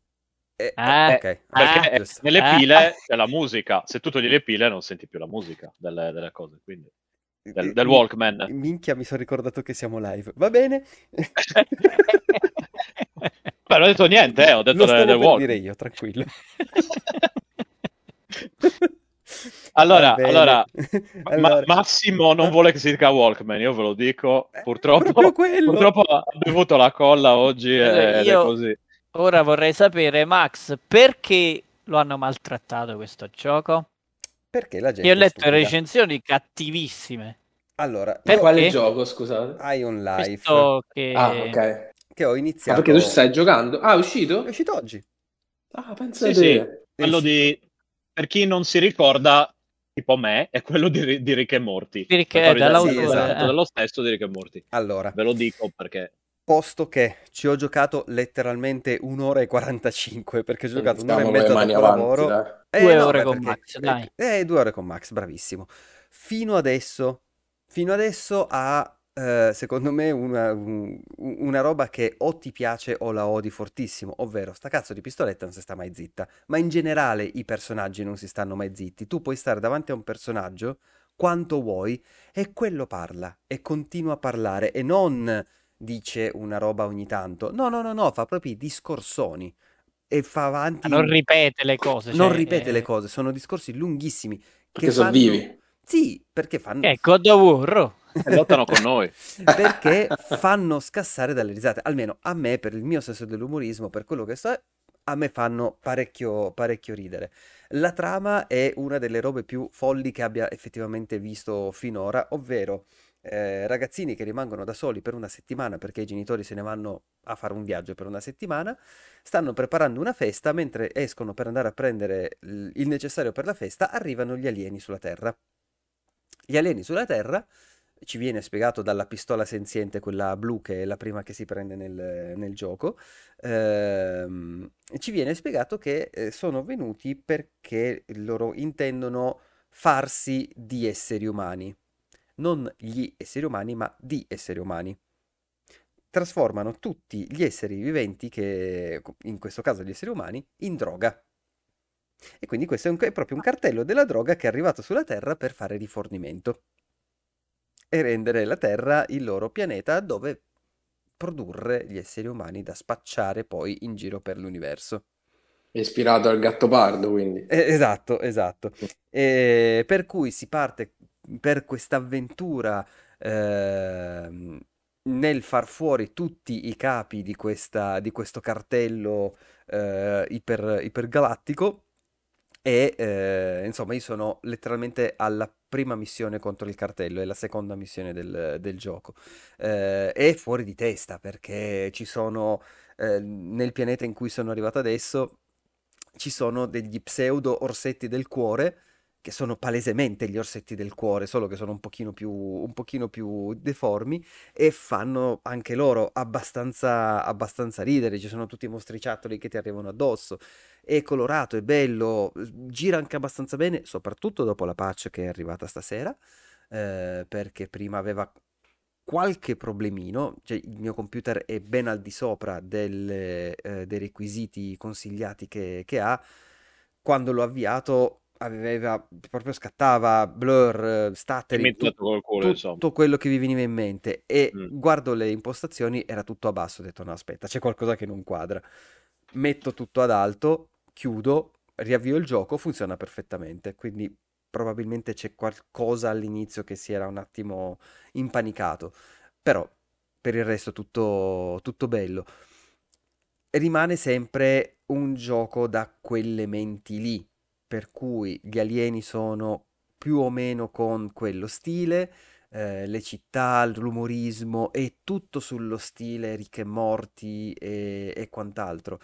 Ok. Perché Giusto. nelle pile c'è la musica. Se tu togli le pile non senti più la musica delle cose, quindi del Walkman. Minchia, mi sono ricordato che siamo live. Va bene. Beh, non ho detto niente, ho detto Lo stavo del per Walkman. dire io, tranquillo. Allora, Va bene. allora, Allora, Massimo non vuole che si dica Walkman, io ve lo dico. proprio Purtroppo, quello. purtroppo ha bevuto la colla oggi ed è Io così. ora vorrei sapere, Max, perché lo hanno maltrattato questo gioco? Perché la Io ho gente è letto stupida. recensioni cattivissime. Allora, io Quale Perché? gioco, scusate? Ion Life, Questo Ah, ok. che... che ho Ah, perché tu ci iniziato... stai giocando? Ah, è È uscito? uscito oggi. Ah, pensa Sì, sì, te. È quello uscito... di... Per chi non si ricorda, tipo me, è quello di Rick e Morty. Perché è Sì, dall'autore... L'avventura esatto. dello stesso di Rick e Morty. Allora, Ve lo dico perché... posto che ci ho giocato letteralmente un'ora e 45, perché ho giocato un'ora e Mettiamo con le mezza mani dopo avanti, lavoro. dai. Due No, ore ma con perché... Max, dai. 2 ore con Max, bravissimo. Fino adesso ha, secondo me, una roba che o ti piace o la odi fortissimo, ovvero sta cazzo di pistoletta non si sta mai zitta, ma in generale i personaggi non si stanno mai zitti. Tu puoi stare davanti a un personaggio quanto vuoi e quello parla e continua a parlare e non dice una roba ogni tanto. No, no, no, no, fa proprio i discorsoni e fa Ma non avanti, ripete le cose, non cioè... ripete le cose, sono discorsi lunghissimi che Perché so fanno... vivi. Sì, perché fanno... God of War. E lottano con noi. perché fanno scassare dalle risate. Almeno a me, per il mio senso dell'umorismo, per quello che so, a me fanno parecchio, parecchio ridere. La trama è una delle robe più folli che abbia effettivamente visto finora, ovvero ragazzini che rimangono da soli per una settimana perché i genitori se ne vanno a fare un viaggio per una settimana, stanno preparando una festa, mentre escono per andare a prendere il necessario per la festa, arrivano gli alieni sulla Terra. Gli alieni sulla Terra ci viene spiegato dalla pistola senziente, quella blu che è la prima che si prende nel gioco, ci viene spiegato che sono venuti perché loro intendono farsi di esseri umani, non gli esseri umani, ma di esseri umani. Trasformano tutti gli esseri viventi, che in questo caso gli esseri umani, in droga. E quindi questo è proprio un cartello della droga che è arrivato sulla Terra per fare rifornimento e rendere la Terra il loro pianeta dove produrre gli esseri umani da spacciare poi in giro per l'universo. È ispirato al Gattopardo, quindi. Esatto, esatto. Per cui si parte per questa avventura ehm, nel far fuori tutti i capi di questo cartello ipergalattico e insomma io sono letteralmente alla prima missione contro il cartello, è la seconda missione del gioco. È fuori di testa perché ci sono nel pianeta in cui sono arrivato adesso ci sono degli pseudo orsetti del cuore che sono palesemente gli orsetti del cuore, solo che sono un pochino più deformi e fanno anche loro abbastanza ridere. Ci sono tutti i mostriciattoli che ti arrivano addosso. È colorato, è bello, gira anche abbastanza bene, soprattutto dopo la patch che è arrivata stasera, perché prima aveva qualche problemino, cioè il mio computer è ben al di sopra dei requisiti consigliati che ha. Quando l'ho avviato proprio scattava blur, stuttering, Imitato col culo, insomma. tutto quello che vi veniva in mente e Mm. guardo le impostazioni, era tutto a basso, ho detto no aspetta, c'è qualcosa che non quadra. Metto tutto ad alto, chiudo, riavvio il gioco, funziona perfettamente, quindi probabilmente c'è qualcosa all'inizio che si era un attimo impanicato, però per il resto tutto bello. Rimane sempre un gioco da quelle menti lì, per cui gli alieni sono più o meno con quello stile, le città, il rumorismo e tutto sullo stile Rick e Morty e quant'altro.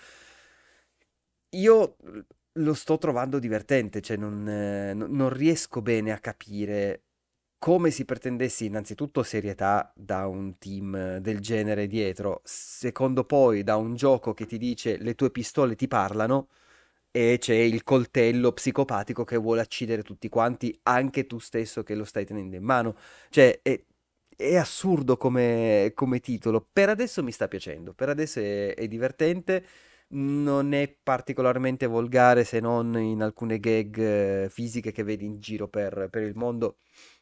Io lo sto trovando divertente, cioè non riesco bene a capire come si pretendesse innanzitutto serietà da un team del genere dietro, secondo poi da un gioco che ti dice le tue pistole ti parlano e c'è il coltello psicopatico che vuole uccidere tutti quanti, anche tu stesso che lo stai tenendo in mano. Cioè, è assurdo come titolo. Per adesso mi sta piacendo, per adesso è divertente. Non è particolarmente volgare se non in alcune gag fisiche che vedi in giro per il mondo.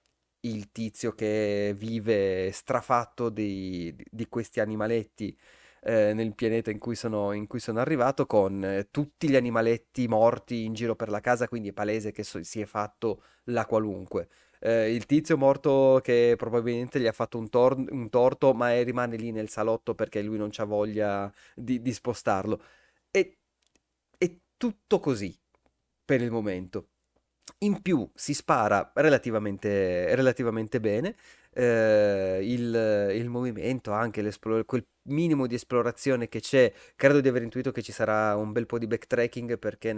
Il tizio che vive strafatto di questi animaletti nel pianeta in cui sono arrivato, con tutti gli animaletti morti in giro per la casa, quindi è palese che si è fatto la qualunque. Il tizio morto che probabilmente gli ha fatto un torto, ma rimane lì nel salotto perché lui non c'ha voglia di spostarlo. E, è tutto così per il momento. In più si spara relativamente bene. Il movimento, anche quel minimo di esplorazione che c'è, credo di aver intuito che ci sarà un bel po' di backtracking perché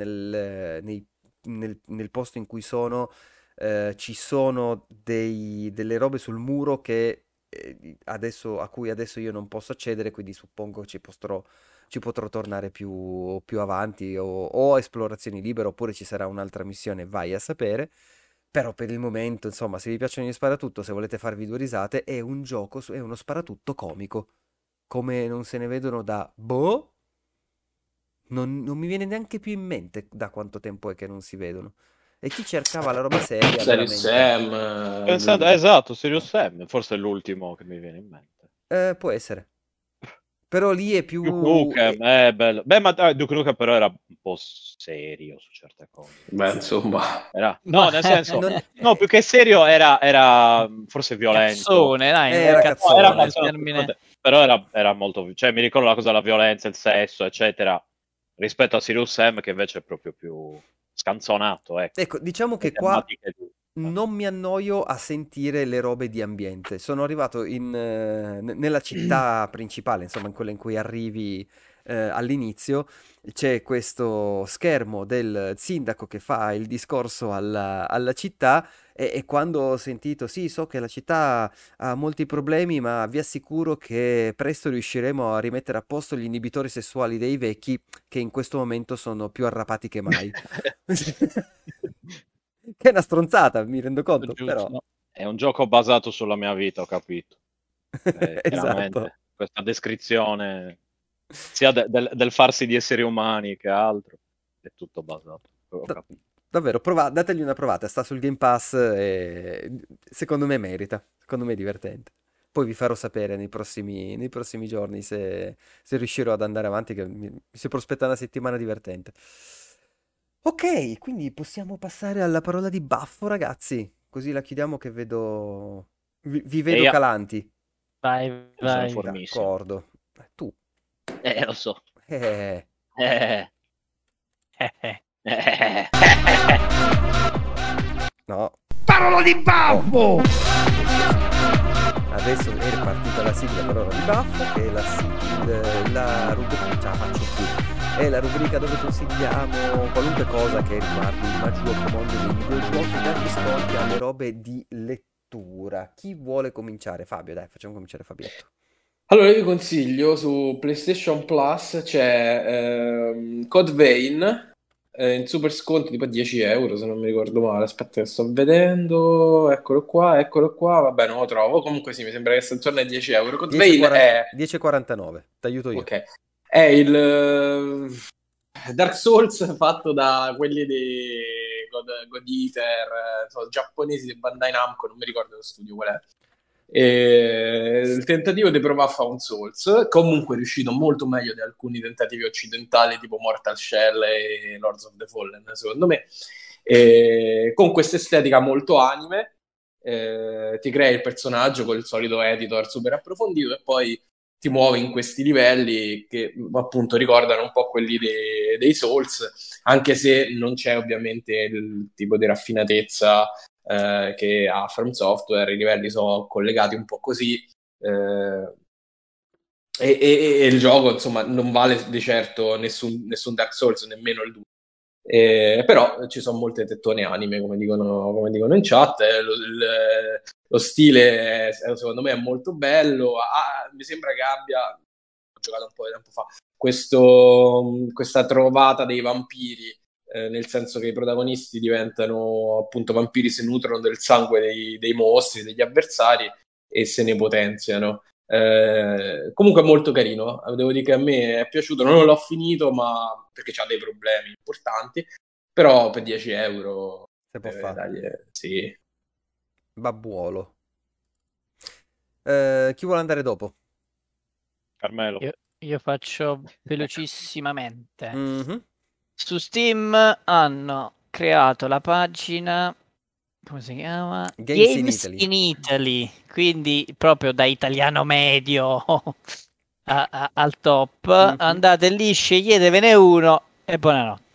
nel posto in cui sono ci sono delle robe sul muro che a cui adesso io non posso accedere, quindi suppongo ci potrò tornare più avanti o a esplorazioni libere oppure ci sarà un'altra missione, vai a sapere. Però per il momento, insomma, se vi piacciono gli sparatutto, se volete farvi due risate, è un gioco, è uno sparatutto comico. Come non se ne vedono da boh, non mi viene neanche più in mente da quanto tempo è che non si vedono. E chi cercava la roba seria, Serious veramente, Sam, Pensando, esatto, Serious Sam, forse è l'ultimo che mi viene in mente. può essere. Però lì è più... Duke Nukem, è bello. Beh, ma Duke Nukem però era un po' serio su certe cose. beh, insomma, No, nel senso, non- no, più che serio era forse violento. Cazzone, dai, era No, era cazzone, il cazzone. termine. però era molto, cioè mi ricordo la cosa, la violenza, il sesso, eccetera, rispetto a Serious Sam che invece è proprio più scanzonato, ecco. Ecco, diciamo Le che qua tematiche non mi annoio a sentire le robe di ambiente. Sono arrivato nella città principale, insomma, in quella in cui arrivi all'inizio. C'è questo schermo del sindaco che fa il discorso alla città e quando ho sentito, sì, so che la città ha molti problemi, ma vi assicuro che presto riusciremo a rimettere a posto gli inibitori sessuali dei vecchi che in questo momento sono più arrapati che mai. Che è una stronzata, mi rendo conto, però Giusto. È un gioco basato sulla mia vita, ho capito. esatto. Chiaramente questa descrizione sia del farsi di esseri umani che altro, è tutto basato. Ho Da- capito. davvero, dategli una provata, sta sul Game Pass e secondo me merita, secondo me è divertente. Poi vi farò sapere nei prossimi giorni se riuscirò ad andare avanti, che mi si prospetta una settimana divertente. Ok, quindi possiamo passare alla parola di baffo, ragazzi. Così la chiudiamo che vedo... vi E vedo calanti. Vai, io sono vai. formissimo. D'accordo. Tu. Lo so. Eh, Eh, eh. no. Parola di baffo! Adesso è ripartita la sigla per ora di baffo, che è la rubrica, ce la faccio qui. È la rubrica dove consigliamo qualunque cosa che riguardi il maggior mondo dei videogiochi, dagli sconti alle robe di lettura. Chi vuole cominciare? Fabio, dai, facciamo cominciare Fabietto. allora io vi consiglio su PlayStation Plus c'è Code Vein in super sconto tipo 10 euro se non mi ricordo male. Aspetta che sto vedendo, eccolo qua, vabbè non lo trovo. Comunque sì, mi sembra che sia intorno ai 10 euro. Code Vein 10,49, ti aiuto io. ok, è il Dark Souls fatto da quelli di God Eater, insomma, giapponesi di Bandai Namco, non mi ricordo lo studio qual è. Il tentativo di provare a fare un Souls, comunque è riuscito molto meglio di alcuni tentativi occidentali tipo Mortal Shell e Lords of the Fallen, secondo me. Con questa estetica molto anime, ti crei il personaggio con il solito editor super approfondito e poi ti muovi in questi livelli che appunto ricordano un po' quelli dei Souls, anche se non c'è ovviamente il tipo di raffinatezza che ha From Software, i livelli sono collegati un po' così e il gioco insomma non vale di certo nessun Dark Souls, nemmeno il 2. Però ci sono molte tettone anime, come dicono in chat. Lo stile, secondo me, è molto bello. Mi sembra che abbia, ho giocato un po' di tempo fa, questa trovata dei vampiri, nel senso che i protagonisti diventano appunto vampiri, si nutrono del sangue dei mostri, degli avversari e se ne potenziano. Comunque è molto carino, devo dire che a me è piaciuto, non l'ho finito ma perché ha dei problemi importanti, però per 10 euro Se può fare. dai, sì. Babbuolo. Chi vuole andare dopo? Carmelo. Io, Io faccio velocissimamente. Mhm. Su Steam hanno creato la pagina, come si chiama? Games in Games Italy. in Italy, quindi proprio da italiano medio al top. Mhm. Andate lì, sceglietevene uno e buonanotte.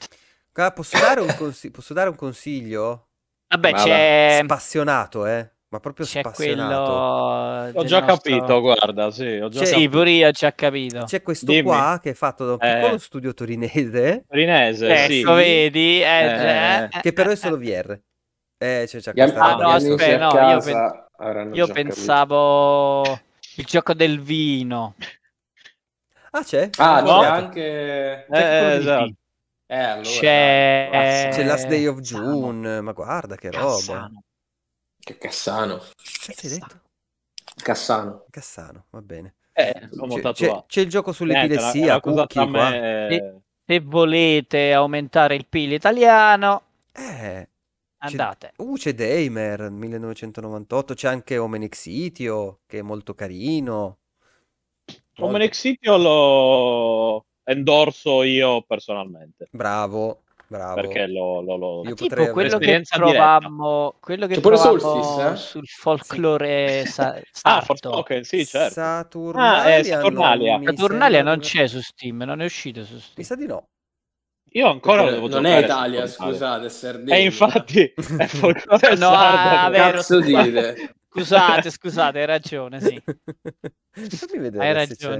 Posso dare un consiglio? Vabbè, Vada. Spassionato, ma proprio c'è spassionato. quello Ho del già nostro... capito, guarda, sì, ho già C'è Sì, capito. pure io ho già capito. c'è questo Dimmi. qua che è fatto da un piccolo studio torinese, Rinese, sì. Ecco, sì, vedi? che però è solo VR. C'è Gli, questa Ah roba gli no, dietro. amici aspetta, a no, casa avranno io già capito. pensavo il gioco del vino. Ah, c'è Ah, anche c'è No? quello. anche... C'è anche quello di Esatto. sì. Allora dai, C'è forza. Last Day C'è of Cassano. June, ma guarda che roba. Cassano. Che Cassano. Che cazzo hai detto? Cassano. Cassano, va bene. L'ho tatuato. C'è il gioco Niente, è sull'epilessia, una cosa tra Cookie qua. Se, me. se volete aumentare il PIL italiano, Eh, andate. c'è Daymer 1998, c'è anche Omenexitio, che è molto carino. Omen Molto Exitio lo endorso io personalmente, bravo, bravo. perché Ma Io tipo potrei avere... l'esperienza diretta. quello che C'è pure Solstice, provammo eh? sul Sì. folklore Ah, sardo. Forspoken, sì, certo. Ah, è Saturnalia non Saturnalia. mi Saturnalia sembra di non aver... c'è su Steam, non è uscito su Mi Steam. sa di no. Io ancora lo Perché devo non è giocare a Italia, Saturnalia. scusate, è E Sardegna. infatti è folklore No, sardo. ah, Che vero, cazzo scusate. dite? Scusate, hai ragione, sì. Fammi Hai vedere se c'è. ragione.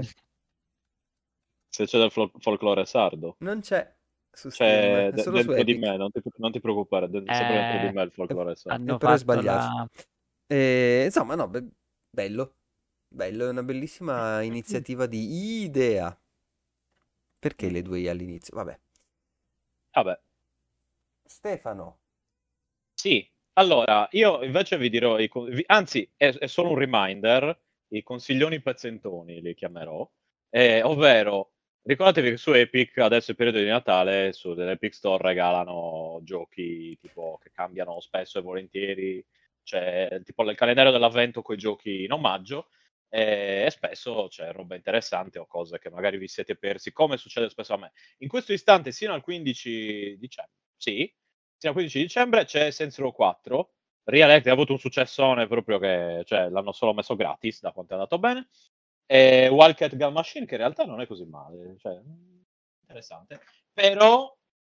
Se c'è del folklore sardo. Non c'è su Steam, C'è è solo su dentro di Epic. me, non ti preoccupare, sempre dentro di me il folklore sardo. Hanno Però è fatto sbagliato. la... Insomma, no, bello. Bello, è una bellissima iniziativa di idea. Perché le Mm. due I all'inizio? Vabbè. Vabbè. Stefano. Sì, allora io invece vi dirò, anzi è solo un reminder, i consiglioni pezzentoni li chiamerò, ovvero ricordatevi che su Epic adesso è il periodo di Natale, su dell'Epic Store regalano giochi tipo che cambiano spesso e volentieri, c'è tipo il calendario dell'avvento con i giochi in omaggio e spesso c'è roba interessante o cose che magari vi siete persi, come succede spesso a me. In questo istante, sino al 15 dicembre, sì, fino al 15 dicembre c'è Saints Row 4. Real Act ha avuto un successone proprio che cioè, l'hanno solo messo gratis da quanto è andato bene. E Wildcat Gun Machine che in realtà non è così male, cioè, interessante. Però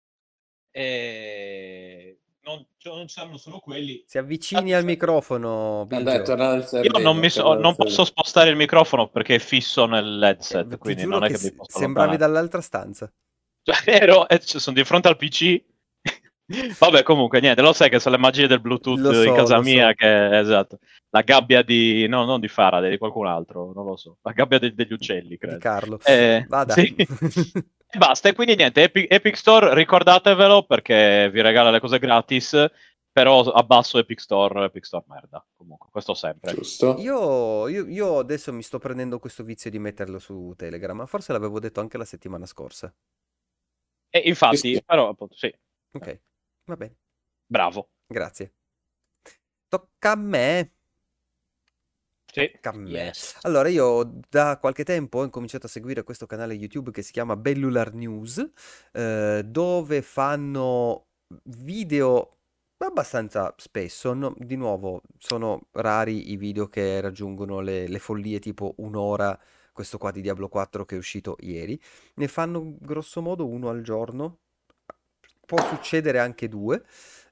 non c'erano solo quelli. Si avvicini al microfono, Andai, è Biggio. tornato in Io non, Sardegna, è tornato in non posso Sardegna. spostare il microfono perché è fisso nell'headset, Ti quindi giuro non è che che mi posso sembravi allontanare. dall'altra stanza. Cioè, sono di fronte al PC. Vabbè, comunque, niente, lo sai che sono le magie del Bluetooth in casa Lo mia, so. che esatto, la gabbia di, no, non di Faraday, di qualcun altro, non lo so, la gabbia degli uccelli, Di credo. Carlo. Vada. Sì. E basta, e quindi niente, Epic Store, ricordatevelo perché vi regala le cose gratis, però abbasso Epic Store merda, comunque, questo sempre. Giusto? Io adesso mi sto prendendo questo vizio di metterlo su Telegram, ma forse l'avevo detto anche la settimana scorsa. E Sì, sì. infatti, però, appunto, sì, Ok, va bene, bravo, grazie. Tocca a me. sì. Tocca a me. Yes. Allora, io da qualche tempo ho incominciato a seguire questo canale YouTube che si chiama Bellular News, dove fanno video abbastanza spesso. Di nuovo, sono rari i video che raggiungono le follie tipo un'ora, questo qua di Diablo 4 che è uscito ieri. Ne fanno grosso modo uno al giorno, può succedere anche due.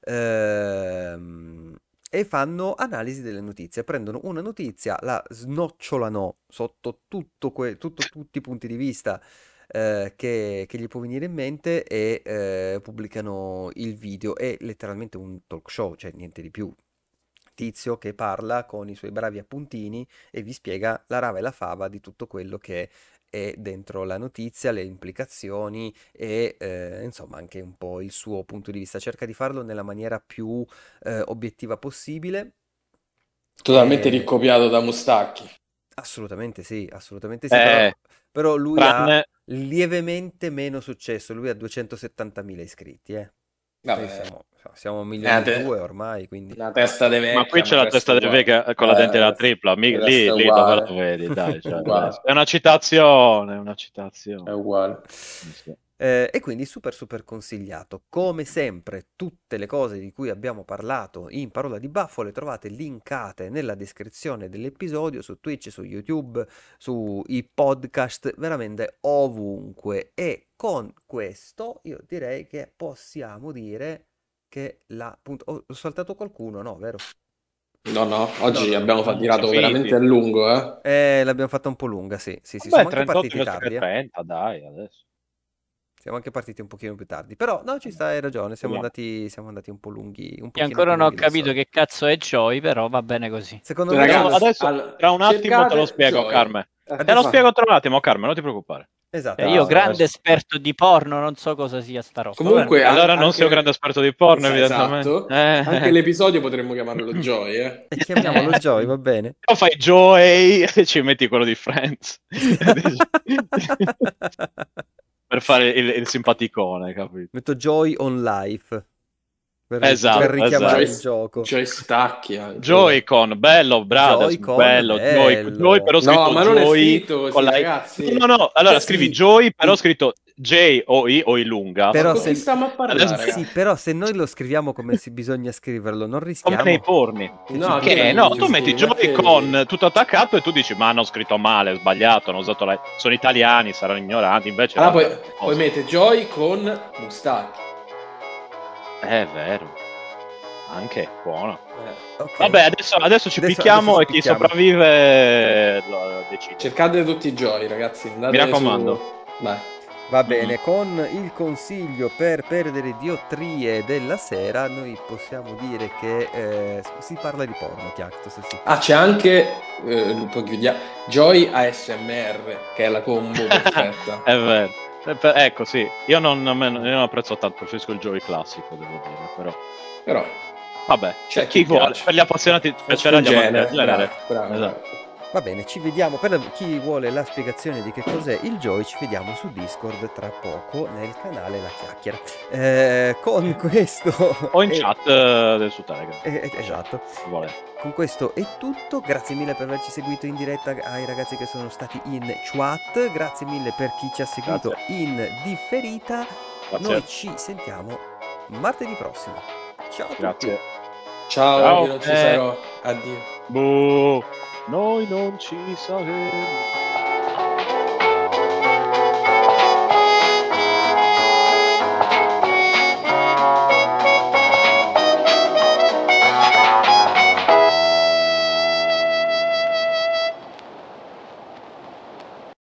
Ehm, e fanno analisi delle notizie. Prendono una notizia, la snocciolano sotto tutti i punti di vista che gli può venire in mente e pubblicano il video. È letteralmente un talk show, cioè niente di più. Tizio che parla con i suoi bravi appuntini e vi spiega la rava e la fava di tutto quello che è dentro la notizia, le implicazioni e insomma anche un po' il suo punto di vista. Cerca di farlo nella maniera più obiettiva possibile. Totalmente E ricopiato da Mustacchi. assolutamente sì, però lui ha Tranne, lievemente meno successo, lui ha 270.000 iscritti, eh. Vabbè, Noi siamo 1.2 milioni ormai, quindi... una testa di vecchia. Ma qui c'è la testa del vecchia con la dente della tripla, lì dove la vedi, dai, cioè, è una citazione, È uguale. Sì. E quindi super super consigliato. Come sempre, tutte le cose di cui abbiamo parlato in Parola di Baffo le trovate linkate nella descrizione dell'episodio su Twitch, su YouTube, sui podcast, veramente ovunque. E con questo io direi che possiamo dire che ho saltato qualcuno, no, vero? No, oggi abbiamo tirato finiti. veramente a lungo, L'abbiamo fatta un po' lunga, sì. Beh, Siamo anche 38 partiti invece tardi, che 30, dai, adesso. Siamo anche partiti un pochino più tardi, però no, ci sta, hai ragione, siamo andati un po' lunghi, un Io pochino ancora più non ho lunghi del capito solito. che cazzo è Joy, però va bene così. Secondo me, Ragazzi, Adesso, tra un attimo te lo spiego, Joy. Carmen. Te lo Adesso- spiego tra un attimo, Carmen, non ti preoccupare. esatto, Io, Bravo, grande adesso. esperto di porno, non so cosa sia sta roba. Comunque, Allora non anche- sei un grande esperto di porno, evidentemente. Esatto. Anche l'episodio potremmo chiamarlo Joy, e chiamiamolo Joy, va bene? O fai Joey e ci metti quello di Friends. Per fare il simpaticone, capito? Metto Joy on Life Esatto, per richiamare Joy, il gioco. Joy stacchi anche. Joy-Con, bello, Brothers, Joy-Con, bello, bello. Joy, però scritto No, ma non è Joy scritto così, con la... ragazzi. No, allora Sì. scrivi Joy, però scritto J-O-I o I lunga. Però Con chi se... stiamo a parlare, Adesso- ragazzi? Sì, però se noi lo scriviamo come si bisogna scriverlo, non Come rischiamo nei porni. che No, ci che Che buttano no, tu metti Joy-Con tutto attaccato e tu dici ma hanno scritto male, sbagliato, hanno usato la... sono italiani, saranno ignoranti, invece... Allora, poi mette Joy con Mustacchi. È vero. Anche buono. Ok. Vabbè, adesso ci picchiamo adesso e ci chi picchiamo. Mm. sopravvive lo decide. Cercate tutti i Joy, ragazzi. Andate Mi raccomando. su... Dai. Va bene, con il consiglio per perdere diottrie della sera, noi possiamo dire che si parla di porno, Chiactos, sì. Ah, c'è anche poi chiudiamo, Joy ASMR, che è la combo perfetta. È vero. Ecco, sì. Io non apprezzo tanto, preferisco il Joy classico, devo dire, però. Però Vabbè, c'è chi vuole, piace. per gli appassionati piacerà gli amanti del genere. Bravo. Esatto. Va bene, ci vediamo, per chi vuole la spiegazione di che cos'è il Joy, ci vediamo su Discord tra poco nel canale La Chiacchiera. Con questo... O in chat del su Telegram. Esatto. Se vuole. Con questo è tutto, grazie mille per averci seguito in diretta ai ragazzi che sono stati in chat, grazie mille per chi ci ha seguito in differita, Grazie. noi ci sentiamo martedì prossimo, ciao a tutti. Grazie. Ciao, io non ci sarò. Addio. Boh. Noi non ci saremo.